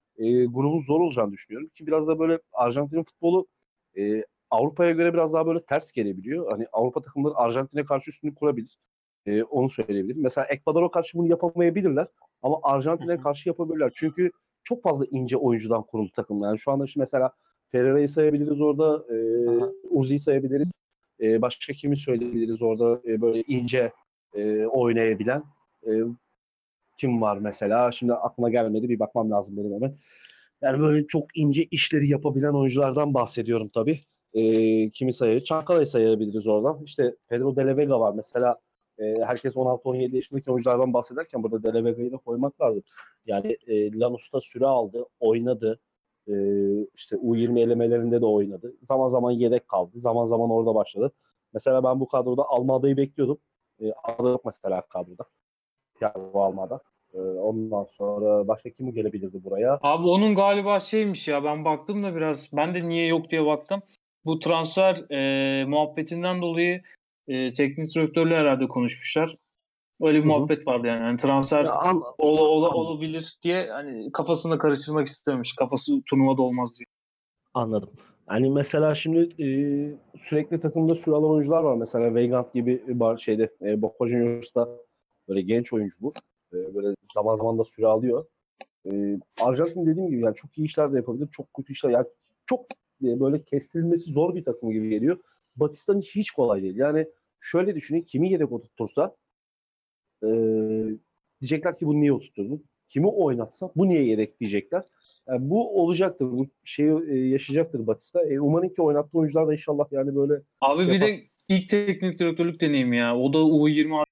e, grubun zor olacağını düşünüyorum. Ki biraz da böyle Arjantin'in futbolu e, Avrupa'ya göre biraz daha böyle ters gelebiliyor. Hani Avrupa takımları Arjantin'e karşı üstünlük kurabilir. E, onu söyleyebilirim. Mesela Ekvador'a karşı bunu yapamayabilirler. Ama Arjantin'e karşı yapabilirler. Çünkü çok fazla ince oyuncudan kuruldu takım. Yani şu anda işte mesela Ferreira'yı sayabiliriz orada. E, Aha. Urzi'yi sayabiliriz. E, başka kimi söyleyebiliriz orada e, böyle ince e, oynayabilen. E, kim var mesela? Şimdi aklıma gelmedi. Bir bakmam lazım benim hemen. Yani böyle çok ince işleri yapabilen oyunculardan bahsediyorum tabii. E, kimi sayabiliriz? Çankaya'yı sayabiliriz oradan. İşte Pedro de la Vega var. Mesela e, herkes on altı on yedi yaşındaki oyunculardan bahsederken burada de la Vega'yı da koymak lazım. Yani e, Lanús'ta süre aldı, oynadı. E, işte U yirmi elemelerinde de oynadı. Zaman zaman yedek kaldı. Zaman zaman orada başladı. Mesela ben bu kadroda Almada'yı bekliyordum. E, Almada yok mesela kadroda. Thiago Almada. E, ondan sonra başka kim gelebilirdi buraya? Abi onun galiba şeymiş ya, ben baktım da biraz, ben de niye yok diye baktım. Bu transfer e, muhabbetinden dolayı e, teknik direktörle herhalde konuşmuşlar. Öyle bir Hı hı. muhabbet vardı yani. Yani transfer Ya, an, ola, ola, an- olabilir diye hani kafasını karıştırmak istemiş. Kafası turnuvada olmaz diye. Anladım. Hani mesela şimdi e, sürekli takımda süre alan oyuncular var. Mesela Weigand gibi var şeyde e, Boca Juniors'ta böyle genç oyuncu bu. E, böyle zaman zaman da süre alıyor. E, Arjantin dediğim gibi yani çok iyi işler de yapabilir. Çok kötü işler. Yani çok e, böyle kestirilmesi zor bir takım gibi geliyor. Batista'nın hiç kolay değil. Yani şöyle düşünün, kimi yedek oturtursa e, diyecekler ki bunu niye oturtturdun? Kimi oynatsa bu niye yedek diyecekler. Yani bu olacaktır. Bu şeyi e, yaşayacaktır Batista. E, umarım ki oynattığı oyuncular da inşallah yani böyle Abi şey bir yapar. de ilk teknik direktörlük deneyimi ya. O da U yirmi,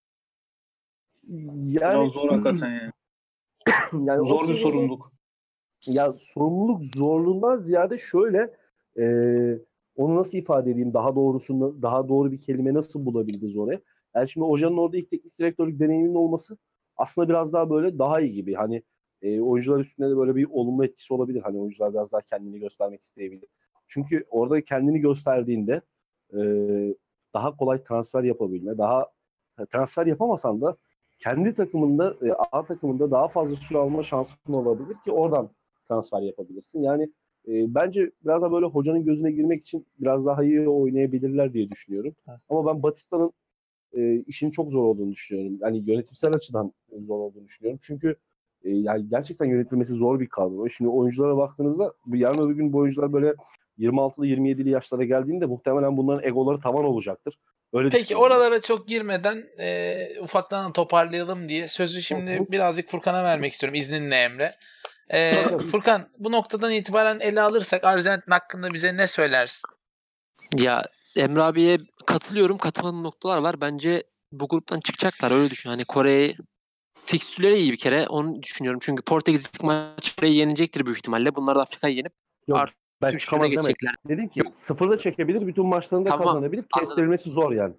Yani biraz zor hakikaten yani. yani o Zor bir seviyede sorumluluk. ya sorumluluk zorluğundan ziyade şöyle e, onu nasıl ifade edeyim daha doğrusunu daha doğru bir kelime nasıl bulabildiniz oraya? Yani şimdi hocanın orada ilk teknik direktörlük deneyiminin olması aslında biraz daha böyle daha iyi gibi. Hani e, oyuncular üstünde de böyle bir olumlu etkisi olabilir. Hani oyuncular biraz daha kendini göstermek isteyebilir. Çünkü orada kendini gösterdiğinde e, daha kolay transfer yapabilme, daha transfer yapamasan da kendi takımında e, A takımında daha fazla süre alma şansın olabilir ki oradan transfer yapabilirsin. Yani e, bence biraz da böyle hocanın gözüne girmek için biraz daha iyi oynayabilirler diye düşünüyorum. Ama ben Batista'nın e, işin çok zor olduğunu düşünüyorum. Yani yönetimsel açıdan zor olduğunu düşünüyorum. Çünkü e, yani gerçekten yönetilmesi zor bir kadro. Şimdi oyunculara baktığınızda bu yarın öbür gün bu oyuncular böyle yirmi altılı yirmi yedili yaşlara geldiğinde muhtemelen bunların egoları tavan olacaktır. Öyle Peki düşünüyorum ben. oralara çok girmeden e, ufaktan toparlayalım diye sözü Hı şimdi hı. birazcık Furkan'a vermek istiyorum izninle Emre. E, Tabii, tabii. Furkan bu noktadan itibaren ele alırsak Arjantin hakkında bize ne söylersin? Ya Emre abiye katılıyorum. Katılmadığım noktalar var. Bence bu gruptan çıkacaklar. Öyle düşün. Hani Kore'yi fikstürleri iyi bir kere. Onu düşünüyorum. Çünkü Portekiz ilk maçı Kore'yi yenecektir büyük ihtimalle. Bunlar da Afrika'yı yenip Yok artık ben üç turuna çıkamaz demedim. geçecekler. Dedim ki Yok, sıfırda çekebilir, bütün maçlarını da tamam, kazanabilir. anladım. Kestirilmesi zor yani.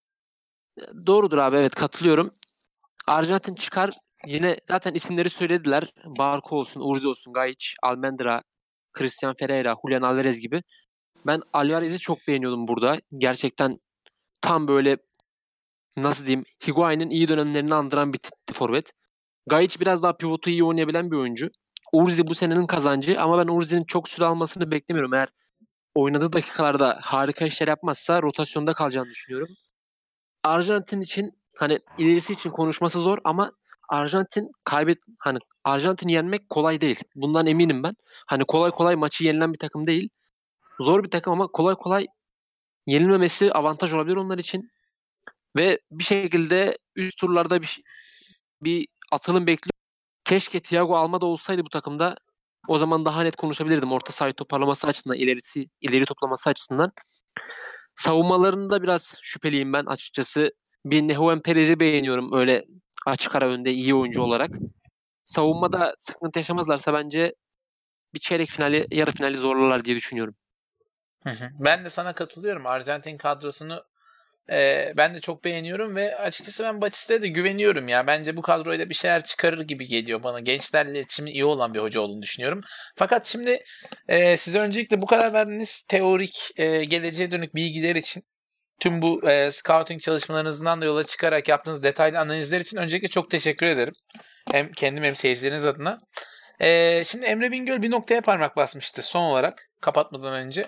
Doğrudur abi, evet katılıyorum. Arjantin çıkar. Yine zaten isimleri söylediler. Barco olsun, Urzi olsun, Gaich, Almendra, Christian Ferreira, Julian Alvarez gibi. Ben Alvarez'i çok beğeniyordum burada. Gerçekten tam böyle nasıl diyeyim Higuain'in iyi dönemlerini andıran bir tipti forvet. Gaich biraz daha pivotu iyi oynayabilen bir oyuncu. Urzi bu senenin kazancı ama ben Urzi'nin çok süre almasını beklemiyorum. Eğer oynadığı dakikalarda harika işler yapmazsa rotasyonda kalacağını düşünüyorum. Arjantin için hani ilerisi için konuşması zor ama Arjantin kaybet hani Arjantin yenmek kolay değil. Bundan eminim ben. Hani kolay kolay maçı yenilen bir takım değil. Zor bir takım ama kolay kolay yenilmemesi avantaj olabilir onlar için. Ve bir şekilde üst turlarda bir bir atılım bekliyor. Keşke Thiago Almada olsaydı bu takımda. O zaman daha net konuşabilirdim. Orta sahayı toparlaması açısından, ilerisi, ileri toplaması açısından. Savunmalarında biraz şüpheliyim ben açıkçası. Bir Nehuven Perez'i beğeniyorum öyle açık ara önde iyi oyuncu olarak. Savunmada sıkıntı yaşamazlarsa bence bir çeyrek finali, yarı finali zorlarlar diye düşünüyorum. Hı hı. Ben de sana katılıyorum. Arjantin kadrosunu e, ben de çok beğeniyorum ve açıkçası ben Batista'ya da güveniyorum ya. Bence bu kadroyla bir şeyler çıkarır gibi geliyor bana. Gençlerle iletişimi iyi olan bir hoca olduğunu düşünüyorum. Fakat şimdi e, size öncelikle bu kadar verdiğiniz teorik e, geleceğe dönük bilgiler için tüm bu e, scouting çalışmalarınızdan da yola çıkarak yaptığınız detaylı analizler için öncelikle çok teşekkür ederim. Hem kendim hem seyircileriniz adına. Ee, şimdi Emre Bingöl bir noktaya parmak basmıştı son olarak kapatmadan önce.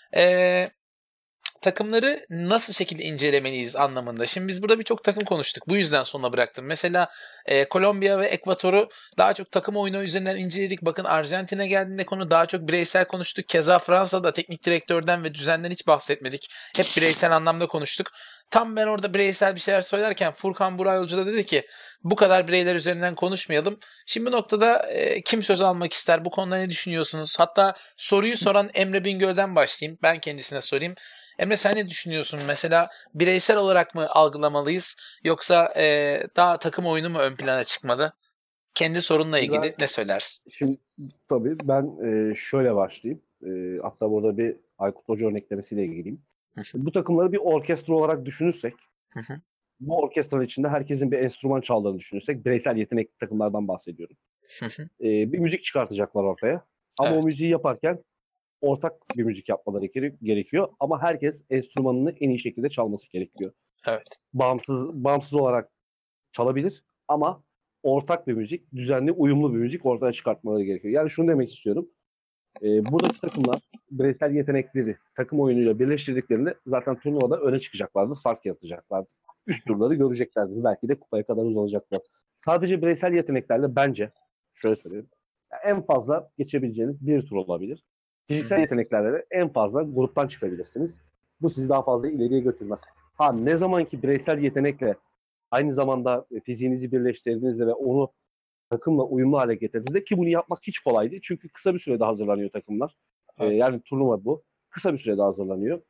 Ee, takımları nasıl şekilde incelemeliyiz anlamında. Şimdi biz burada birçok takım konuştuk. Bu yüzden sona bıraktım. Mesela e, Kolombiya ve Ekvador'u daha çok takım oyunu üzerinden inceledik. Bakın Arjantin'e geldiğinde konu daha çok bireysel konuştuk. Keza Fransa'da teknik direktörden ve düzenden hiç bahsetmedik. Hep bireysel anlamda konuştuk. Tam ben orada bireysel bir şeyler söylerken Furkan Buray Hoca da dedi ki bu kadar bireyler üzerinden konuşmayalım. Şimdi bu noktada e, kim söz almak ister? Bu konuda ne düşünüyorsunuz? Hatta soruyu soran Emre Bingöl'den başlayayım. Ben kendisine sorayım. Emre sen ne düşünüyorsun? Mesela bireysel olarak mı algılamalıyız yoksa e, daha takım oyunu mu ön plana çıkmalı? Kendi sorunla ilgili Ben- ne söylersin? Şimdi tabii ben e, şöyle başlayayım. E, hatta burada bir Aykut Hoca örneklemesiyle ilgiliyim. Hı hı. Bu takımları bir orkestra olarak düşünürsek, Hı hı. bu orkestranın içinde herkesin bir enstrüman çaldığını düşünürsek, bireysel yetenekli takımlardan bahsediyorum. Hı hı. E, bir müzik çıkartacaklar ortaya. Ama Evet. o müziği yaparken ortak bir müzik yapmaları gere- gerekiyor. Ama herkes enstrümanını en iyi şekilde çalması gerekiyor. Evet. Bağımsız bağımsız olarak çalabilir ama ortak bir müzik, düzenli, uyumlu bir müzik ortaya çıkartmaları gerekiyor. Yani şunu demek istiyorum. E, buradaki takımlar bireysel yetenekleri takım oyunuyla birleştirdiklerinde zaten turnuvada öne çıkacaklardır, fark yaratacaklardır. Üst turları göreceklerdir. Belki de kupaya kadar uzanacaklar. Sadece bireysel yeteneklerle bence, şöyle söyleyeyim, en fazla geçebileceğiniz bir tur olabilir. Fiziksel yeteneklerle de en fazla gruptan çıkabilirsiniz. Bu sizi daha fazla ileriye götürmez. Ha ne zamanki bireysel yetenekle aynı zamanda fiziğinizi birleştirdiğinizde ve onu takımla uyumlu hale getirdiğinizde, ki bunu yapmak hiç kolay değil. Çünkü kısa bir sürede hazırlanıyor takımlar. Ee, Evet. yani turnuva bu. Kısa bir sürede hazırlanıyor.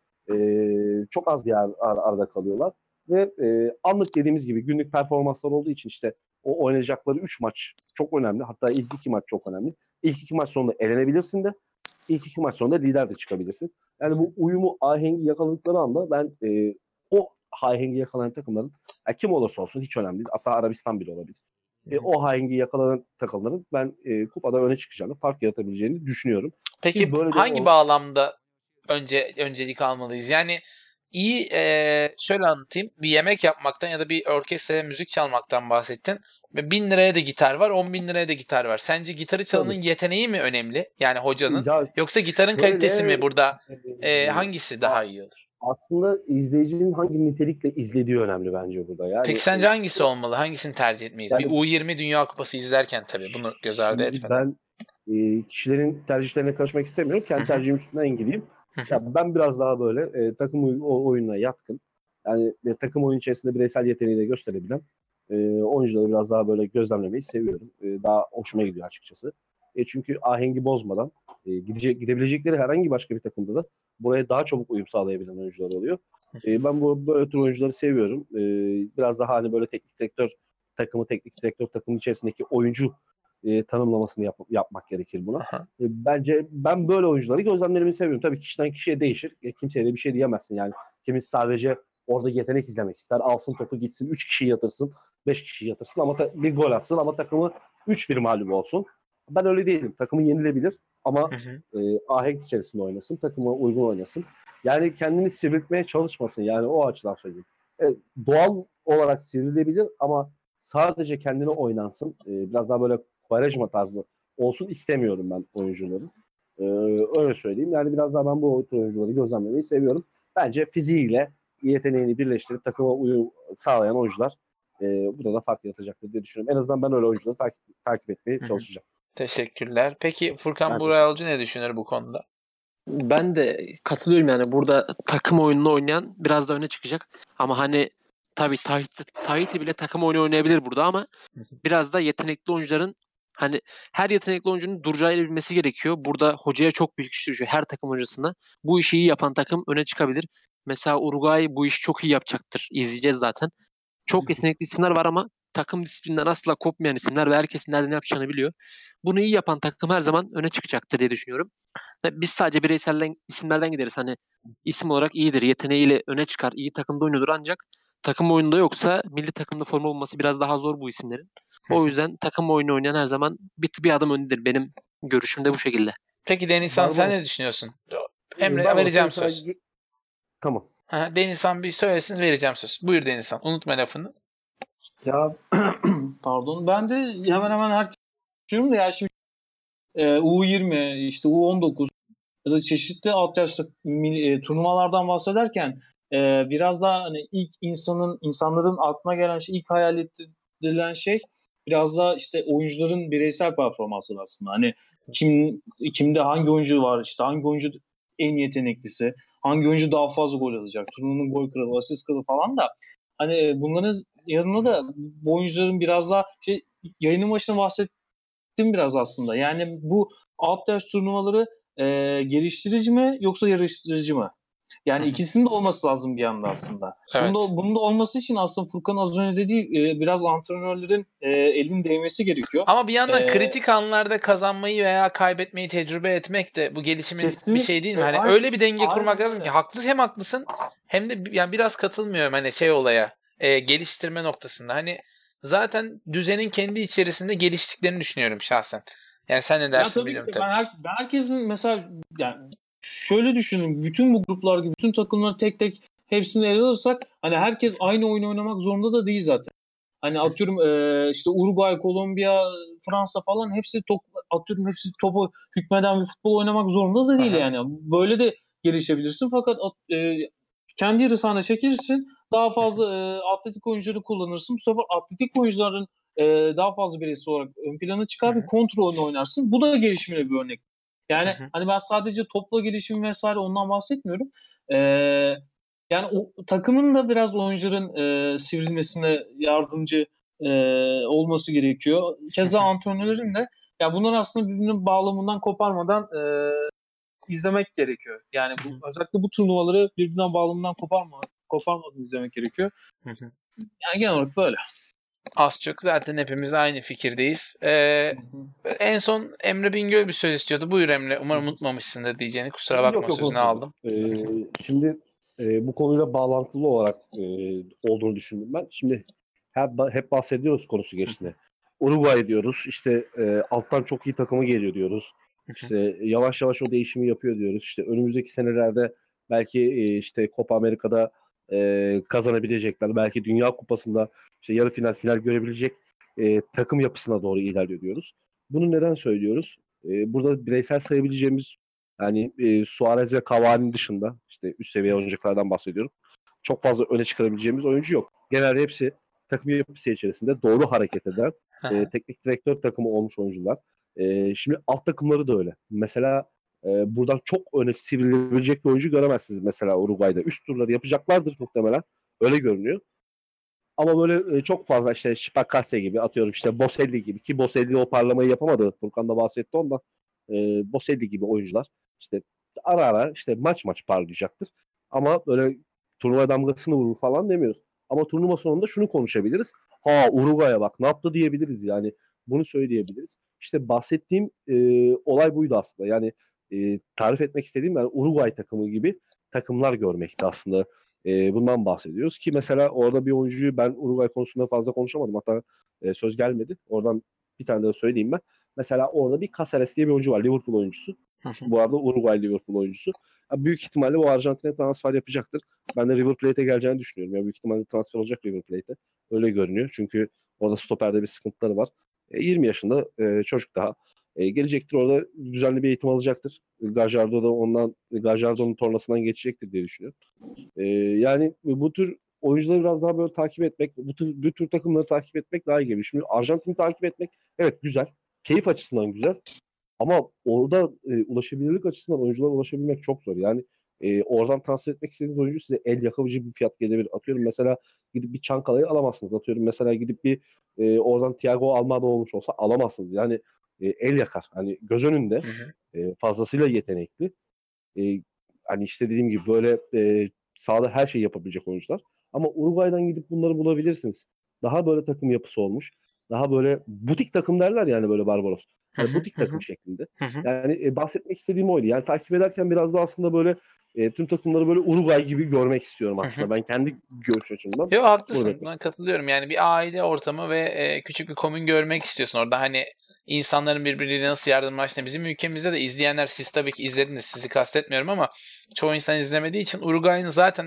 Ee, çok az bir ar- ar- arada kalıyorlar. Ve e, anlık dediğimiz gibi günlük performanslar olduğu için işte o oynayacakları üç maç çok önemli. Hatta ilk iki maç çok önemli. İlk iki maç sonunda elenebilirsin de ilk iki maç sonunda lider de çıkabilirsin. Yani bu uyumu, ahengi yakaladıkları anda ben e, o ahengi yakalayan takımların yani kim olursa olsun hiç önemli değil. Hatta Arabistan bile olabilir. E, o haingi yakalanan takımların ben e, kupada öne çıkacağını, fark yaratabileceğini düşünüyorum. Peki Ki böyle de hangi o, bağlamda önce öncelik almalıyız? Yani iyi e, şöyle anlatayım. Bir yemek yapmaktan ya da bir orkestraya müzik çalmaktan bahsettin. Ve bin liraya da gitar var, on bin liraya da gitar var. Sence gitarı çalanın tabii. yeteneği mi önemli? Yani hocanın. Ya Yoksa gitarın şöyle kalitesi mi burada? e, E, hangisi a- daha iyi olur? aslında izleyicinin hangi nitelikle izlediği önemli bence burada. Yani Peki e, sence hangisi olmalı? Hangisini tercih etmeyiz? Bir yani U yirmi Dünya Kupası izlerken tabii bunu göz ardı şimdi etmeden. ben e, kişilerin tercihlerine karışmak istemiyorum. Hı Kendi hı, tercihim üstünden gideyim. hı hı, Ya ben biraz daha böyle e, takım oy- o- oyununa yatkın. Yani e, takım oyun içerisinde bireysel yeteneği de gösterebilen e, oyuncuları biraz daha böyle gözlemlemeyi seviyorum. E, daha hoşuma gidiyor açıkçası. E, çünkü ahengi bozmadan e, gidecek gidebilecekleri herhangi başka bir takımda da buraya daha çabuk uyum sağlayabilen oyuncular oluyor. E, ben bu böyle tür oyuncuları seviyorum. E, biraz daha hani böyle teknik direktör takımı, teknik direktör takımın içerisindeki oyuncu e, tanımlamasını yap- yapmak gerekir buna. aha. E, bence ben böyle oyuncuları gözlemlerimi seviyorum. Tabii kişiden kişiye değişir. E, kimseye de bir şey diyemezsin. Yani kimisi sadece orada yetenek izlemek ister. Alsın topu gitsin. Üç kişi yatırsın. Beş kişi yatırsın ama ta- bir gol atsın ama takımı üç bir mağlup olsun. Ben öyle değilim. Takımı yenilebilir ama Hı hı. e, ahenk içerisinde oynasın. Takıma uygun oynasın. Yani kendini sivriltmeye çalışmasın. Yani o açıdan söyleyeyim. E, doğal olarak sivrilebilir ama sadece kendine oynansın. E, biraz daha böyle Quaresma tarzı olsun istemiyorum ben oyuncuların. Ee, öyle söyleyeyim. Yani biraz daha ben bu tür oyuncuları gözlemlemeyi seviyorum. Bence fiziğiyle yeteneğini birleştirip takıma uyum sağlayan oyuncular e, burada da fark yaratacaktır diye düşünüyorum. En azından ben öyle oyuncuları takip, takip etmeye Hı hı. çalışacağım. Teşekkürler. Peki Furkan Ben Burayalcı ne düşünür bu konuda? Ben de katılıyorum yani burada takım oyununu oynayan biraz da öne çıkacak. Ama hani tabii Tahiti, Tahiti bile takım oyunu oynayabilir burada ama biraz da yetenekli oyuncuların hani her yetenekli oyuncunun duracağını bilmesi gerekiyor. Burada hocaya çok büyük iş düşüyor her takım hocasına. Bu işi iyi yapan takım öne çıkabilir. Mesela Uruguay bu işi çok iyi yapacaktır. İzleyeceğiz zaten. Çok yetenekli isimler var ama takım disiplinden asla kopmayan isimler ve herkesin nerede ne yapacağını biliyor. Bunu iyi yapan takım her zaman öne çıkacaktır diye düşünüyorum. Ve biz sadece bireyselden isimlerden gideriz. Hani isim olarak iyidir, yeteneğiyle öne çıkar, iyi takımda oynuyordur ancak takım oyununda yoksa milli takımda forma olması biraz daha zor bu isimlerin. O yüzden takım oyunu oynayan her zaman bir, bir adım öndedir. Benim görüşüm de bu şekilde. Peki Denizhan sen Barbaros, ne düşünüyorsun? e, Emre Barbaros vereceğim mesela söz. tamam. Ha, Denizhan bir söylesin vereceğim söz. Buyur Denizhan. Unutma lafını. Ya pardon ben de hemen hemen herkes düşünüyorum da ya şimdi e, U yirmi, işte U on dokuz ya da çeşitli alt yaş e, turnuvalardan bahsederken e, biraz daha hani ilk insanın insanların aklına gelen şey, ilk hayal ettirilen şey biraz daha işte oyuncuların bireysel performansı aslında. Hani kim kimde hangi oyuncu var, işte hangi oyuncu en yeteneklisi, hangi oyuncu daha fazla gol atacak, turnuvanın gol kralı, asist kralı falan da hani bunların yanına da bu oyuncuların biraz daha şey, yayının başında bahsettim biraz aslında. Yani bu alt yaş turnuvaları e, geliştirici mi yoksa yarıştırıcı mı? Yani ikisinin de olması lazım bir yanda aslında. Evet. Bunda, bunun da olması için aslında Furkan az önce dediği e, biraz antrenörlerin e, elin değmesi gerekiyor. Ama bir yandan E, kritik anlarda kazanmayı veya kaybetmeyi tecrübe etmek de bu gelişimin Kesinlikle. bir şey değil mi? Hani Aynen- öyle bir denge kurmak aynen lazım öyle. ki haklı hem haklısın hem de yani biraz katılmıyorum hani şey olaya e, geliştirme noktasında. Hani zaten düzenin kendi içerisinde geliştiklerini düşünüyorum şahsen. Yani sen ne Ya dersin tabii ki bilmiyorum de tabii. ben, her, ben herkesin mesela yani şöyle düşünün, bütün bu gruplar gibi bütün takımları tek tek hepsini ele alırsak hani herkes aynı oyunu oynamak zorunda da değil zaten. Hani atıyorum e, işte Uruguay, Kolombiya, Fransa falan hepsi top, atıyorum hepsi topu hükmeden bir futbol oynamak zorunda da değil Aha. yani. Böyle de gelişebilirsin fakat at- e, kendi yarı sahana çekilirsin. Daha fazla e, atletik oyuncuları kullanırsın. Bu sefer atletik oyuncuların e, daha fazla bireysel olarak ön plana çıkar, bir kontrol oyunu oynarsın. Bu da gelişimine bir örnek. Yani hani ben sadece topla gelişim vesaire ondan bahsetmiyorum. E, Yani o takımın da biraz oyuncuların e, sivrilmesine yardımcı e, olması gerekiyor. Keza antrenörlerin de ya bunlar aslında birbirinin bağlamından koparmadan e, izlemek gerekiyor. Yani bu, özellikle bu turnuvaları birbirinden bağlamından koparma, koparmadan izlemek gerekiyor. Yani genel olarak böyle. Az çok zaten hepimiz aynı fikirdeyiz. Ee, en son Emre Bingöl bir söz istiyordu. Buyur Emre. Umarım unutmamışsındır diyeceğini. Kusura bakma Yok yok sözünü unutmadım. aldım. Ee, şimdi e, bu konuyla bağlantılı olarak e, olduğunu düşündüm ben. Şimdi hep, hep bahsediyoruz konusu geçtiğinde. Uruguay diyoruz. İşte e, alttan çok iyi takımı geliyor diyoruz. İşte yavaş yavaş o değişimi yapıyor diyoruz. İşte önümüzdeki senelerde belki e, işte Copa Amerika'da e, kazanabilecekler. Belki Dünya Kupası'nda işte yarı final final görebilecek e, takım yapısına doğru ilerliyor diyoruz. Bunu neden söylüyoruz? E, burada bireysel sayabileceğimiz yani e, Suarez ve Cavani dışında işte üst seviye oyunculardan bahsediyorum. Çok fazla öne çıkarabileceğimiz oyuncu yok. Genelde hepsi takım yapısı içerisinde doğru hareket eden e, teknik direktör takımı olmuş oyuncular. E, şimdi alt takımları da öyle. Mesela e, buradan çok öne sivrilebilecek bir oyuncu göremezsiniz mesela Uruguay'da. Üst turları yapacaklardır muhtemelen. Öyle görünüyor. Ama böyle e, çok fazla işte Şipakase gibi atıyorum işte Boselli gibi ki Boselli o parlamayı yapamadı. Furkan da bahsetti ondan. E, Boselli gibi oyuncular işte ara ara işte maç maç parlayacaktır. Ama böyle turnuva damgasını vurur falan demiyoruz. Ama turnuva sonunda şunu konuşabiliriz. Ha Uruguay'a bak ne yaptı diyebiliriz yani. Bunu söyleyebiliriz. İşte bahsettiğim e, olay buydu aslında. Yani e, tarif etmek istediğim yani Uruguay takımı gibi takımlar görmekti aslında. E, bundan bahsediyoruz ki mesela orada bir oyuncuyu ben Uruguay konusunda fazla konuşamadım. Hatta e, söz gelmedi. Oradan bir tane daha söyleyeyim ben. Mesela orada bir Caceres diye bir oyuncu var. Liverpool oyuncusu. Bu arada Uruguay Liverpool oyuncusu. Ya büyük ihtimalle bu Arjantin'e transfer yapacaktır. Ben de River Plate'e geleceğini düşünüyorum. Ya büyük ihtimalle transfer olacak River Plate'e. Öyle görünüyor. Çünkü orada stoperde bir sıkıntıları var. E, yirmi yaşında e, çocuk daha. E, gelecektir orada düzenli bir eğitim alacaktır. Gajardo da ondan Gajardo'nun tornasından geçecektir diye düşünüyorum. Ee, yani bu tür oyuncuları biraz daha böyle takip etmek, bu tür, bu tür takımları takip etmek daha iyi geliyor. Şimdi Arjantin'i takip etmek evet güzel. Keyif açısından güzel. Ama orada e, ulaşabilirlik açısından oyunculara ulaşabilmek çok zor. Yani e, oradan transfer etmek istediğiniz oyuncu size el yakabilici bir fiyat gelebilir. Atıyorum mesela gidip bir Çankaya'yı alamazsınız. Atıyorum mesela gidip bir e, oradan Thiago Almada olmuş olsa alamazsınız. Yani e, el yakar. Hani göz önünde e, fazlasıyla yetenekli. E, Hani işte dediğim gibi böyle e, sahada her şeyi yapabilecek oyuncular. Ama Uruguay'dan gidip bunları bulabilirsiniz. Daha böyle takım yapısı olmuş. Daha böyle butik takım derler yani böyle Barbaros. Hani butik takım şeklinde. Yani e, bahsetmek istediğim oydu. Yani takip ederken biraz da aslında böyle e, tüm takımları böyle Uruguay gibi görmek istiyorum aslında. Ben kendi görüş açımdan. Yo haklısın. Burada. Ben katılıyorum. Yani bir aile ortamı ve e, küçük bir komün görmek istiyorsun. Orada hani insanların birbirine nasıl yardımlaştığını. Bizim ülkemizde de izleyenler siz tabii ki izlediniz. Sizi kastetmiyorum ama çoğu insan izlemediği için Uruguay'ın zaten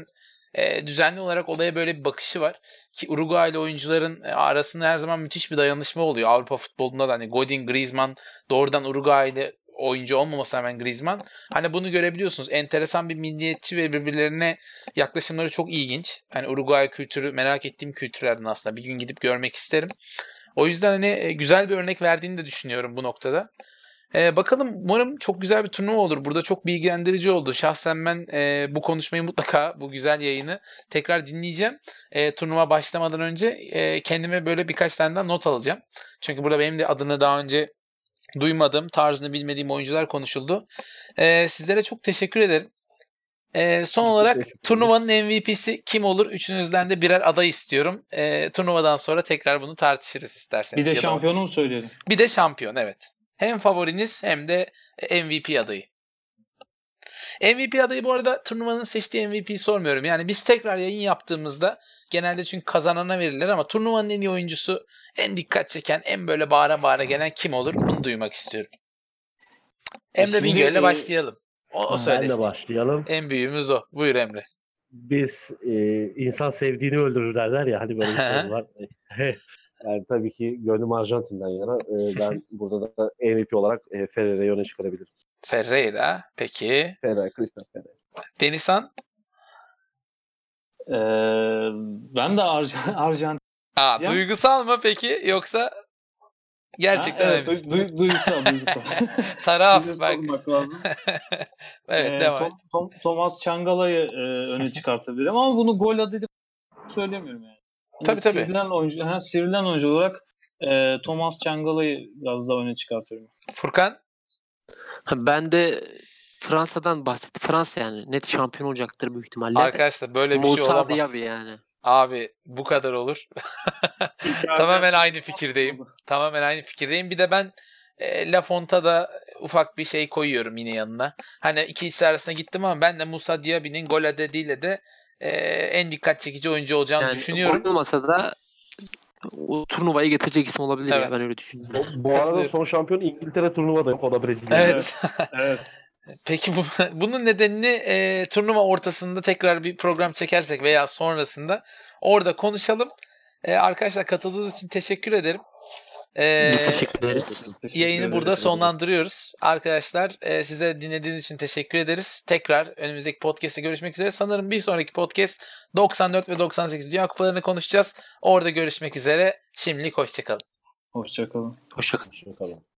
e, düzenli olarak olaya böyle bir bakışı var. Ki Uruguaylı oyuncuların e, arasında her zaman müthiş bir dayanışma oluyor. Avrupa futbolunda da hani Godin, Griezmann doğrudan Uruguaylı oyuncu olmamasına rağmen Griezmann. Hani bunu görebiliyorsunuz. Enteresan bir milliyetçi ve birbirlerine yaklaşımları çok ilginç. Hani Uruguay kültürü merak ettiğim kültürlerden aslında. Bir gün gidip görmek isterim. O yüzden hani e, güzel bir örnek verdiğini de düşünüyorum bu noktada. Ee, bakalım umarım çok güzel bir turnuva olur. Burada çok bilgilendirici oldu. Şahsen ben e, bu konuşmayı mutlaka bu güzel yayını tekrar dinleyeceğim. E, turnuva başlamadan önce e, kendime böyle birkaç tane daha not alacağım. Çünkü burada benim de adını daha önce duymadığım, tarzını bilmediğim oyuncular konuşuldu. E, sizlere çok teşekkür ederim. E, son olarak turnuvanın M V P'si kim olur? Üçünüzden de birer aday istiyorum. E, turnuvadan sonra tekrar bunu tartışırız isterseniz. Bir de Ya da şampiyonu mu ortası. söyleyelim? Bir de şampiyon, evet. Hem favoriniz hem de M V P adayı. M V P adayı bu arada turnuvanın seçtiği M V P'yi sormuyorum. Yani biz tekrar yayın yaptığımızda genelde çünkü kazanana verirler ama turnuvanın en iyi oyuncusu, en dikkat çeken, en böyle bağıra bağıra gelen kim olur? Bunu duymak istiyorum. Emre Şimdi, Bingöl ile e, başlayalım. O, o Ben söylesin. de başlayalım. En büyüğümüz o. Buyur Emre. Biz e, insan sevdiğini öldürür derler ya, hani böyle bir söz var. Yani tabii ki gönlüm Arjantin'den yana. Ee, ben burada da M V P olarak e, Ferreira'yı öne çıkarabilirim. Ferreira. Peki. Ferreira, Christian Ferreira. Denizhan. Ee, ben de Arj- Arjantin. Aa, Can? duygusal mı peki yoksa gerçekten Ha, evet, öyle misin? du- du- duygusal, duygusal. Taraf Bize bak. sormak lazım. Evet, Ee, devam. Tom- Tom- Thomas Çangala'yı e, öne çıkartabilirim ama bunu gol adı deyip söylemiyorum yani. Hani Tabii, tabii. Sivrilen oyuncu, ha, sivrilen oyuncu olarak e, Thomas Çangala'yı biraz daha öne çıkartıyorum. Furkan. Ben de Fransa'dan bahsetti. Fransa yani net şampiyon olacaktır büyük ihtimalle. Arkadaşlar böyle bir şey Musa olamaz. Diaby yani. Abi bu kadar olur. Tamamen aynı fikirdeyim. Tamamen aynı fikirdeyim. Bir de ben e, La Fonta'da ufak bir şey koyuyorum yine yanına. Hani ikisi arasında gittim ama ben de Musa Diaby'nin gol adediyle de e, en dikkat çekici oyuncu olacağını Yani düşünüyorum. gol olmasa da o turnuvayı getirecek isim olabilir Evet. ya, ben öyle düşünüyorum. Bu, bu arada Katılıyorum. son şampiyon İngiltere turnuvada yok. O da Brezilya. Evet. Evet. Peki bu, bunun nedenini e, turnuva ortasında tekrar bir program çekersek veya sonrasında orada konuşalım. E, arkadaşlar katıldığınız için teşekkür ederim. E, Biz teşekkür ederiz. Teşekkür Yayını ederiz. burada sonlandırıyoruz. Arkadaşlar e, size dinlediğiniz için teşekkür ederiz. Tekrar önümüzdeki podcast'te görüşmek üzere. Sanırım bir sonraki podcast doksan dört ve doksan sekiz Dünya Kupalarını konuşacağız. Orada görüşmek üzere. Şimdilik hoşçakalın. Hoşçakalın. Hoşçakalın. Bakalım.